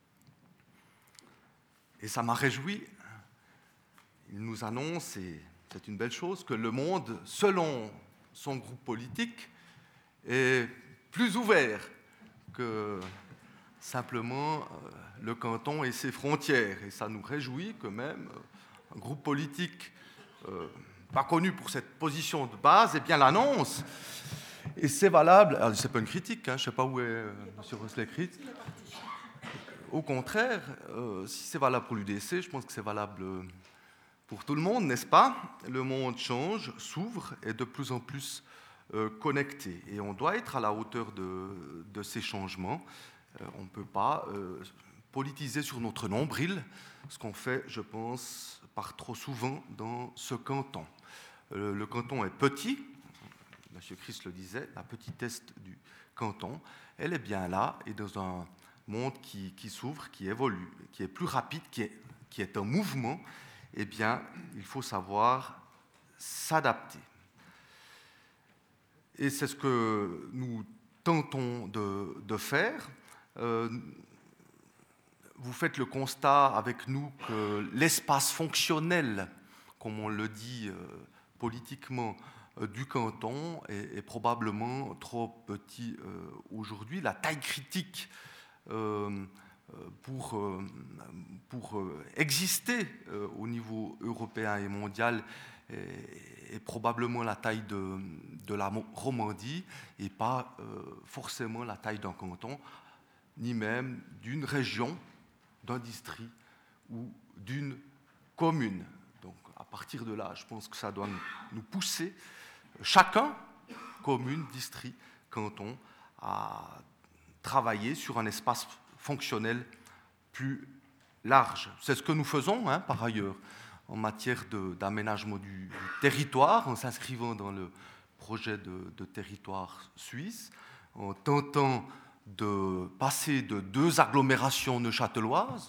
et ça m'a réjoui. Il nous annonce, et c'est une belle chose, que le monde, selon son groupe politique, est plus ouvert que simplement euh, le canton et ses frontières. Et ça nous réjouit que même euh, un groupe politique euh, pas connu pour cette position de base, eh bien l'annonce. Et c'est valable, alors c'est pas une critique, hein, je ne sais pas où est euh, M. Roslet-Christ. Au contraire, euh, si c'est valable pour l'U D C, je pense que c'est valable pour tout le monde, n'est-ce pas? Le monde change, s'ouvre, et de plus en plus euh, connecté. Et on doit être à la hauteur de, de ces changements. Euh, on ne peut pas euh, politiser sur notre nombril, ce qu'on fait, je pense, par trop souvent dans ce canton. Euh, le canton est petit, M. Christ le disait, la petitesse du canton, elle est bien là, et dans un monde qui, qui s'ouvre, qui évolue, qui est plus rapide, qui est, qui est en mouvement, eh bien, il faut savoir s'adapter. Et c'est ce que nous tentons de, de faire. Euh, vous faites le constat avec nous que l'espace fonctionnel, comme on le dit euh, politiquement, euh, du canton est, est probablement trop petit euh, aujourd'hui. La taille critique euh, pour, euh, pour euh, exister euh, au niveau européen et mondial est, est probablement la taille de, de la Romandie et pas euh, forcément la taille d'un canton, ni même d'une région, d'un district ou d'une commune. Donc à partir de là, je pense que ça doit nous pousser, chacun, commune, district, canton, à travailler sur un espace fonctionnel plus large. C'est ce que nous faisons, hein, par ailleurs, en matière de, d'aménagement du, du territoire, en s'inscrivant dans le projet de, de territoire suisse, en tentant de passer de deux agglomérations neuchâteloises,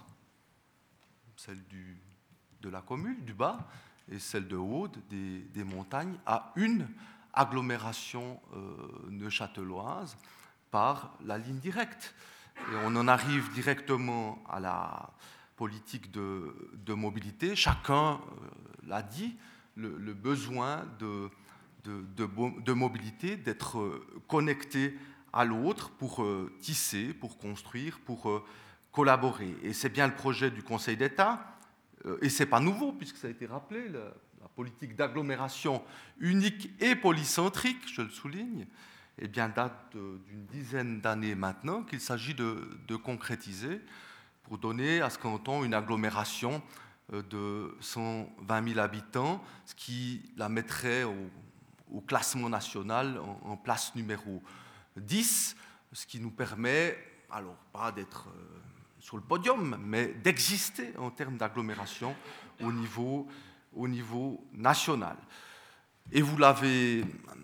celle du, de la commune, du Bas, et celle de Aude, des, des montagnes, à une agglomération euh, neuchâteloise par la ligne directe. Et on en arrive directement à la politique de, de mobilité. Chacun euh, l'a dit, le, le besoin de, de, de, de mobilité, d'être connecté à l'autre pour euh, tisser, pour construire, pour euh, collaborer. Et c'est bien le projet du Conseil d'État, euh, et ce n'est pas nouveau, puisque ça a été rappelé, la, la politique d'agglomération unique et polycentrique, je le souligne, eh bien, date de, d'une dizaine d'années maintenant qu'il s'agit de, de concrétiser pour donner à ce canton une agglomération de cent vingt mille habitants, ce qui la mettrait au, au classement national en, en place numéro dix, ce qui nous permet, alors pas d'être euh, sur le podium, mais d'exister en termes d'agglomération au niveau, au niveau national. Et vous l'avez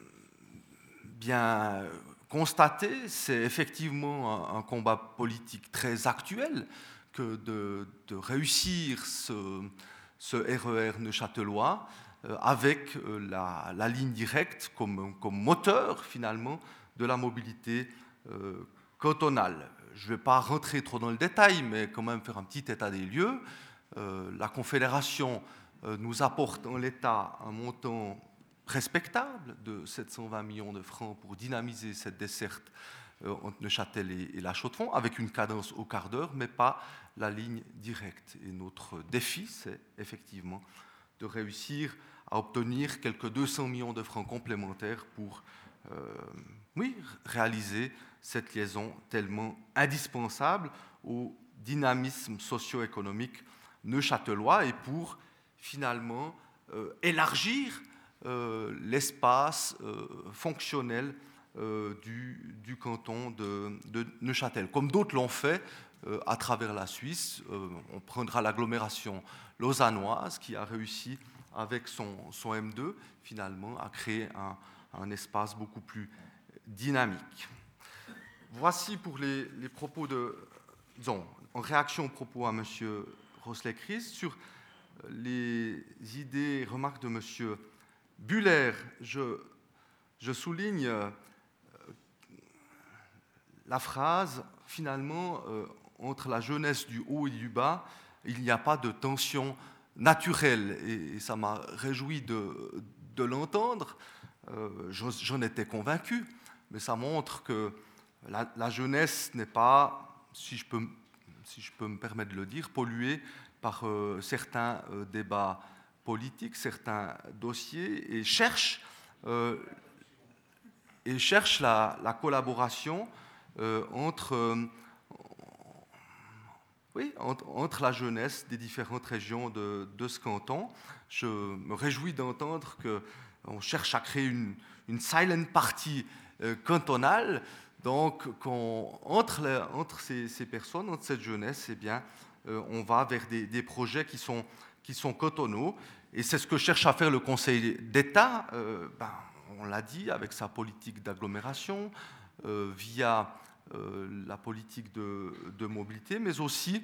bien constaté, c'est effectivement un, un combat politique très actuel que de, de réussir ce, ce R E R neuchâtelois euh, avec euh, la, la ligne directe comme, comme moteur finalement de la mobilité euh, cantonale. Je ne vais pas rentrer trop dans le détail, mais quand même faire un petit état des lieux. Euh, la Confédération euh, nous apporte en l'état un montant respectable de sept cent vingt millions de francs pour dynamiser cette desserte euh, entre Neuchâtel et, et La Chaux-de-Fonds, avec une cadence au quart d'heure, mais pas la ligne directe. Et notre défi, c'est effectivement de réussir à obtenir quelques deux cents millions de francs complémentaires pour euh, oui, réaliser cette liaison tellement indispensable au dynamisme socio-économique neuchâtelois et pour finalement euh, élargir euh, l'espace euh, fonctionnel euh, du, du canton de, de Neuchâtel. Comme d'autres l'ont fait euh, à travers la Suisse, euh, on prendra l'agglomération lausannoise qui a réussi avec son, son M deux finalement à créer un, un espace beaucoup plus dynamique. Voici pour les, les propos de, disons, en réaction aux propos à M. Roslet-Christ, sur les idées et remarques de M. Buller, je, je souligne euh, la phrase, finalement, euh, entre la jeunesse du haut et du bas, il n'y a pas de tension naturelle. Et, et ça m'a réjoui de, de l'entendre. Euh, j'en étais convaincu, mais ça montre que la, la jeunesse n'est pas, si je, peux, si je peux me permettre de le dire, polluée par euh, certains euh, débats politiques, certains dossiers, et cherche, euh, et cherche la, la collaboration euh, entre, euh, oui, entre, entre la jeunesse des différentes régions de, de ce canton. Je me réjouis d'entendre qu'on cherche à créer une, une silent party euh, cantonale, donc qu'on, entre, les, entre ces, ces personnes, entre cette jeunesse, eh bien, euh, on va vers des, des projets qui sont, qui sont cantonaux. Et c'est ce que cherche à faire le Conseil d'État, euh, ben, on l'a dit, avec sa politique d'agglomération, euh, via euh, la politique de, de mobilité, mais aussi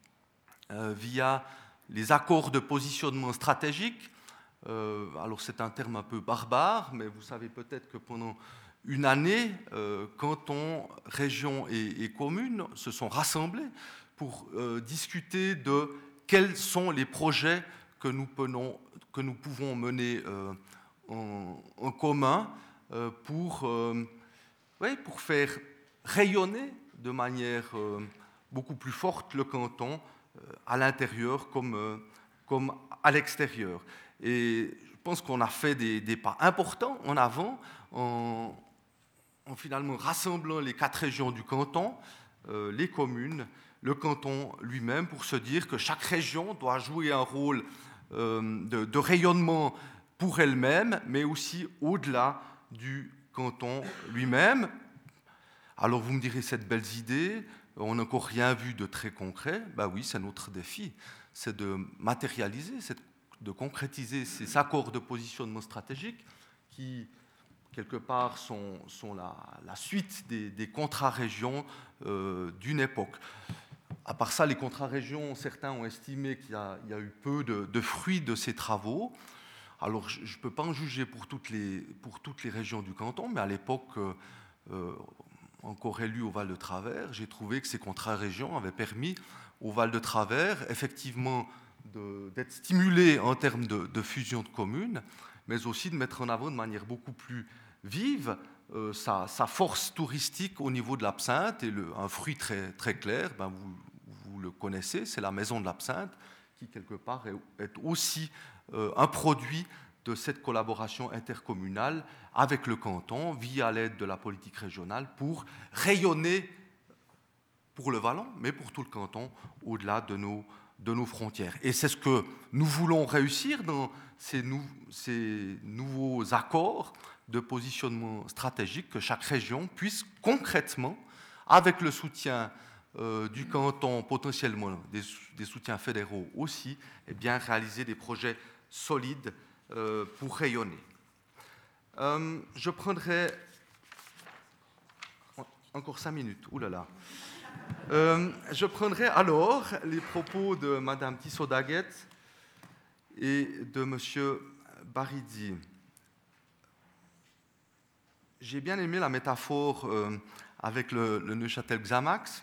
euh, via les accords de positionnement stratégique. Euh, alors c'est un terme un peu barbare, mais vous savez peut-être que pendant une année, euh, cantons, régions et, et communes se sont rassemblés pour euh, discuter de quels sont les projets que nous, penons, que nous pouvons mener euh, en, en commun euh, pour, euh, ouais, pour faire rayonner de manière euh, beaucoup plus forte le canton euh, à l'intérieur comme, euh, comme à l'extérieur. Et je pense qu'on a fait des, des pas importants en avant en, en finalement rassemblant les quatre régions du canton, euh, les communes, le canton lui-même, pour se dire que chaque région doit jouer un rôle euh, de, de rayonnement pour elle-même, mais aussi au-delà du canton lui-même. Alors vous me direz, cette belle idée, on n'a encore rien vu de très concret. Ben oui, c'est notre défi, c'est de matérialiser, c'est de concrétiser ces accords de positionnement stratégique qui, quelque part, sont, sont la, la suite des, des contrats régions euh, d'une époque. À part ça, les contrats régions, certains ont estimé qu'il y a, il y a eu peu de, de fruits de ces travaux. Alors, je ne peux pas en juger pour toutes les, pour toutes les régions du canton, mais à l'époque, euh, encore élu au Val-de-Travers, j'ai trouvé que ces contrats régions avaient permis au Val-de-Travers, effectivement, d'être stimulé en termes de, de fusion de communes, mais aussi de mettre en avant de manière beaucoup plus vive euh, sa, sa force touristique au niveau de l'absinthe. Et le, un fruit très, très clair, ben vous, vous le connaissez, c'est la maison de l'absinthe, qui quelque part est, est aussi euh, un produit de cette collaboration intercommunale avec le canton, via l'aide de la politique régionale, pour rayonner pour le Vallon, mais pour tout le canton, au-delà de nos de nos frontières. Et c'est ce que nous voulons réussir dans ces, nou ces nouveaux accords de positionnement stratégique, que chaque région puisse concrètement, avec le soutien euh, du canton, potentiellement des, des soutiens fédéraux aussi, eh bien, réaliser des projets solides euh, pour rayonner. Euh, je prendrai encore cinq minutes. Ouh là là. Euh, je prendrai alors les propos de Mme Tissot-Daguet et de M. Baridzi. J'ai bien aimé la métaphore euh, avec le, le Neuchâtel Xamax.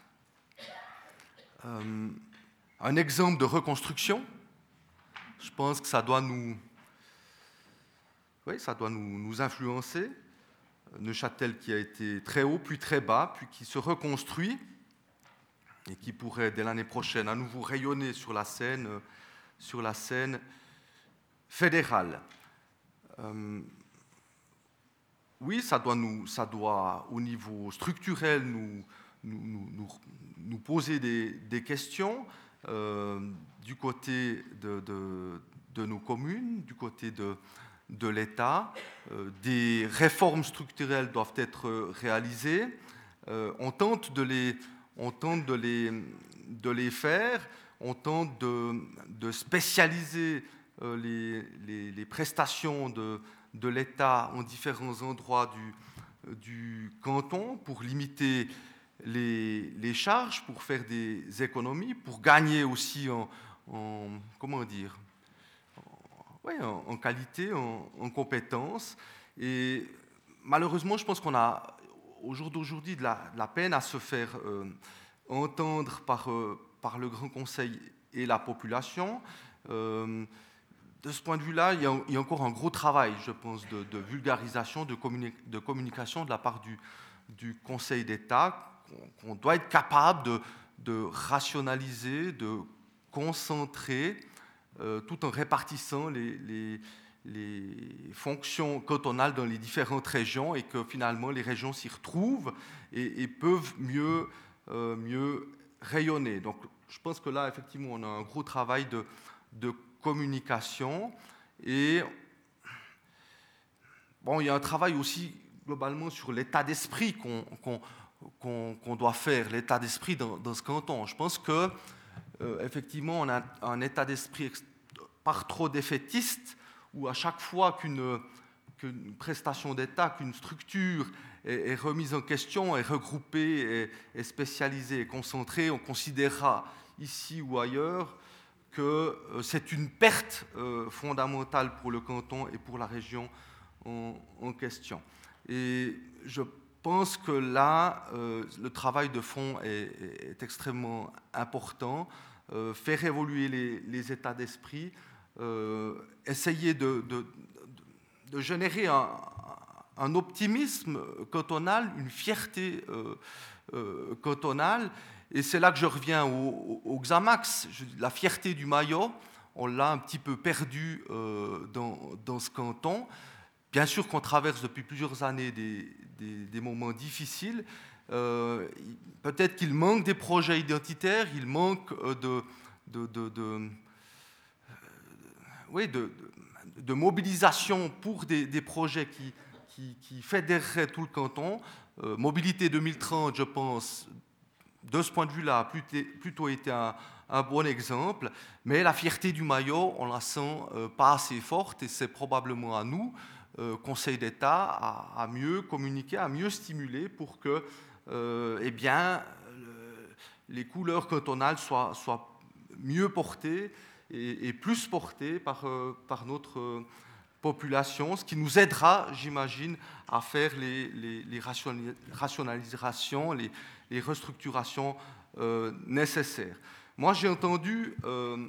Euh, un exemple de reconstruction. Je pense que ça doit nous, oui, ça doit nous, nous influencer. Neuchâtel qui a été très haut, puis très bas, puis qui se reconstruit, et qui pourrait, dès l'année prochaine, à nouveau rayonner sur la scène, sur la scène fédérale. Euh, oui, ça doit, nous, ça doit, au niveau structurel, nous, nous, nous, nous poser des, des questions euh, du côté de, de, de nos communes, du côté de, de l'État. Euh, des réformes structurelles doivent être réalisées. Euh, on tente de les... On tente de les, de les faire, on tente de, de spécialiser euh, les, les, les prestations de, de l'État en différents endroits du, du canton pour limiter les, les charges, pour faire des économies, pour gagner aussi en, en comment dire, en, ouais, en, en qualité, en, en compétences. Et malheureusement, je pense qu'on a au jour d'aujourd'hui de la, de la peine à se faire euh, entendre par, euh, par le Grand Conseil et la population. Euh, de ce point de vue-là, il, il y a encore un gros travail, je pense, de, de vulgarisation, de, communi de communication de la part du, du Conseil d'État, qu'on doit être capable de, de rationaliser, de concentrer, euh, tout en répartissant les, les, les fonctions cantonales dans les différentes régions et que finalement les régions s'y retrouvent et, et peuvent mieux, euh, mieux rayonner. Donc je pense que là, effectivement, on a un gros travail de, de communication et bon, il y a un travail aussi globalement sur l'état d'esprit qu'on qu'on, qu'on, qu'on doit faire, l'état d'esprit dans, dans ce canton. Je pense que euh, effectivement, on a un état d'esprit par trop défaitiste où à chaque fois qu'une qu'une prestation d'État, qu'une structure est, est remise en question, est regroupée, est, est spécialisée, est concentrée, on considérera ici ou ailleurs que euh, c'est une perte euh, fondamentale pour le canton et pour la région en, en question. Et je pense que là, euh, le travail de fond est, est extrêmement important, euh, faire évoluer les, les états d'esprit, euh, essayer de, de, de générer un, un optimisme cantonal, une fierté euh, euh, cantonale. Et c'est là que je reviens au, au, au Xamax. Je, la fierté du maillot, on l'a un petit peu perdue euh, dans, dans ce canton. Bien sûr qu'on traverse depuis plusieurs années des, des, des moments difficiles. Euh, peut-être qu'il manque des projets identitaires, il manque de, de, de, de, euh, oui, de, de, de mobilisation pour des, des projets qui, qui, qui fédéreraient tout le canton. Euh, Mobilité deux mille trente, je pense, de ce point de vue-là, a plutôt été un, un bon exemple. Mais la fierté du maillot, on la sent euh, pas assez forte et c'est probablement à nous, euh, Conseil d'État, à, à mieux communiquer, à mieux stimuler pour que euh, eh bien, le, les couleurs cantonales soient, soient mieux portées et, et plus portées par, euh, par notre euh, population, ce qui nous aidera, j'imagine, à faire les, les, les rationalisations, les, les restructurations euh, nécessaires. Moi, j'ai entendu, euh,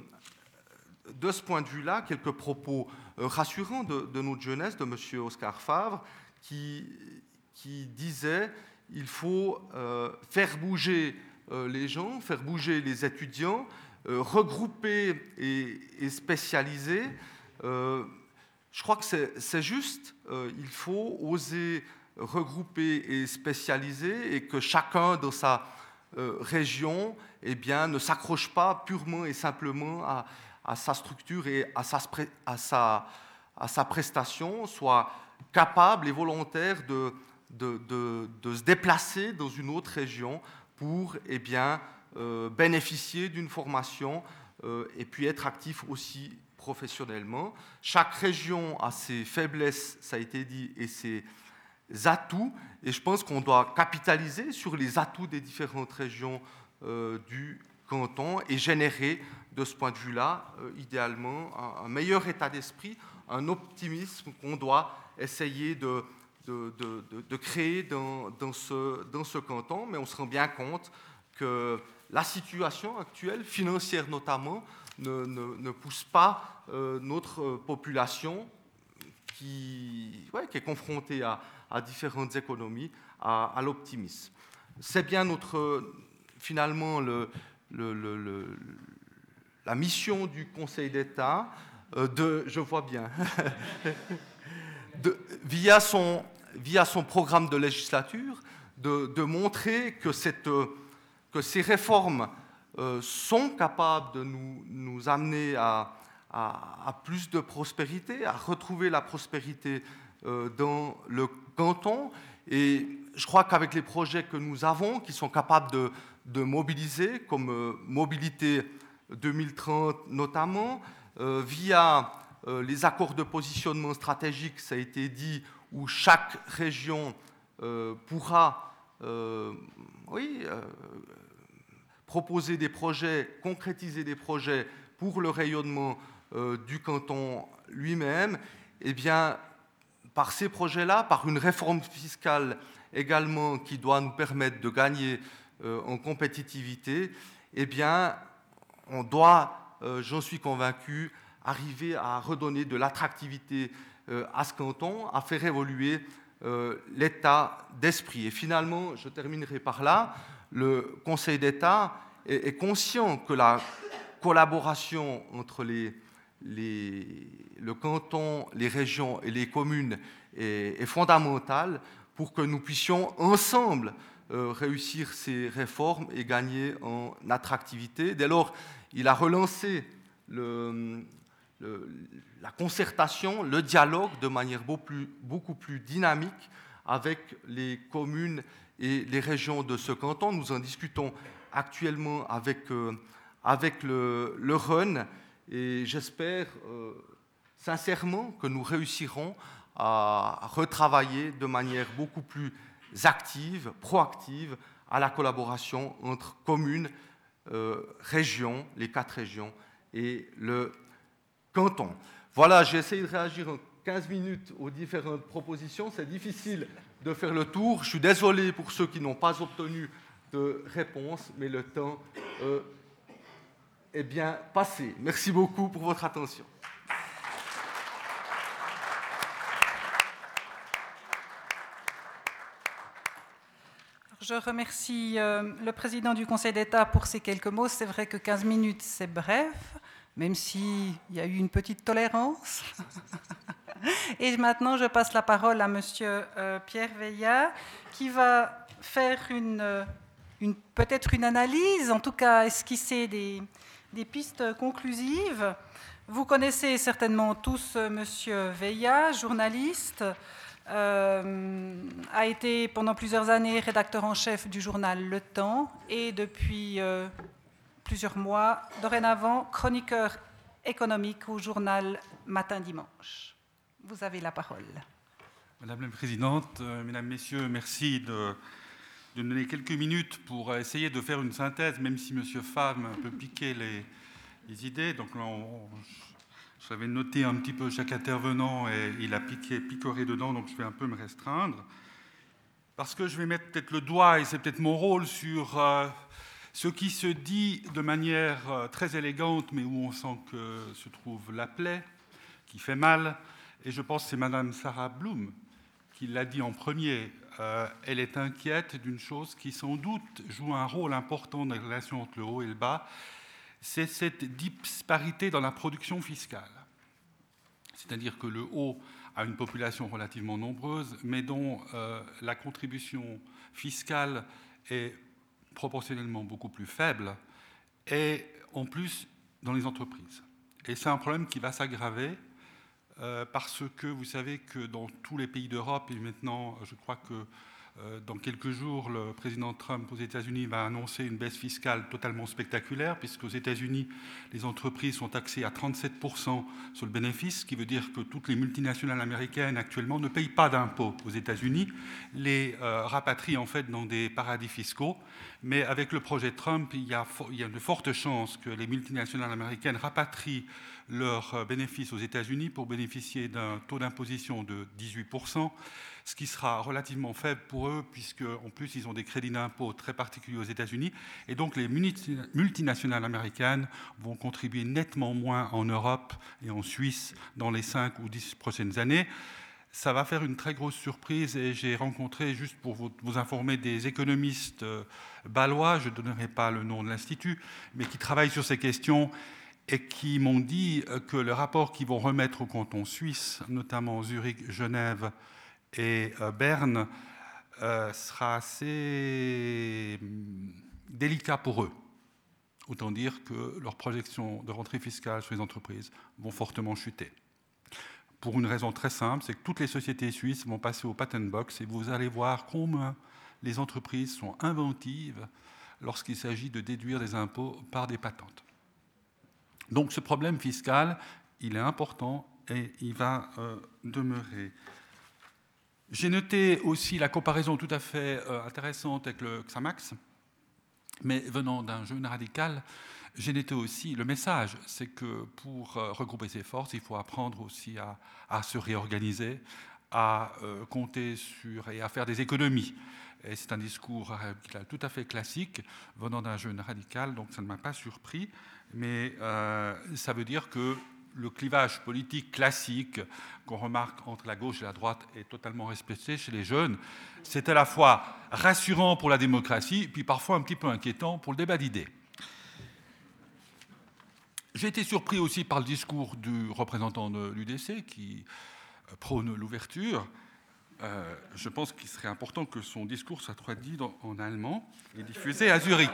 de ce point de vue-là, quelques propos euh, rassurants de, de notre jeunesse, de M. Oscar Favre, qui, qui disait il faut euh, faire bouger euh, les gens, faire bouger les étudiants, euh, regrouper et, et spécialiser. Euh, je crois que c'est juste, euh, il faut oser regrouper et spécialiser et que chacun dans sa euh, région eh bien, ne s'accroche pas purement et simplement à, à sa structure et à sa, à, sa, à sa prestation, soit capable et volontaire de, de, de, de se déplacer dans une autre région pour eh bien, euh, bénéficier d'une formation euh, et puis être actif aussi professionnellement. Chaque région a ses faiblesses, ça a été dit, et ses atouts, et je pense qu'on doit capitaliser sur les atouts des différentes régions euh, du canton et générer de ce point de vue-là, euh, idéalement, un, un meilleur état d'esprit, un optimisme qu'on doit essayer de, de, de, de, de créer dans, dans, ce, dans ce canton, mais on se rend bien compte que la situation actuelle, financière notamment, ne, ne, ne pousse pas euh, notre population qui, ouais, qui est confrontée à, à différentes économies, à, à l'optimisme. C'est bien notre, finalement le, le, le, le, la mission du Conseil d'État euh, de, je vois bien, de, via, son, via son programme de législature, de, de montrer que, cette, que ces réformes euh, sont capables de nous, nous amener à, à, à plus de prospérité, à retrouver la prospérité euh, dans le canton. Et je crois qu'avec les projets que nous avons, qui sont capables de, de mobiliser, comme euh, Mobilité deux mille trente notamment, euh, via euh, les accords de positionnement stratégique, ça a été dit, où chaque région euh, pourra euh, oui, euh, proposer des projets, concrétiser des projets pour le rayonnement euh, du canton lui-même, eh bien, par ces projets-là, par une réforme fiscale également qui doit nous permettre de gagner euh, en compétitivité, eh bien, on doit, euh, j'en suis convaincu, arriver à redonner de l'attractivité euh, à ce canton, à faire évoluer euh, l'état d'esprit. Et finalement, je terminerai par là, le Conseil d'État est, est conscient que la collaboration entre les, les, le canton, les régions et les communes est, est fondamentale pour que nous puissions ensemble euh, réussir ces réformes et gagner en attractivité. Dès lors, il a relancé le, le, la concertation, le dialogue de manière beaucoup plus, beaucoup plus dynamique avec les communes et les régions de ce canton. Nous en discutons actuellement avec, euh, avec le, le R U N et j'espère euh, sincèrement que nous réussirons à retravailler de manière beaucoup plus active, proactive, à la collaboration entre communes, euh, régions, les quatre régions et le canton. Voilà, j'ai essayé de réagir en quinze minutes aux différentes propositions. C'est difficile de faire le tour. Je suis désolé pour ceux qui n'ont pas obtenu de réponse, mais le temps euh, est bien passé. Merci beaucoup pour votre attention. Je remercie euh, le président du Conseil d'État pour ces quelques mots. C'est vrai que quinze minutes, c'est bref, même s'il y a eu une petite tolérance. Et maintenant, je passe la parole à monsieur euh, Pierre Veillat, qui va faire une, une, peut-être une analyse, en tout cas esquisser des, des pistes conclusives. Vous connaissez certainement tous euh, monsieur Veillat, journaliste, Euh, a été pendant plusieurs années rédacteur en chef du journal Le Temps et depuis euh, plusieurs mois, dorénavant, chroniqueur économique au journal Matin Dimanche. Vous avez la parole. Madame la Présidente, euh, Mesdames, Messieurs, merci de, de me donner quelques minutes pour essayer de faire une synthèse, même si Monsieur Favre peut piquer les, les idées. Donc là, on, j'avais noté un petit peu chaque intervenant et il a piqué, picoré dedans, donc je vais un peu me restreindre. Parce que je vais mettre peut-être le doigt, et c'est peut-être mon rôle, sur euh, ce qui se dit de manière euh, très élégante, mais où on sent que se trouve la plaie, qui fait mal. Et je pense que c'est Madame Sarah Bloom qui l'a dit en premier. Euh, elle est inquiète d'une chose qui, sans doute, joue un rôle important dans les relations entre le haut et le bas, c'est cette disparité dans la production fiscale. C'est-à-dire que le haut a une population relativement nombreuse, mais dont euh, la contribution fiscale est proportionnellement beaucoup plus faible, et en plus dans les entreprises. Et c'est un problème qui va s'aggraver euh, parce que vous savez que dans tous les pays d'Europe, et maintenant je crois que dans quelques jours, le président Trump aux États-Unis va annoncer une baisse fiscale totalement spectaculaire, puisqu'aux États-Unis, les entreprises sont taxées à trente-sept pour cent sur le bénéfice, ce qui veut dire que toutes les multinationales américaines actuellement ne payent pas d'impôts aux États-Unis, les euh, rapatrient en fait dans des paradis fiscaux. Mais avec le projet Trump, il y a, il y a de fortes chances que les multinationales américaines rapatrient leurs bénéfices aux États-Unis pour bénéficier d'un taux d'imposition de dix-huit pour cent, ce qui sera relativement faible pour eux, puisqu'en plus, ils ont des crédits d'impôt très particuliers aux États-Unis. Et donc, les multinationales américaines vont contribuer nettement moins en Europe et en Suisse dans les cinq ou dix prochaines années. Ça va faire une très grosse surprise, et j'ai rencontré, juste pour vous, vous informer, des économistes euh, bâlois, je ne donnerai pas le nom de l'Institut, mais qui travaillent sur ces questions et qui m'ont dit que le rapport qu'ils vont remettre au canton suisse, notamment Zurich, Genève et euh, Berne, euh, sera assez délicat pour eux. Autant dire que leurs projections de rentrée fiscale sur les entreprises vont fortement chuter. Pour une raison très simple, c'est que toutes les sociétés suisses vont passer au patent box, et vous allez voir combien les entreprises sont inventives lorsqu'il s'agit de déduire des impôts par des patentes. Donc ce problème fiscal, il est important et il va euh, demeurer. J'ai noté aussi la comparaison tout à fait euh, intéressante avec le Xamax, mais venant d'un jeune radical, j'ai noté aussi le message, c'est que pour euh, regrouper ses forces, il faut apprendre aussi à, à se réorganiser, à euh, compter sur et à faire des économies. Et c'est un discours euh, tout à fait classique, venant d'un jeune radical, donc ça ne m'a pas surpris, mais euh, ça veut dire que le clivage politique classique qu'on remarque entre la gauche et la droite est totalement respecté chez les jeunes. C'est à la fois rassurant pour la démocratie, puis parfois un petit peu inquiétant pour le débat d'idées. J'ai été surpris aussi par le discours du représentant de l'U D C qui prône l'ouverture. Euh, je pense qu'il serait important que son discours soit traduit en allemand et diffusé à Zurich.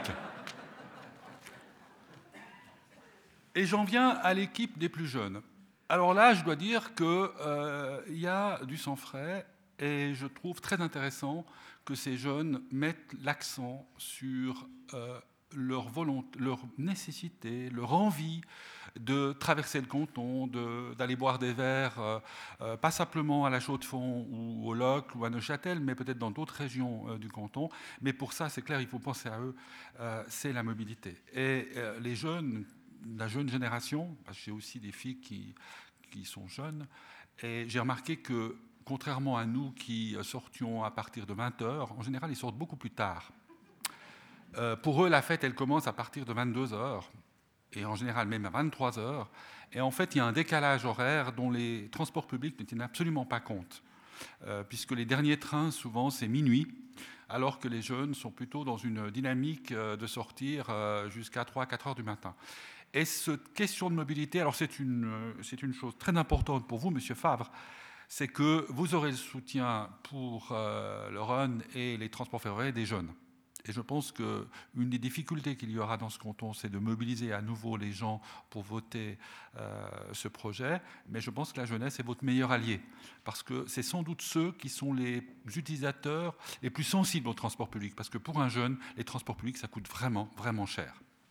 Et j'en viens à l'équipe des plus jeunes. Alors là, je dois dire qu'il euh, y a du sang frais et je trouve très intéressant que ces jeunes mettent l'accent sur euh, leur volonté, leur nécessité, leur envie de traverser le canton, de, d'aller boire des verres, euh, euh, pas simplement à la Chaux-de-Fonds ou au Locle ou à Neuchâtel, mais peut-être dans d'autres régions euh, du canton. Mais pour ça, c'est clair, il faut penser à eux, euh, c'est la mobilité. Et euh, les jeunes, la jeune génération, parce que j'ai aussi des filles qui, qui sont jeunes, et j'ai remarqué que, contrairement à nous qui sortions à partir de vingt heures, en général, ils sortent beaucoup plus tard. Euh, pour eux, la fête, elle commence à partir de vingt-deux heures, et en général même à vingt-trois heures. Et en fait, il y a un décalage horaire dont les transports publics ne tiennent absolument pas compte, euh, puisque les derniers trains, souvent, c'est minuit, alors que les jeunes sont plutôt dans une dynamique de sortir jusqu'à trois à quatre heures du matin. Et cette question de mobilité, alors c'est une, c'est une chose très importante pour vous, Monsieur Favre, c'est que vous aurez le soutien pour euh, le Rhône et les transports ferroviaires des jeunes. Et je pense qu'une des difficultés qu'il y aura dans ce canton, c'est de mobiliser à nouveau les gens pour voter euh, ce projet. Mais je pense que la jeunesse est votre meilleur allié, parce que c'est sans doute ceux qui sont les utilisateurs les plus sensibles au transport public. Parce que pour un jeune, les transports publics, ça coûte vraiment, vraiment cher.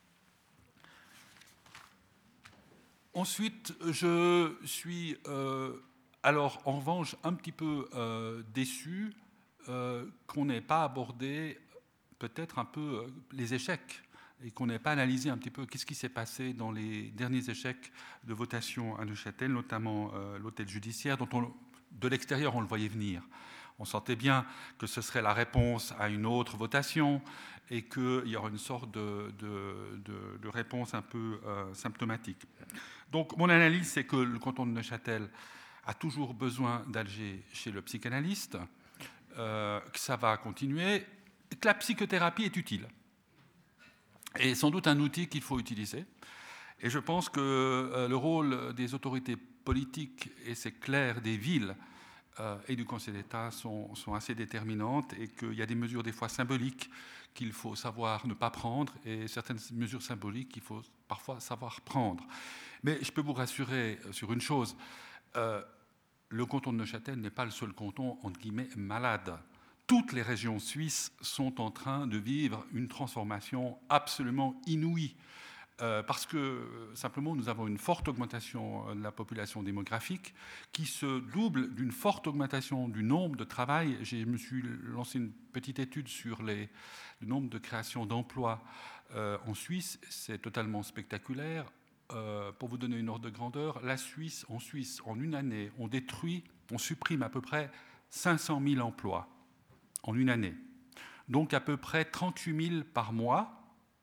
Ensuite, je suis euh, alors en revanche un petit peu euh, déçu euh, qu'on n'ait pas abordé peut-être un peu euh, les échecs et qu'on n'ait pas analysé un petit peu qu'est-ce qui s'est passé dans les derniers échecs de votation à Neuchâtel, notamment euh, l'hôtel judiciaire, dont on, de l'extérieur on le voyait venir. On sentait bien que ce serait la réponse à une autre votation et qu'il y aurait une sorte de, de, de, de réponse un peu euh, symptomatique. Donc mon analyse, c'est que le canton de Neuchâtel a toujours besoin d'aller chez le psychanalyste, euh, que ça va continuer, et que la psychothérapie est utile. Et sans doute un outil qu'il faut utiliser. Et je pense que euh, le rôle des autorités politiques, et c'est clair, des villes, Euh, et du Conseil d'État sont, sont assez déterminantes et qu'il y a des mesures des fois symboliques qu'il faut savoir ne pas prendre et certaines mesures symboliques qu'il faut parfois savoir prendre. Mais je peux vous rassurer sur une chose, euh, le canton de Neuchâtel n'est pas le seul canton, entre guillemets, malade. Toutes les régions suisses sont en train de vivre une transformation absolument inouïe. Euh, parce que euh, simplement nous avons une forte augmentation de la population démographique qui se double d'une forte augmentation du nombre de travail. Je me suis lancé une petite étude sur les, le nombre de créations d'emplois euh, en Suisse. C'est totalement spectaculaire. Euh, pour vous donner une ordre de grandeur, la Suisse, en Suisse, en une année, on détruit, on supprime à peu près cinq cent mille emplois en une année. Donc à peu près trente-huit mille par mois.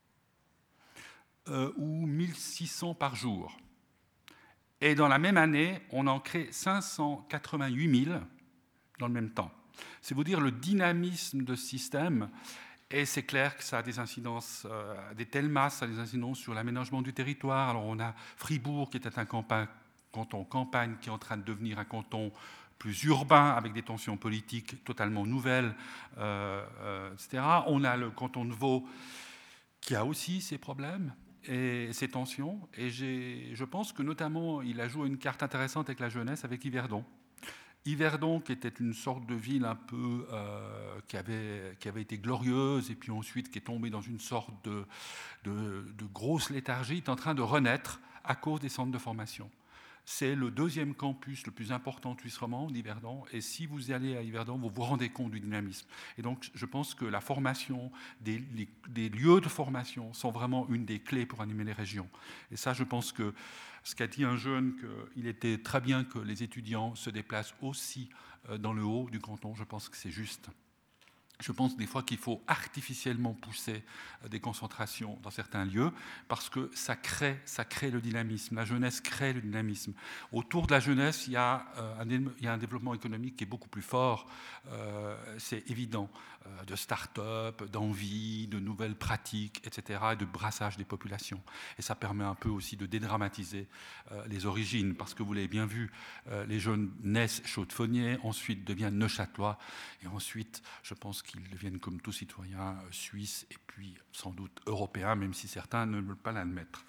Euh, ou mille six cents par jour. Et dans la même année, on en crée cinq cent quatre-vingt-huit mille dans le même temps. C'est vous dire le dynamisme de ce système, et c'est clair que ça a des incidences, euh, des telles masses, ça a des incidences sur l'aménagement du territoire. Alors on a Fribourg qui était un campagne, canton campagne qui est en train de devenir un canton plus urbain, avec des tensions politiques totalement nouvelles, euh, euh, et cetera. On a le canton de Vaud qui a aussi ses problèmes et ces tensions. Et j'ai, je pense que notamment, il a joué une carte intéressante avec la jeunesse, avec Yverdon. Yverdon, qui était une sorte de ville un peu euh, qui, avait, qui avait été glorieuse et puis ensuite qui est tombée dans une sorte de, de, de grosse léthargie, est en train de renaître à cause des centres de formation. C'est le deuxième campus le plus important de Suisse romande, Yverdon, et si vous allez à Yverdon, vous vous rendez compte du dynamisme. Et donc, je pense que la formation, des, les, des lieux de formation sont vraiment une des clés pour animer les régions. Et ça, je pense que ce qu'a dit un jeune, qu'il était très bien que les étudiants se déplacent aussi dans le haut du canton, je pense que c'est juste. Je pense des fois qu'il faut artificiellement pousser des concentrations dans certains lieux parce que ça crée, ça crée le dynamisme. La jeunesse crée le dynamisme. Autour de la jeunesse, il y a, euh, un, il y a un développement économique qui est beaucoup plus fort, euh, c'est évident, euh, de start-up, d'envie, de nouvelles pratiques, et cetera, et de brassage des populations. Et ça permet un peu aussi de dédramatiser euh, les origines parce que vous l'avez bien vu, euh, les jeunes naissent chaudefonniers, ensuite deviennent neuchâtelois, et ensuite, je pense qu'ils deviennent comme tout citoyen suisse et puis sans doute européen, même si certains ne veulent pas l'admettre.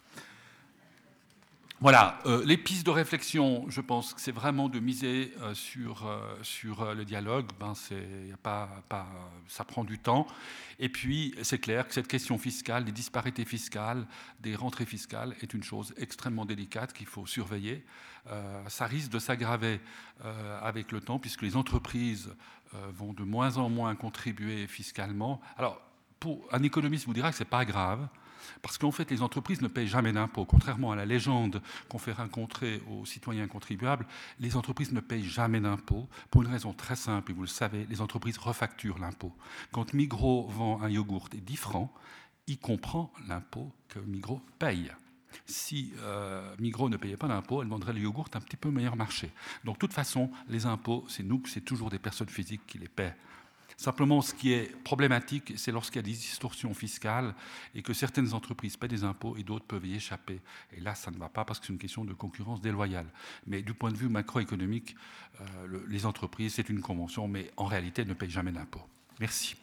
Voilà, euh, les pistes de réflexion, je pense que c'est vraiment de miser euh, sur, euh, sur euh, le dialogue. Ben c'est, y a pas, pas, ça prend du temps. Et puis, c'est clair que cette question fiscale, des disparités fiscales, des rentrées fiscales, est une chose extrêmement délicate qu'il faut surveiller. Euh, ça risque de s'aggraver euh, avec le temps, puisque les entreprises euh, vont de moins en moins contribuer fiscalement. Alors, pour un économiste vous dira que ce n'est pas grave, parce qu'en fait, les entreprises ne payent jamais d'impôts. Contrairement à la légende qu'on fait rencontrer aux citoyens contribuables, les entreprises ne payent jamais d'impôts pour une raison très simple, et vous le savez, les entreprises refacturent l'impôt. Quand Migros vend un yogourt à dix francs, il comprend l'impôt que Migros paye. Si euh, Migros ne payait pas d'impôts, elle vendrait le yogourt un petit peu meilleur marché. Donc, de toute façon, les impôts, c'est nous, c'est toujours des personnes physiques qui les paient. Simplement, ce qui est problématique, c'est lorsqu'il y a des distorsions fiscales et que certaines entreprises paient des impôts et d'autres peuvent y échapper. Et là, ça ne va pas parce que c'est une question de concurrence déloyale. Mais du point de vue macroéconomique, euh, le, les entreprises, c'est une convention, mais en réalité, elles ne payent jamais d'impôts. Merci.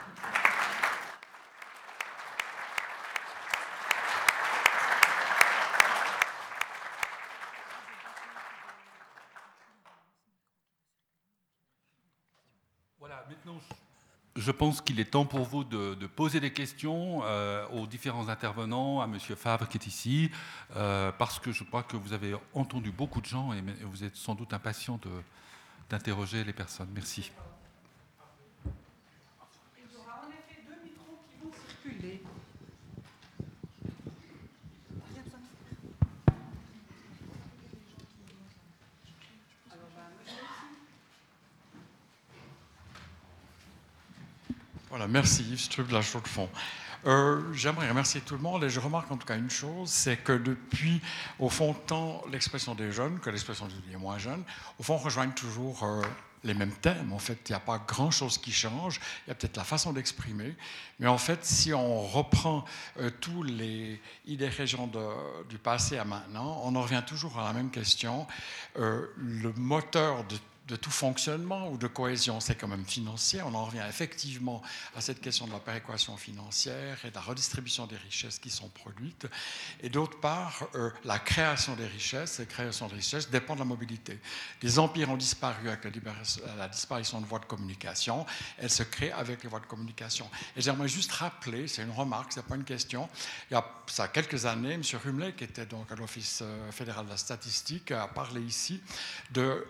Voilà, maintenant, je pense qu'il est temps pour vous de, de poser des questions euh, aux différents intervenants, à M. Favre qui est ici, euh, parce que je crois que vous avez entendu beaucoup de gens et vous êtes sans doute impatients de, d'interroger les personnes. Merci. Il y aura en effet deux micros qui vont circuler. Voilà, merci Yves Struve de la Chaux-de-Fonds. Euh, j'aimerais remercier tout le monde et je remarque en tout cas une chose, c'est que depuis, au fond, tant l'expression des jeunes que l'expression des moins jeunes, au fond, rejoignent toujours euh, les mêmes thèmes. En fait, il n'y a pas grand-chose qui change, il y a peut-être la façon d'exprimer, mais en fait, si on reprend euh, tous les idées régions de, du passé à maintenant, on en revient toujours à la même question. Euh, le moteur de de tout fonctionnement ou de cohésion, c'est quand même financier. On en revient effectivement à cette question de la péréquation financière et de la redistribution des richesses qui sont produites. Et d'autre part, euh, la création des richesses, la création des richesses dépend de la mobilité. Les empires ont disparu avec la, la disparition de voies de communication. Elles se créent avec les voies de communication. Et j'aimerais juste rappeler, c'est une remarque, c'est pas une question, il y a ça quelques années, M. Rumley, qui était donc à l'Office fédéral de la statistique, a parlé ici de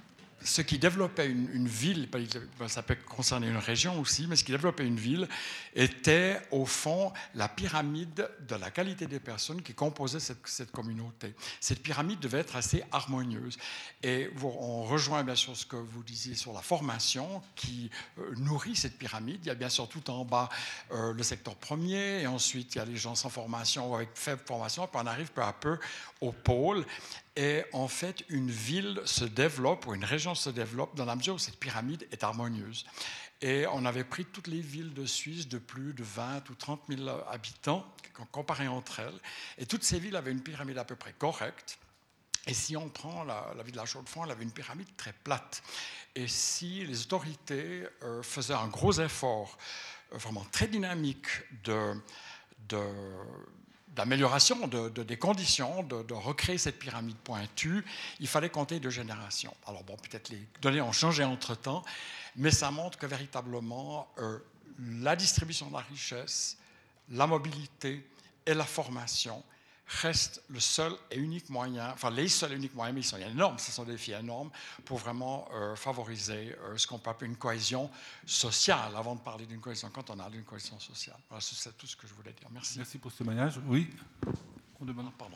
ce qui développait une, une ville, ça peut concerner une région aussi, mais ce qui développait une ville était au fond la pyramide de la qualité des personnes qui composaient cette, cette communauté. Cette pyramide devait être assez harmonieuse. Et vous, on rejoint bien sûr ce que vous disiez sur la formation qui euh, nourrit cette pyramide. Il y a bien sûr tout en bas euh, le secteur premier, et ensuite il y a les gens sans formation ou avec faible formation, puis on arrive peu à peu au pôle. Et en fait, une ville se développe, ou une région se développe, dans la mesure où cette pyramide est harmonieuse. Et on avait pris toutes les villes de Suisse de plus de vingt ou trente mille habitants, comparées entre elles. Et toutes ces villes avaient une pyramide à peu près correcte. Et si on prend la, la ville de la Chaux-de-Fonds, elle avait une pyramide très plate. Et si les autorités euh, faisaient un gros effort, euh, vraiment très dynamique, de... de d'amélioration de, de, des conditions, de, de recréer cette pyramide pointue, il fallait compter deux générations. Alors bon, peut-être les données ont changé entre-temps, mais ça montre que véritablement, euh, la distribution de la richesse, la mobilité et la formation reste le seul et unique moyen, enfin les seuls et uniques moyens, mais ils sont énormes, ce sont des défis énormes, pour vraiment euh, favoriser euh, ce qu'on peut appeler une cohésion sociale, avant de parler d'une cohésion cantonale, d'une cohésion sociale. Voilà, c'est tout ce que je voulais dire. Merci. Merci pour ce témoignage. Oui. On demande. Pardon.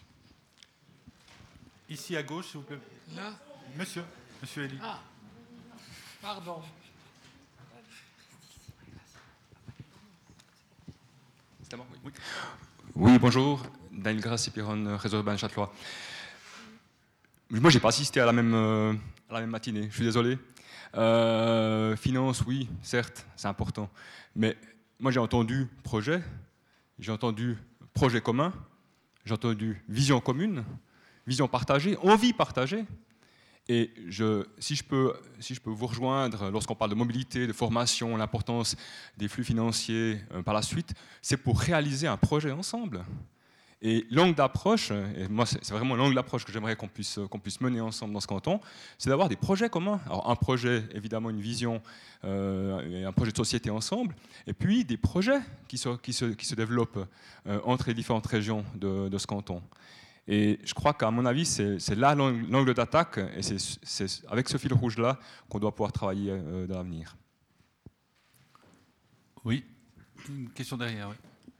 Ici à gauche, s'il vous plaît. Là. Monsieur. Monsieur Elie. Ah. Pardon. C'est à moi, oui. Oui. Oui, bonjour. Daniel Grassi-Piron, Réseau urbain Châtelois. Moi, je n'ai pas assisté à la, même, euh, à la même matinée, je suis désolé. Euh, finance, oui, certes, c'est important. Mais moi, j'ai entendu projet, j'ai entendu projet commun, j'ai entendu vision commune, vision partagée, envie partagée. Et je, si, je peux, si je peux vous rejoindre lorsqu'on parle de mobilité, de formation, l'importance des flux financiers euh, par la suite, c'est pour réaliser un projet ensemble. Et l'angle d'approche, et moi c'est vraiment l'angle d'approche que j'aimerais qu'on puisse, qu'on puisse mener ensemble dans ce canton, c'est d'avoir des projets communs. Alors un projet, évidemment une vision, euh, et un projet de société ensemble, et puis des projets qui se, qui se, qui se développent euh, entre les différentes régions de, de ce canton. Et je crois qu'à mon avis, c'est là l'angle d'attaque, et c'est avec ce fil rouge-là qu'on doit pouvoir travailler euh, dans l'avenir. Oui, une question derrière, oui.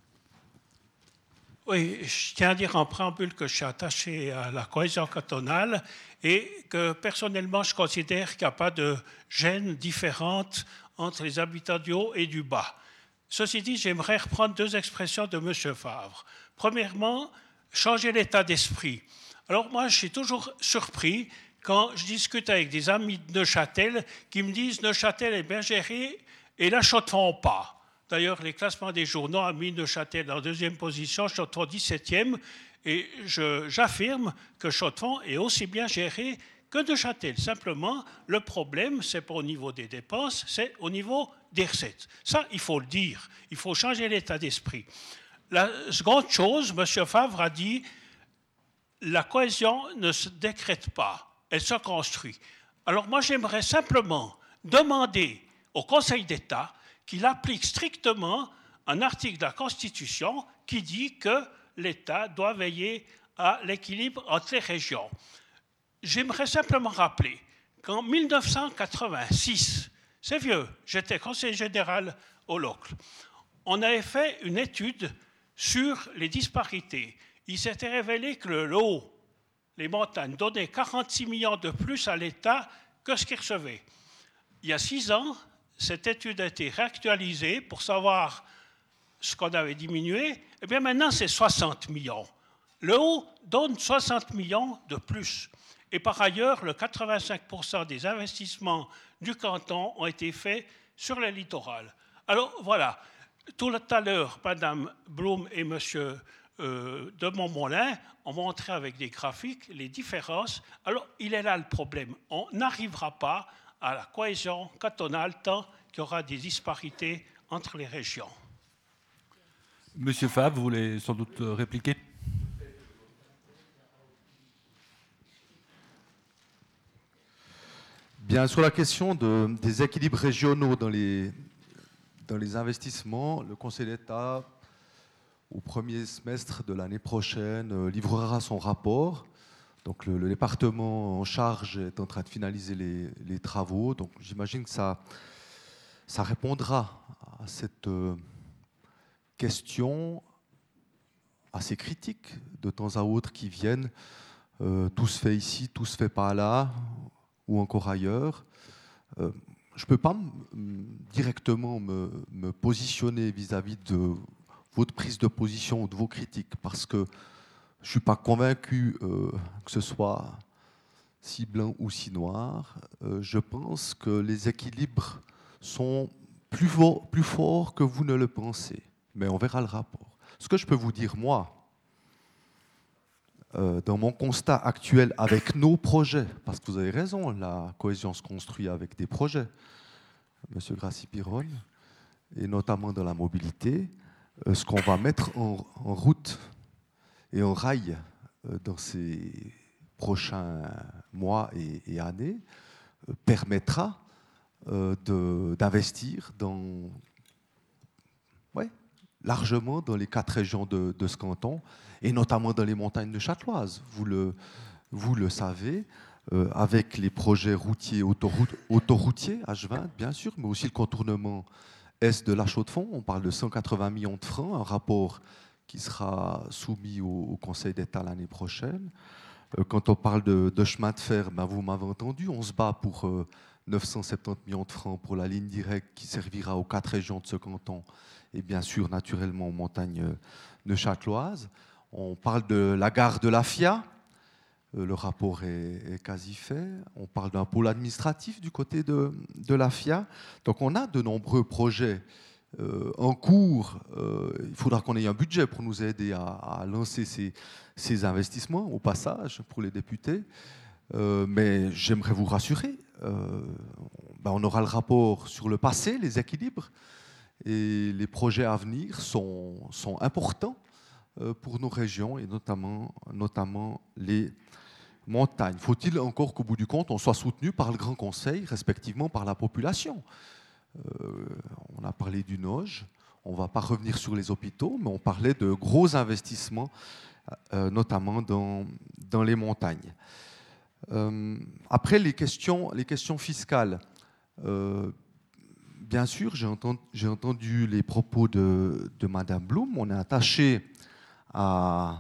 Oui, je tiens à dire en préambule que je suis attaché à la cohésion cantonale et que personnellement, je considère qu'il n'y a pas de gêne différente entre les habitants du haut et du bas. Ceci dit, j'aimerais reprendre deux expressions de M. Favre. Premièrement, changer l'état d'esprit. Alors moi, je suis toujours surpris quand je discute avec des amis de Neuchâtel qui me disent « Neuchâtel est bien géré et la Chaux-de-Fonds pas ». D'ailleurs, les classements des journaux ont mis Neuchâtel en deuxième position, Chaux-de-Fonds dix-septième, et j'affirme que Chaux-de-Fonds est aussi bien géré que Neuchâtel. Simplement, le problème, c'est pas au niveau des dépenses, c'est au niveau des recettes. Ça, il faut le dire. Il faut changer l'état d'esprit. La seconde chose, M. Favre a dit la cohésion ne se décrète pas, elle se construit. Alors moi, j'aimerais simplement demander au Conseil d'État qu'il applique strictement un article de la Constitution qui dit que l'État doit veiller à l'équilibre entre les régions. J'aimerais simplement rappeler qu'en mille neuf cent quatre-vingt-six, c'est vieux, j'étais conseiller général au Locle, on avait fait une étude sur les disparités. Il s'était révélé que le lot, les montagnes, donnaient quarante-six millions de plus à l'État que ce qu'il recevait. Il y a six ans, cette étude a été réactualisée pour savoir ce qu'on avait diminué. Eh bien, maintenant, c'est soixante millions. Le haut donne soixante millions de plus. Et par ailleurs, le quatre-vingt-cinq pour cent des investissements du canton ont été faits sur le littoral. Alors, voilà. Tout à l'heure, Mme Blum et M. Euh, de Montmolin ont montré avec des graphiques les différences. Alors, il est là le problème. On n'arrivera pas à la cohésion cantonale tant qu'il y aura des disparités entre les régions. Monsieur Favre, vous voulez sans doute répliquer? Bien, sur la question de, des équilibres régionaux dans les, dans les investissements, le Conseil d'État, au premier semestre de l'année prochaine, livrera son rapport. Donc le, le département en charge est en train de finaliser les, les travaux. Donc j'imagine que ça, ça répondra à cette euh, question assez critique de temps à autre qui viennent. Euh, tout se fait ici, tout se fait pas là, ou encore ailleurs. Euh, je ne peux pas directement me, me positionner vis-à-vis de votre prise de position ou de vos critiques, parce que je ne suis pas convaincu euh, que ce soit si blanc ou si noir. Euh, je pense que les équilibres sont plus, for plus forts que vous ne le pensez. Mais on verra le rapport. Ce que je peux vous dire, moi, euh, dans mon constat actuel avec nos projets, parce que vous avez raison, la cohésion se construit avec des projets, M. Grassi-Piron, et notamment dans la mobilité, euh, ce qu'on va mettre en, en route et en rail euh, dans ces prochains mois et, et années euh, permettra euh, d'investir dans, ouais, largement dans les quatre régions de, de ce canton, et notamment dans les montagnes neuchâteloises. Vous le, vous le savez, euh, avec les projets routiers, autoroute, autoroutiers, H vingt bien sûr, mais aussi le contournement est de la Chaux-de-Fonds. On parle de cent quatre-vingts millions de francs, un rapport qui sera soumis au, au Conseil d'État l'année prochaine. Euh, quand on parle de, de chemin de fer, ben vous m'avez entendu, on se bat pour euh, neuf cent soixante-dix millions de francs pour la ligne directe qui servira aux quatre régions de ce canton et bien sûr naturellement aux montagnes neuchâteloises. On parle de la gare de la F I A, euh, le rapport est, est quasi fait. On parle d'un pôle administratif du côté de, de la F I A. Donc on a de nombreux projets euh, en cours. Euh, il faudra qu'on ait un budget pour nous aider à, à lancer ces, ces investissements, au passage, pour les députés. Euh, mais j'aimerais vous rassurer, euh, ben on aura le rapport sur le passé, les équilibres, et les projets à venir sont, sont importants euh, pour nos régions, et notamment, notamment les montagnes. Faut-il encore qu'au bout du compte, on soit soutenu par le Grand Conseil, respectivement par la population? euh, On a parlé du N O G, on ne va pas revenir sur les hôpitaux, mais on parlait de gros investissements, euh, notamment dans, dans les montagnes. Euh, après, les questions, les questions fiscales. Euh, bien sûr, j'ai entendu, j'ai entendu les propos de, de Madame Blum. On est attaché à,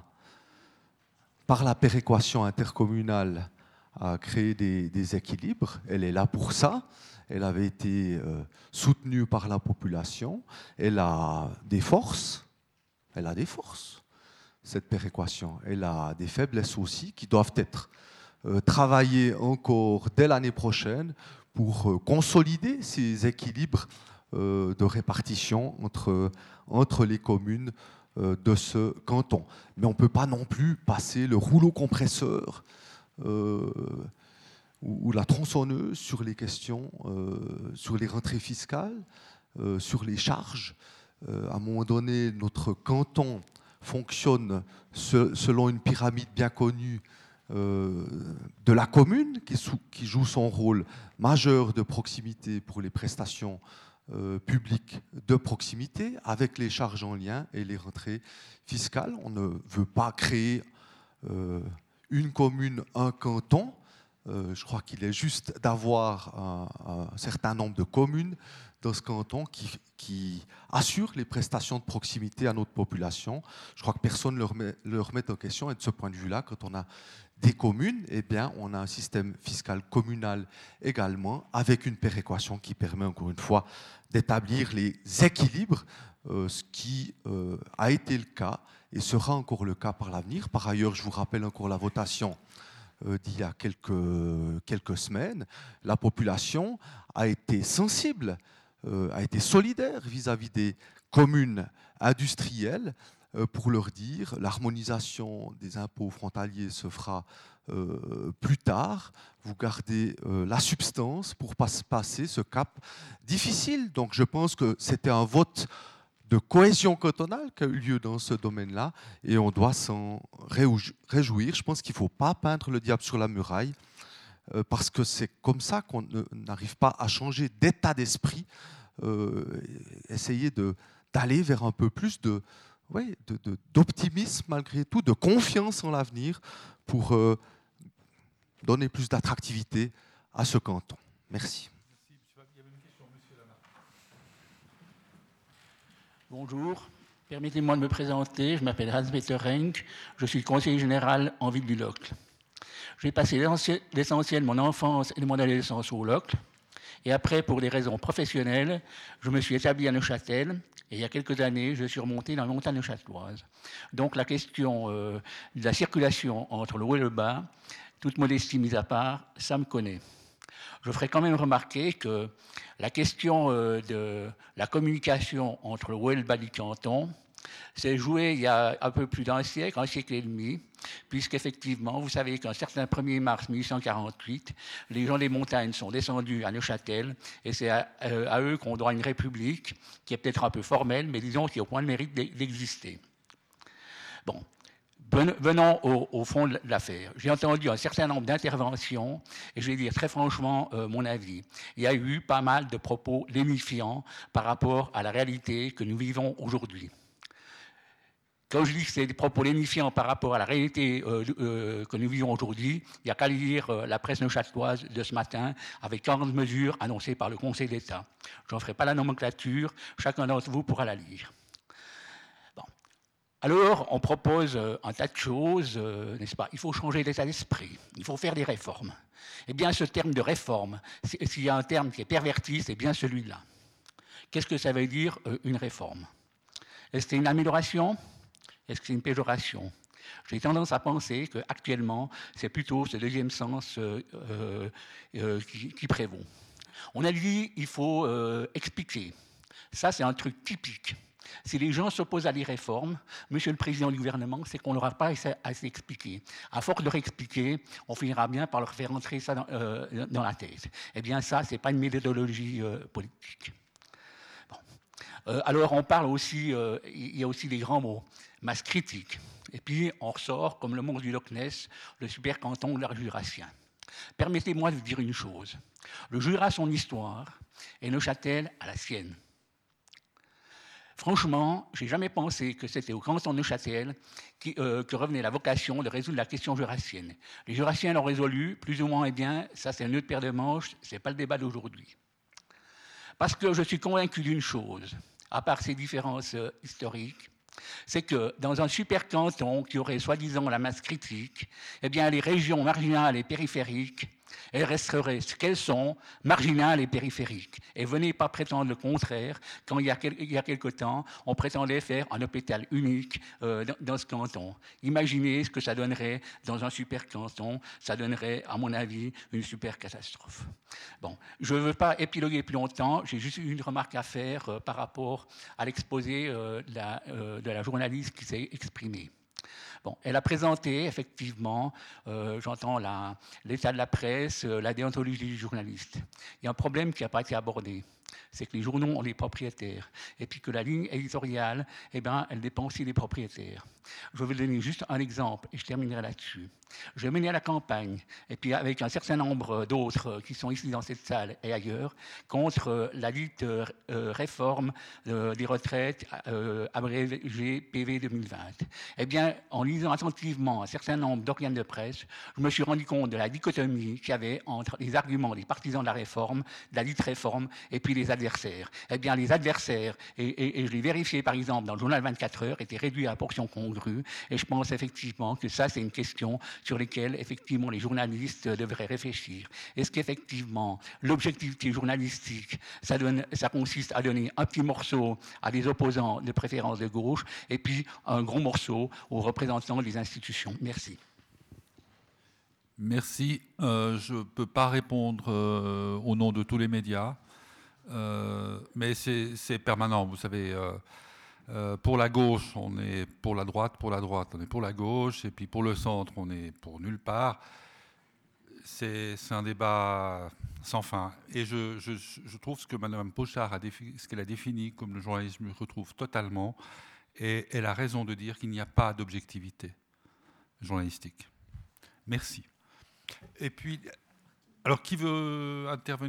par la péréquation intercommunale à créer des, des équilibres. Elle est là pour ça. Elle avait été euh, soutenue par la population. Elle a des forces. Elle a des forces, cette péréquation. Elle a des faiblesses aussi qui doivent être Euh, travailler encore dès l'année prochaine pour euh, consolider ces équilibres euh, de répartition entre, entre les communes euh, de ce canton. Mais on ne peut pas non plus passer le rouleau compresseur euh, ou, ou la tronçonneuse sur les questions, euh, sur les rentrées fiscales, euh, sur les charges. Euh, à un moment donné, notre canton fonctionne se, selon une pyramide bien connue Euh, de la commune qui, sou, qui joue son rôle majeur de proximité pour les prestations euh, publiques de proximité avec les charges en lien et les rentrées fiscales. On ne veut pas créer euh, une commune, un canton. Euh, je crois qu'il est juste d'avoir un, un certain nombre de communes dans ce canton qui, qui assurent les prestations de proximité à notre population. Je crois que personne ne le remet, le remet en question. Et de ce point de vue-là, quand on a des communes, eh bien, on a un système fiscal communal également, avec une péréquation qui permet, encore une fois, d'établir les équilibres, euh, ce qui euh, a été le cas et sera encore le cas par l'avenir. Par ailleurs, je vous rappelle encore la votation euh, d'il y a quelques, quelques semaines. La population a été sensible, euh, a été solidaire vis-à-vis des communes industrielles, pour leur dire l'harmonisation des impôts frontaliers se fera euh, plus tard. Vous gardez euh, la substance pour pas passer ce cap difficile. Donc je pense que c'était un vote de cohésion cantonale qui a eu lieu dans ce domaine-là et on doit s'en réjouir. Je pense qu'il ne faut pas peindre le diable sur la muraille euh, parce que c'est comme ça qu'on n'arrive pas à changer d'état d'esprit, euh, essayer de, d'aller vers un peu plus de Oui, de, de, d'optimisme malgré tout, de confiance en l'avenir pour euh, donner plus d'attractivité à ce canton. Merci. Bonjour, permettez-moi de me présenter. Je m'appelle Hans-Peter Renk, je suis conseiller général en ville du Locle. J'ai passé l'essentiel de mon enfance et de mon adolescence au Locle. Et après, pour des raisons professionnelles, je me suis établi à Neuchâtel. Et il y a quelques années, je suis remonté dans les montagnes neuchâteloises. Donc la question euh, de la circulation entre le haut et le bas, toute modestie mise à part, ça me connaît. Je ferai quand même remarquer que la question euh, de la communication entre le haut et le bas du canton s'est jouée il y a un peu plus d'un siècle, un siècle et demi, puisqu'effectivement, vous savez qu'un certain premier mars mille huit cent quarante-huit, les gens des montagnes sont descendus à Neuchâtel, et c'est à, euh, à eux qu'on doit une république, qui est peut-être un peu formelle, mais disons qui a au point de mérite d'exister. Bon, venons au, au fond de l'affaire. J'ai entendu un certain nombre d'interventions, et je vais dire très franchement euh, mon avis. Il y a eu pas mal de propos lénifiants par rapport à la réalité que nous vivons aujourd'hui. Quand je dis que c'est des propos lénifiants par rapport à la réalité euh, euh, que nous vivons aujourd'hui, il n'y a qu'à lire euh, la presse neuchâteloise de ce matin avec quarante mesures annoncées par le Conseil d'État. Je n'en ferai pas la nomenclature, chacun d'entre vous pourra la lire. Bon. Alors, on propose euh, un tas de choses, euh, n'est-ce pas? Il faut changer l'état d'esprit, il faut faire des réformes. Eh bien, ce terme de réforme, s'il y a un terme qui est perverti, c'est bien celui-là. Qu'est-ce que ça veut dire, euh, une réforme? Est-ce que c'est une amélioration? Est-ce que c'est une péjoration? J'ai tendance à penser qu'actuellement, c'est plutôt ce deuxième sens euh, euh, euh, qui, qui prévaut. On a dit qu'il faut euh, expliquer. Ça, c'est un truc typique. Si les gens s'opposent à des réformes, Monsieur le Président du gouvernement, c'est qu'on n'aura pas à s'expliquer. À force de leur expliquer, on finira bien par leur faire entrer ça dans, euh, dans la tête. Eh bien, ça, ce n'est pas une méthodologie euh, politique. Bon. Euh, alors, on parle aussi, euh, il y a aussi des grands mots. Masse critique. Et puis, on ressort, comme le monstre du Loch Ness, le super canton de l'art jurassien. Permettez-moi de dire une chose. Le Jura a son histoire et Neuchâtel a la sienne. Franchement, je n'ai jamais pensé que c'était au canton de Neuchâtel qui, euh, que revenait la vocation de résoudre la question jurassienne. Les jurassiens l'ont résolu, plus ou moins, eh bien, ça c'est un nœud de paire de manches, ce n'est pas le débat d'aujourd'hui. Parce que je suis convaincu d'une chose, à part ces différences euh, historiques, c'est que dans un super canton qui aurait soi-disant la masse critique, eh bien, les régions marginales et périphériques, elles resteraient ce qu'elles sont, marginales et périphériques. Et venez pas prétendre le contraire, quand il y a, quel, il y a quelque temps, on prétendait faire un hôpital unique euh, dans, dans ce canton. Imaginez ce que ça donnerait dans un super canton, ça donnerait, à mon avis, une super catastrophe. Bon, je ne veux pas épiloguer plus longtemps, j'ai juste une remarque à faire euh, par rapport à l'exposé euh, de, la, euh, de la journaliste qui s'est exprimée. Bon, elle a présenté, effectivement, euh, j'entends l'état de la presse, euh, la déontologie du journaliste. Il y a un problème qui n'a pas été abordé, c'est que les journaux ont des propriétaires, et puis que la ligne éditoriale, eh ben, elle dépend aussi des propriétaires. Je vais vous donner juste un exemple, et je terminerai là-dessus. Je menais à la campagne, et puis avec un certain nombre d'autres qui sont ici dans cette salle et ailleurs, contre la dite euh, réforme euh, des retraites euh, abrégée P V deux mille vingt. Eh bien, en lisant attentivement un certain nombre d'organes de presse, je me suis rendu compte de la dichotomie qu'il y avait entre les arguments des partisans de la réforme, de la dite réforme, et puis les adversaires. Eh bien, les adversaires, et, et, et je l'ai vérifié par exemple dans le journal vingt-quatre heures, étaient réduits à portion congrue, et je pense effectivement que ça, c'est une question sur lesquels, effectivement, les journalistes devraient réfléchir. Est-ce qu'effectivement, l'objectivité journalistique, ça, donne, ça consiste à donner un petit morceau à des opposants de préférence de gauche, et puis un gros morceau aux représentants des institutions? Merci. Merci. Euh, je ne peux pas répondre euh, au nom de tous les médias, euh, mais c'est permanent, vous savez. Euh, Euh, pour la gauche, on est pour la droite, pour la droite, on est pour la gauche, et puis pour le centre, on est pour nulle part. C'est un débat sans fin. Et je, je, je trouve ce que Mme Pochard a défini, ce qu'elle a défini comme le journalisme, je retrouve totalement. Et elle a raison de dire qu'il n'y a pas d'objectivité journalistique. Merci. Et puis, alors qui veut intervenir ?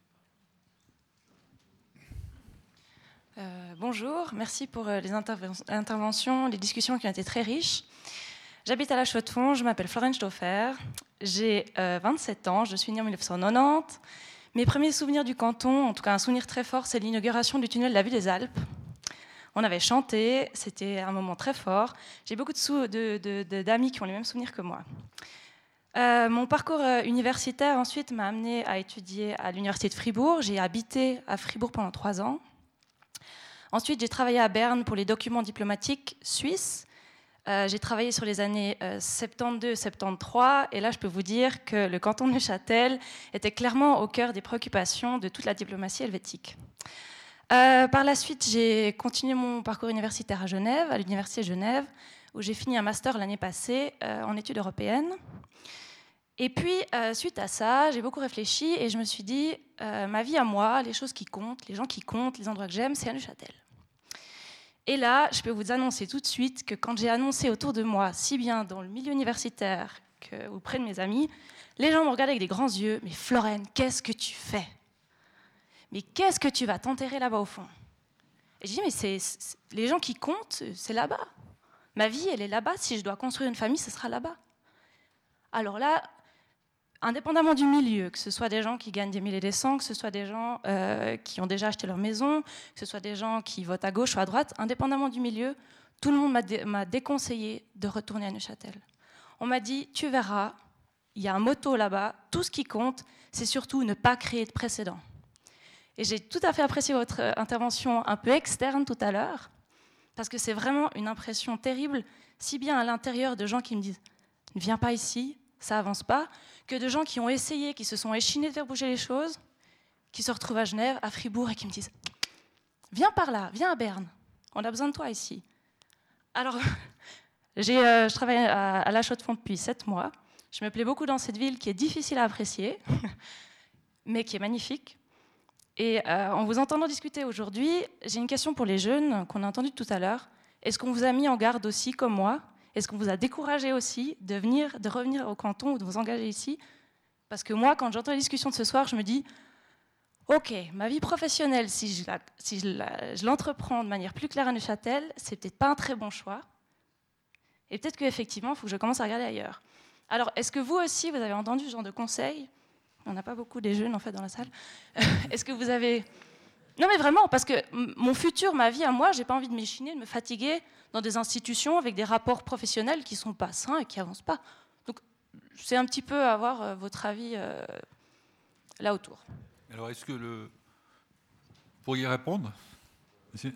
Euh, bonjour, merci pour les interventions, les discussions qui ont été très riches. J'habite à La Chaux-de-Fonds, je m'appelle Florence Stauffer, j'ai euh, vingt-sept ans, je suis née en mille neuf cent quatre-vingt-dix. Mes premiers souvenirs du canton, en tout cas un souvenir très fort, c'est l'inauguration du tunnel de la vue des Alpes. On avait chanté, c'était un moment très fort. J'ai beaucoup d'amis de, de, de, qui ont les mêmes souvenirs que moi. Euh, mon parcours euh, universitaire ensuite m'a amené à étudier à l'université de Fribourg. J'ai habité à Fribourg pendant trois ans. Ensuite, j'ai travaillé à Berne pour les documents diplomatiques suisses. Euh, j'ai travaillé sur les années euh, soixante-douze soixante-treize, et là, je peux vous dire que le canton de Neuchâtel était clairement au cœur des préoccupations de toute la diplomatie helvétique. Euh, par la suite, j'ai continué mon parcours universitaire à Genève, à l'université de Genève, où j'ai fini un master l'année passée euh, en études européennes. Et puis, euh, suite à ça, j'ai beaucoup réfléchi et je me suis dit, euh, ma vie à moi, les choses qui comptent, les gens qui comptent, les endroits que j'aime, c'est à Neuchâtel. Et là, je peux vous annoncer tout de suite que quand j'ai annoncé autour de moi, si bien dans le milieu universitaire que auprès de mes amis, les gens me regardaient avec des grands yeux. « Mais Florène, qu'est-ce que tu fais? Mais qu'est-ce que tu vas t'enterrer là-bas au fond ?» Et je dis « Mais c'est, c'est, les gens qui comptent, c'est là-bas. Ma vie, elle est là-bas. Si je dois construire une famille, ce sera là-bas. Alors là, indépendamment du milieu, que ce soit des gens qui gagnent des milliers et des cents, que ce soit des gens euh, qui ont déjà acheté leur maison, que ce soit des gens qui votent à gauche ou à droite, indépendamment du milieu, tout le monde m'a, dé- m'a déconseillé de retourner à Neuchâtel. On m'a dit, tu verras, il y a un motto là-bas, tout ce qui compte, c'est surtout ne pas créer de précédent. Et j'ai tout à fait apprécié votre intervention un peu externe tout à l'heure, parce que c'est vraiment une impression terrible, si bien à l'intérieur de gens qui me disent « ne viens pas ici, ça avance pas », que de gens qui ont essayé, qui se sont échinés de faire bouger les choses, qui se retrouvent à Genève, à Fribourg, et qui me disent « viens par là, viens à Berne, on a besoin de toi ici ». Alors, j'ai, euh, je travaille à, à La Chaux-de-Fonds depuis sept mois. Je me plais beaucoup dans cette ville qui est difficile à apprécier, mais qui est magnifique. Et euh, en vous entendant discuter aujourd'hui, j'ai une question pour les jeunes qu'on a entendu tout à l'heure. Est-ce qu'on vous a mis en garde aussi, comme moi ? Est-ce qu'on vous a découragé aussi de, venir, de revenir au canton ou de vous engager ici ? Parce que moi, quand j'entends la discussion de ce soir, je me dis « Ok, ma vie professionnelle, si je, la, si je, la, je l'entreprends de manière plus claire à Neuchâtel, c'est peut-être pas un très bon choix. Et peut-être qu'effectivement, il faut que je commence à regarder ailleurs. » Alors, est-ce que vous aussi, vous avez entendu ce genre de conseils ? On n'a pas beaucoup des jeunes, en fait, dans la salle. Est-ce que vous avez... Non, mais vraiment, parce que mon futur, ma vie à moi, j'ai pas envie de m'échiner, de me fatiguer dans des institutions avec des rapports professionnels qui sont pas sains et qui avancent pas. Donc, c'est un petit peu avoir euh, votre avis euh, là autour. Alors, est-ce que le... Vous pourriez répondre ? Merci.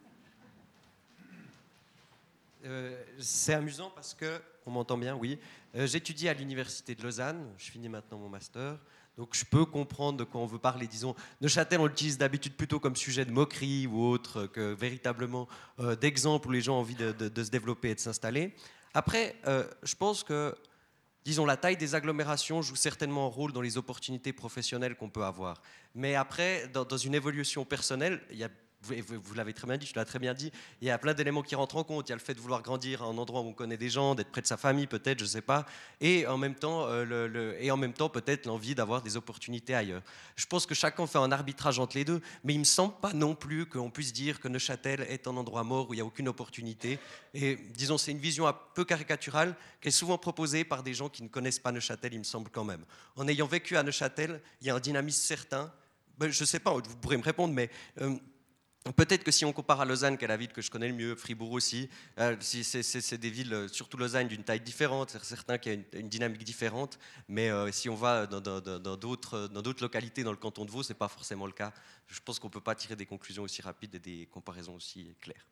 Euh, c'est amusant parce que, on m'entend bien, oui. Euh, j'étudie à l'université de Lausanne, je finis maintenant mon master, donc je peux comprendre de quoi on veut parler. Disons, Neuchâtel, on l'utilise d'habitude plutôt comme sujet de moquerie ou autre, que véritablement euh, d'exemple où les gens ont envie de, de, de se développer et de s'installer. Après, euh, je pense que, disons, la taille des agglomérations joue certainement un rôle dans les opportunités professionnelles qu'on peut avoir. Mais après, dans, dans une évolution personnelle, il y a Vous, vous l'avez très bien dit, tu l'as très bien dit, il y a plein d'éléments qui rentrent en compte. Il y a le fait de vouloir grandir à un endroit où on connaît des gens, d'être près de sa famille peut-être, je ne sais pas, et en même temps, euh, le, le, et en même temps peut-être l'envie d'avoir des opportunités ailleurs. Je pense que chacun fait un arbitrage entre les deux, mais il ne me semble pas non plus qu'on puisse dire que Neuchâtel est un endroit mort où il n'y a aucune opportunité. Et disons, c'est une vision un peu caricaturale qui est souvent proposée par des gens qui ne connaissent pas Neuchâtel, il me semble quand même. En ayant vécu à Neuchâtel, il y a un dynamisme certain. Ben, je ne sais pas, vous pourrez me répondre, mais... Euh, Peut-être que si on compare à Lausanne, qui est la ville que je connais le mieux, Fribourg aussi, euh, c'est, c'est, c'est des villes, surtout Lausanne, d'une taille différente, certains qui ont une, une dynamique différente, mais euh, si on va dans, dans, dans, d'autres, dans d'autres localités dans le canton de Vaud, ce n'est pas forcément le cas. Je pense qu'on ne peut pas tirer des conclusions aussi rapides et des comparaisons aussi claires.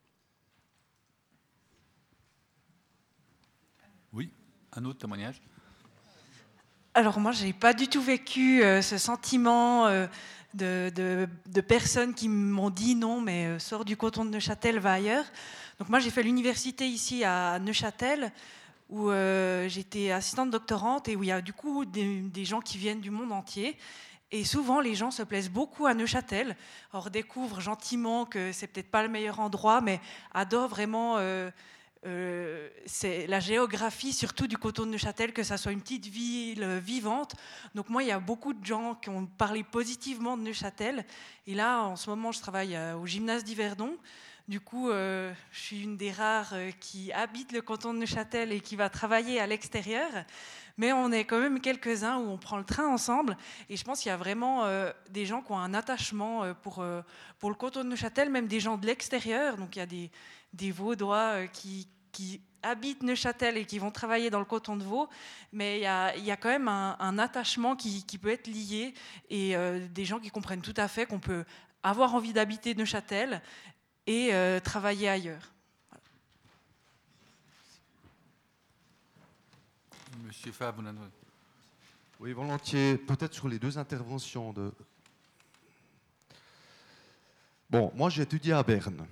Oui, un autre témoignage. Alors moi, je n'ai pas du tout vécu euh, ce sentiment... Euh, De, de, de personnes qui m'ont dit non, mais euh, sors du canton de Neuchâtel, va ailleurs. Donc moi, j'ai fait l'université ici à Neuchâtel, où euh, j'étais assistante doctorante et où il y a du coup des, des gens qui viennent du monde entier. Et souvent, les gens se plaisent beaucoup à Neuchâtel. Alors, découvrent gentiment que c'est peut-être pas le meilleur endroit, mais adorent vraiment... Euh, Euh, c'est la géographie, surtout du canton de Neuchâtel, que ça soit une petite ville vivante. Donc moi, il y a beaucoup de gens qui ont parlé positivement de Neuchâtel. Et là, en ce moment, je travaille au gymnase d'Yverdon. Du coup, euh, je suis une des rares qui habite le canton de Neuchâtel et qui va travailler à l'extérieur. Mais on est quand même quelques-uns où on prend le train ensemble. Et je pense qu'il y a vraiment euh, des gens qui ont un attachement euh, pour, euh, pour le canton de Neuchâtel, même des gens de l'extérieur. Donc il y a des, des Vaudois euh, qui, qui habitent Neuchâtel et qui vont travailler dans le canton de Vaud. Mais il y a, il y a quand même un, un attachement qui, qui peut être lié. Et euh, des gens qui comprennent tout à fait qu'on peut avoir envie d'habiter Neuchâtel et euh, travailler ailleurs. Monsieur Fabre, oui, volontiers. Peut-être sur les deux interventions. De... Bon, moi j'ai étudié à Berne.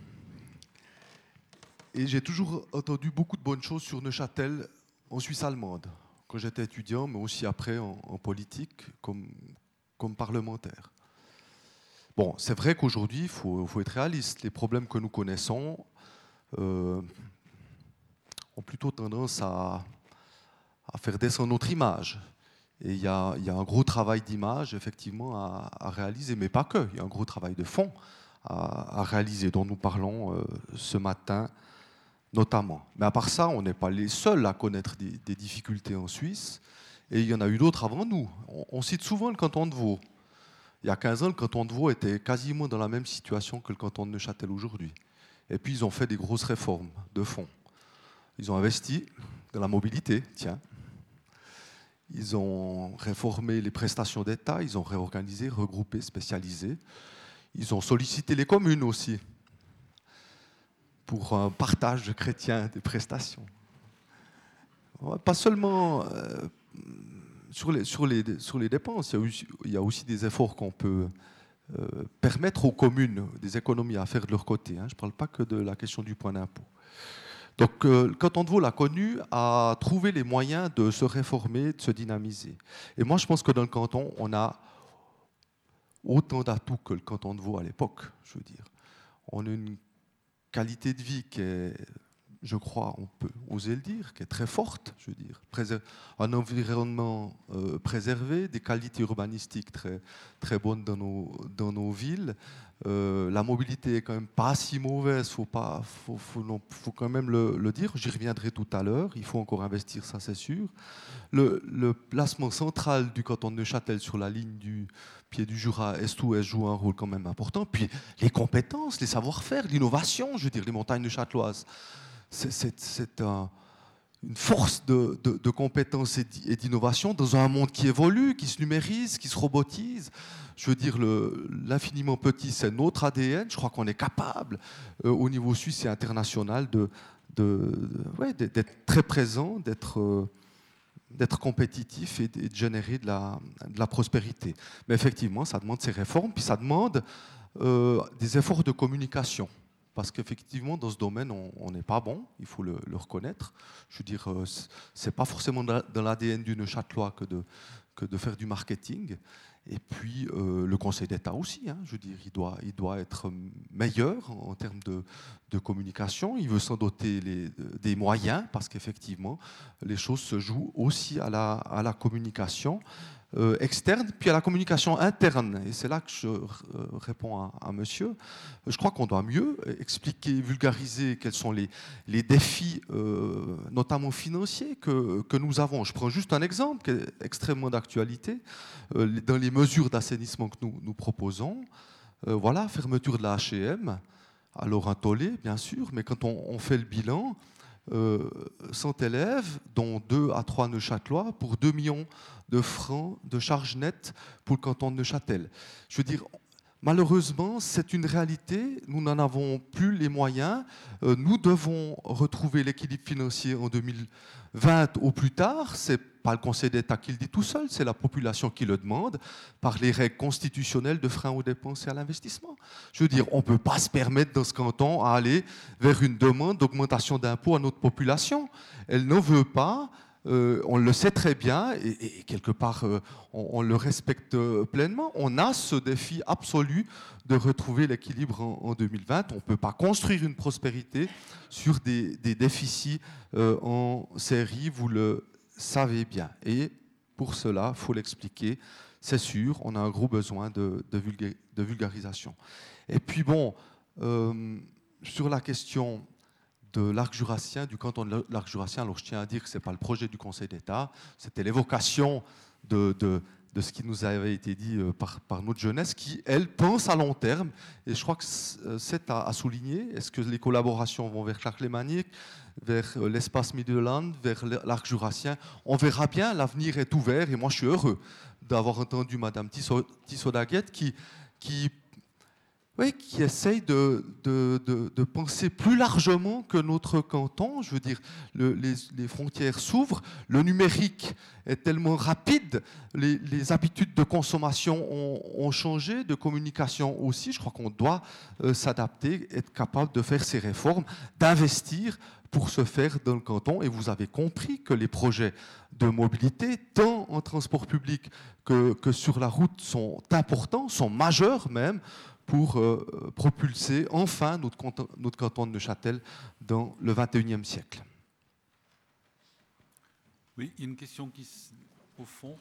Et j'ai toujours entendu beaucoup de bonnes choses sur Neuchâtel en Suisse allemande, quand j'étais étudiant, mais aussi après en, en politique, comme, comme parlementaire. Bon, c'est vrai qu'aujourd'hui, il faut, faut être réaliste. Les problèmes que nous connaissons euh, ont plutôt tendance à... à faire descendre notre image. Et il y a, y a un gros travail d'image, effectivement, à, à réaliser, mais pas que. Il y a un gros travail de fond à, à réaliser, dont nous parlons euh, ce matin notamment. Mais à part ça, on n'est pas les seuls à connaître des, des difficultés en Suisse, et il y en a eu d'autres avant nous. On, on cite souvent le canton de Vaud. Il y a quinze ans, le canton de Vaud était quasiment dans la même situation que le canton de Neuchâtel aujourd'hui. Et puis, ils ont fait des grosses réformes de fond. Ils ont investi dans la mobilité, tiens. Ils ont réformé les prestations d'État, ils ont réorganisé, regroupé, spécialisé. Ils ont sollicité les communes aussi pour un partage de chrétiens des prestations. Pas seulement euh, sur, les, sur, les, sur les dépenses, il y a, eu, il y a aussi des efforts qu'on peut euh, permettre aux communes, des économies à faire de leur côté. Hein. Je ne parle pas que de la question du point d'impôt. Donc, euh, le canton de Vaud l'a connu, a trouvé les moyens de se réformer, de se dynamiser. Et moi, je pense que dans le canton, on a autant d'atouts que le canton de Vaud à l'époque, je veux dire. On a une qualité de vie qui est, je crois, on peut oser le dire, qui est très forte, je veux dire. Préser- un environnement euh, préservé, des qualités urbanistiques très, très bonnes dans nos, dans nos villes. Euh, la mobilité est quand même pas si mauvaise, faut pas, faut, faut, non, faut quand même le, le dire. J'y reviendrai tout à l'heure. Il faut encore investir, ça c'est sûr. Le, le placement central du canton de Neuchâtel sur la ligne du pied du Jura Est-Ouest joue un rôle quand même important. Puis les compétences, les savoir-faire, l'innovation, je veux dire, les montagnes neuchâteloises, c'est, c'est, c'est un, une force de, de, de compétences et d'innovation dans un monde qui évolue, qui se numérise, qui se robotise. Je veux dire, le, l'infiniment petit, c'est notre A D N. Je crois qu'on est capable, euh, au niveau suisse et international, de, de, de, ouais, d'être très présent, d'être, euh, d'être compétitif et de, et de générer de la, de la prospérité. Mais effectivement, ça demande ces réformes, puis ça demande euh, des efforts de communication. Parce qu'effectivement, dans ce domaine, on n'est pas bon, il faut le, le reconnaître. Je veux dire, euh, c'est pas forcément dans l'A D N du Neuchâtelois que de, que de faire du marketing. Et puis, euh, le Conseil d'État aussi, hein, je veux dire, il doit, il doit être meilleur en, en termes de, de communication. Il veut s'en doter les, des moyens, parce qu'effectivement, les choses se jouent aussi à la, à la communication euh, externe, puis à la communication interne. Et c'est là que je euh, réponds à, à monsieur. Je crois qu'on doit mieux expliquer, vulgariser quels sont les, les défis, euh, notamment financiers, que, que nous avons. Je prends juste un exemple qui est extrêmement d'actualité. Euh, dans les mesures d'assainissement que nous, nous proposons, euh, voilà, fermeture de la H et M, alors un tollé, bien sûr, mais quand on, on fait le bilan, euh, cent élèves, dont deux à trois Neuchâtelois, pour deux millions de francs de charges nettes pour le canton de Neuchâtel. Je veux dire, malheureusement, c'est une réalité, nous n'en avons plus les moyens, euh, nous devons retrouver l'équilibre financier en deux mille vingt au plus tard. C'est pas le Conseil d'État qui le dit tout seul, c'est la population qui le demande par les règles constitutionnelles de frein aux dépenses et à l'investissement. Je veux dire, on ne peut pas se permettre dans ce canton à aller vers une demande d'augmentation d'impôts à notre population. Elle n'en veut pas. Euh, on le sait très bien et, et quelque part euh, on, on le respecte pleinement. On a ce défi absolu de retrouver l'équilibre en, en deux mille vingt. On ne peut pas construire une prospérité sur des, des déficits euh, en série, vous le savez bien. Et pour cela, il faut l'expliquer, c'est sûr, on a un gros besoin de, de, vulga, de vulgarisation. Et puis bon, euh, sur la question de l'arc jurassien, du canton de l'arc jurassien, alors je tiens à dire que ce n'est pas le projet du Conseil d'État, c'était l'évocation de, de, de ce qui nous avait été dit par, par notre jeunesse, qui, elle, pense à long terme, et je crois que c'est à, à souligner. Est-ce que les collaborations vont vers Charles-Lémanique, vers l'espace Midland, vers l'arc jurassien? On verra bien, l'avenir est ouvert, et moi je suis heureux d'avoir entendu Madame Tissot-Daguette qui, qui Oui, qui essaye de, de, de, de penser plus largement que notre canton. Je veux dire, le, les, les frontières s'ouvrent, le numérique est tellement rapide, les, les habitudes de consommation ont, ont changé, de communication aussi. Je crois qu'on doit euh, s'adapter, être capable de faire ces réformes, d'investir pour se faire dans le canton. Et vous avez compris que les projets de mobilité, tant en transport public que, que sur la route, sont importants, sont majeurs même, pour euh, propulser enfin notre, notre canton de Neuchâtel dans le vingt et unième siècle. Oui, il y a une question qui, au fond.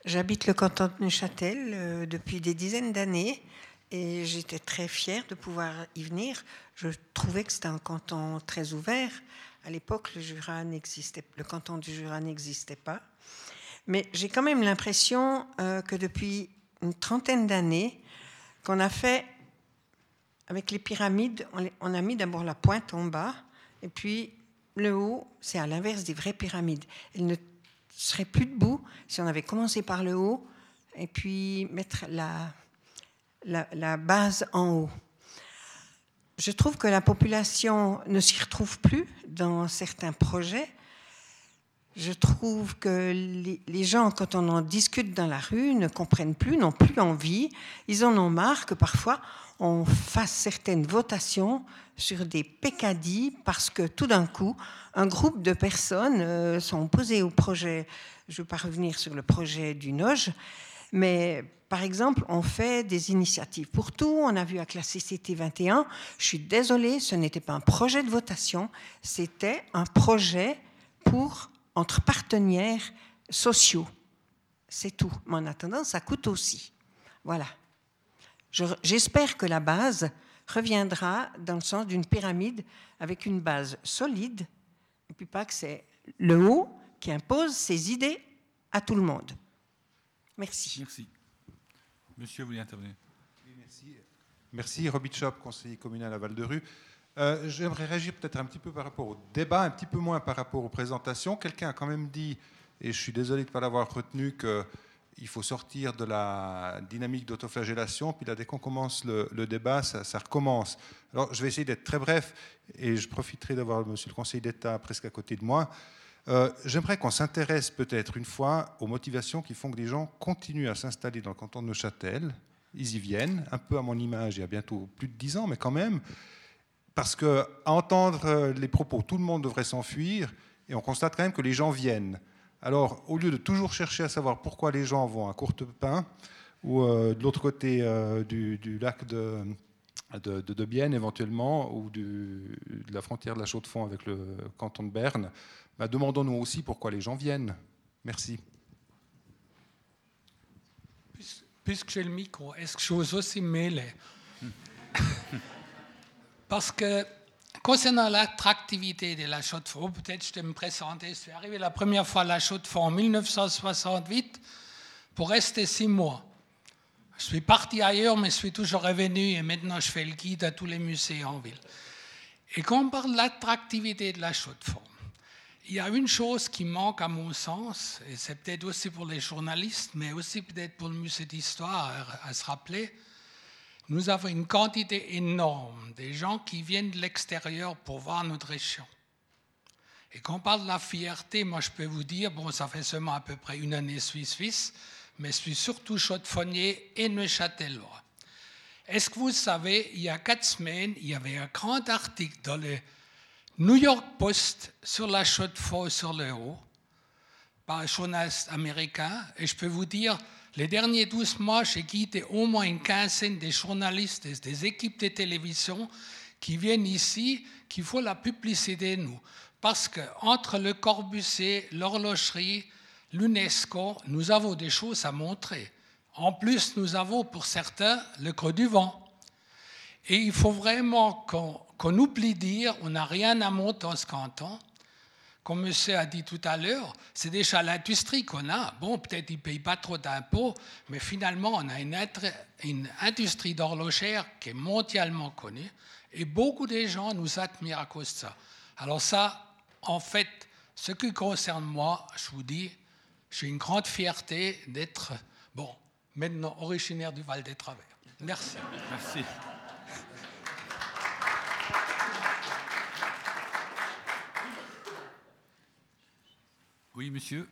J'habite le canton de Neuchâtel euh, depuis des dizaines d'années et j'étais très fière de pouvoir y venir. Je trouvais que c'était un canton très ouvert. À l'époque, le Jura n'existait, le canton du Jura n'existait pas. Mais j'ai quand même l'impression euh, que depuis une trentaine d'années, qu'on a fait, avec les pyramides, on, les, on a mis d'abord la pointe en bas, et puis le haut, c'est à l'inverse des vraies pyramides. Elles ne seraient plus debout si on avait commencé par le haut, et puis mettre la, la, la base en haut. Je trouve que la population ne s'y retrouve plus dans certains projets. Je trouve que les, les gens, quand on en discute dans la rue, ne comprennent plus, n'ont plus envie. Ils en ont marre que parfois on fasse certaines votations sur des pécadilles parce que tout d'un coup, un groupe de personnes euh, sont opposées au projet. Je ne veux pas revenir sur le projet du Noge, mais par exemple, on fait des initiatives pour tout. On a vu avec la C C T vingt et un. Je suis désolée, ce n'était pas un projet de votation, c'était un projet pour entre partenaires sociaux. C'est tout. Mais en attendant, ça coûte aussi. Voilà. Je, j'espère que la base reviendra dans le sens d'une pyramide avec une base solide, et puis pas que c'est le haut qui impose ses idées à tout le monde. Merci. Merci. Monsieur, vous voulez intervenir? Oui, merci. Merci, Roby Chop, conseiller communal à Val-de-Rue. Euh, j'aimerais réagir peut-être un petit peu par rapport au débat, un petit peu moins par rapport aux présentations. Quelqu'un a quand même dit, et je suis désolé de ne pas l'avoir retenu, qu'il faut sortir de la dynamique d'autoflagellation, puis là, dès qu'on commence le, le débat, ça, ça recommence. Alors, je vais essayer d'être très bref, et je profiterai d'avoir monsieur le conseiller d'État presque à côté de moi. Euh, j'aimerais qu'on s'intéresse peut-être une fois aux motivations qui font que les gens continuent à s'installer dans le canton de Neuchâtel. Ils y viennent, un peu à mon image, il y a bientôt plus de dix ans, mais quand même, parce qu'à entendre les propos, tout le monde devrait s'enfuir, et on constate quand même que les gens viennent. Alors, au lieu de toujours chercher à savoir pourquoi les gens vont à Courtepin, ou euh, de l'autre côté euh, du, du lac de, de, de, de Bienne, éventuellement, ou du, de la frontière de la Chaux-de-Fonds avec le canton de Berne, bah, demandons-nous aussi pourquoi les gens viennent. Merci. Puisque j'ai le micro, est-ce que j'ose aussi mêler? Parce que concernant l'attractivité de la Chaux-de-Fonds, peut-être je vais me présenter. Je suis arrivé la première fois à la Chaux-de-Fonds en mille neuf cent soixante-huit pour rester six mois. Je suis parti ailleurs, mais je suis toujours revenu et maintenant je fais le guide à tous les musées en ville. Et quand on parle de l'attractivité de la Chaux-de-Fonds, il y a une chose qui manque à mon sens, et c'est peut-être aussi pour les journalistes, mais aussi peut-être pour le musée d'histoire à, à se rappeler. Nous avons une quantité énorme de gens qui viennent de l'extérieur pour voir notre région. Et quand on parle de la fierté, moi je peux vous dire, bon, ça fait seulement à peu près une année suisse-suisse, mais je suis surtout chaudefonnier et neuchâtelois. Est-ce que vous savez, il y a quatre semaines, il y avait un grand article dans le New York Post sur la Chaux-de-Fonds sur le Haut, par un journaliste américain, et je peux vous dire, les derniers douze mois, j'ai guidé au moins une quinzaine de journalistes et des équipes de télévision qui viennent ici, qui font la publicité de nous. Parce qu'entre le Corbusier, l'horlogerie, l'UNESCO, nous avons des choses à montrer. En plus, nous avons pour certains le creux du vent. Et il faut vraiment qu'on, qu'on oublie de dire on n'a rien à montrer dans ce canton. Comme monsieur a dit tout à l'heure, c'est déjà l'industrie qu'on a. Bon, peut-être ils ne payent pas trop d'impôts, mais finalement, on a une, une industrie d'horlogère qui est mondialement connue et beaucoup de gens nous admirent à cause de ça. Alors ça, en fait, ce qui concerne moi, je vous dis, j'ai une grande fierté d'être, bon, maintenant originaire du Val des Travers. Merci. Merci. Oui, monsieur.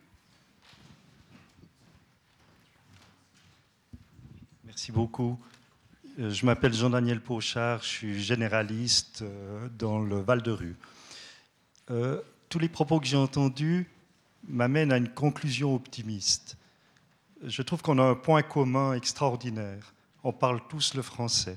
Merci beaucoup. Je m'appelle Jean-Daniel Pochard, je suis généraliste dans le Val-de-Rue. Euh, tous les propos que j'ai entendus m'amènent à une conclusion optimiste. Je trouve qu'on a un point commun extraordinaire. On parle tous le français.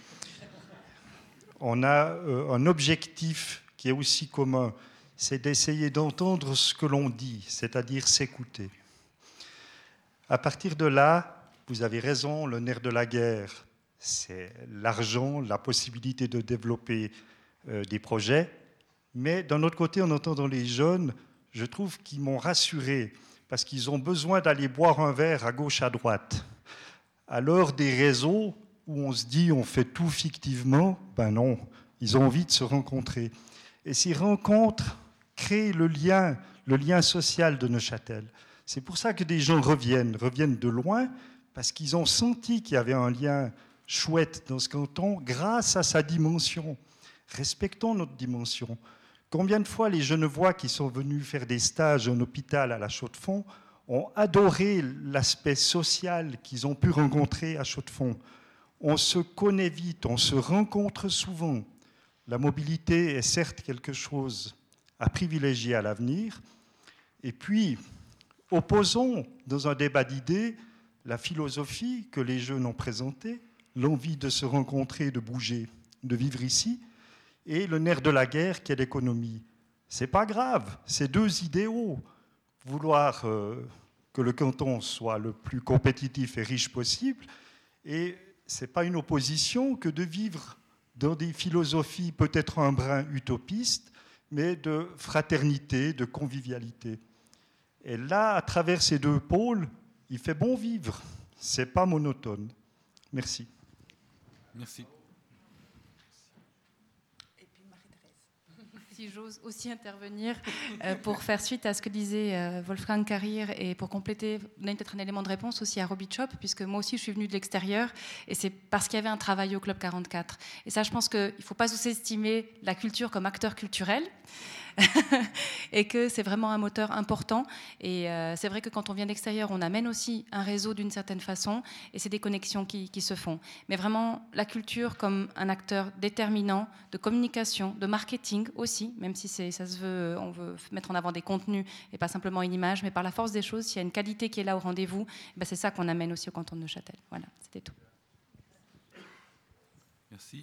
On a euh, un objectif qui est aussi commun, c'est d'essayer d'entendre ce que l'on dit, c'est-à-dire s'écouter. À partir de là, vous avez raison, le nerf de la guerre, c'est l'argent, la possibilité de développer euh, des projets. Mais d'un autre côté, en entendant les jeunes, je trouve qu'ils m'ont rassuré parce qu'ils ont besoin d'aller boire un verre à gauche, à droite. À l'heure des réseaux où on se dit on fait tout fictivement, ben non, ils ont envie de se rencontrer. Et ces rencontres créent le lien, le lien social de Neuchâtel. C'est pour ça que des gens reviennent, reviennent de loin, parce qu'ils ont senti qu'il y avait un lien chouette dans ce canton grâce à sa dimension. Respectons notre dimension. Combien de fois les Genevois qui sont venus faire des stages en hôpital à la Chaux-de-Fonds ont adoré l'aspect social qu'ils ont pu rencontrer à Chaux-de-Fonds. On se connaît vite, on se rencontre souvent. La mobilité est certes quelque chose à privilégier à l'avenir. Et puis, opposons dans un débat d'idées la philosophie que les jeunes ont présentée, l'envie de se rencontrer, de bouger, de vivre ici, et le nerf de la guerre qu'est l'économie. Ce n'est pas grave, c'est deux idéaux. Vouloir euh, que le canton soit le plus compétitif et riche possible, et ce n'est pas une opposition que de vivre dans des philosophies peut-être un brin utopistes, mais de fraternité, de convivialité. Et là, à travers ces deux pôles, il fait bon vivre. Ce n'est pas monotone. Merci. Merci. Si j'ose aussi intervenir euh, pour faire suite à ce que disait euh, Wolfgang Carrier et pour compléter, donner peut-être un élément de réponse aussi à Robbie Chop, puisque moi aussi je suis venue de l'extérieur et c'est parce qu'il y avait un travail au Club quarante-quatre. Et ça, je pense qu'il ne faut pas sous-estimer la culture comme acteur culturel et que c'est vraiment un moteur important. Et euh, c'est vrai que quand on vient d'extérieur, on amène aussi un réseau d'une certaine façon et c'est des connexions qui, qui se font. Mais vraiment, la culture comme un acteur déterminant de communication, de marketing aussi, même si c'est, ça se veut, on veut mettre en avant des contenus et pas simplement une image, mais par la force des choses, s'il y a une qualité qui est là au rendez-vous, ben c'est ça qu'on amène aussi au canton de Neuchâtel. Voilà, c'était tout. Merci.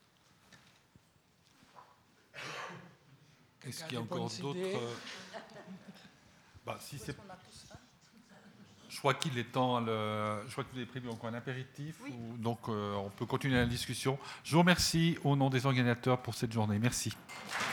Est-ce qu'il y a encore d'autres euh... bah, si c'est... Je crois qu'il est temps. Le... Je crois que vous avez prévu encore un apéritif, oui. ou... donc euh, on peut continuer la discussion. Je vous remercie au nom des organisateurs pour cette journée. Merci.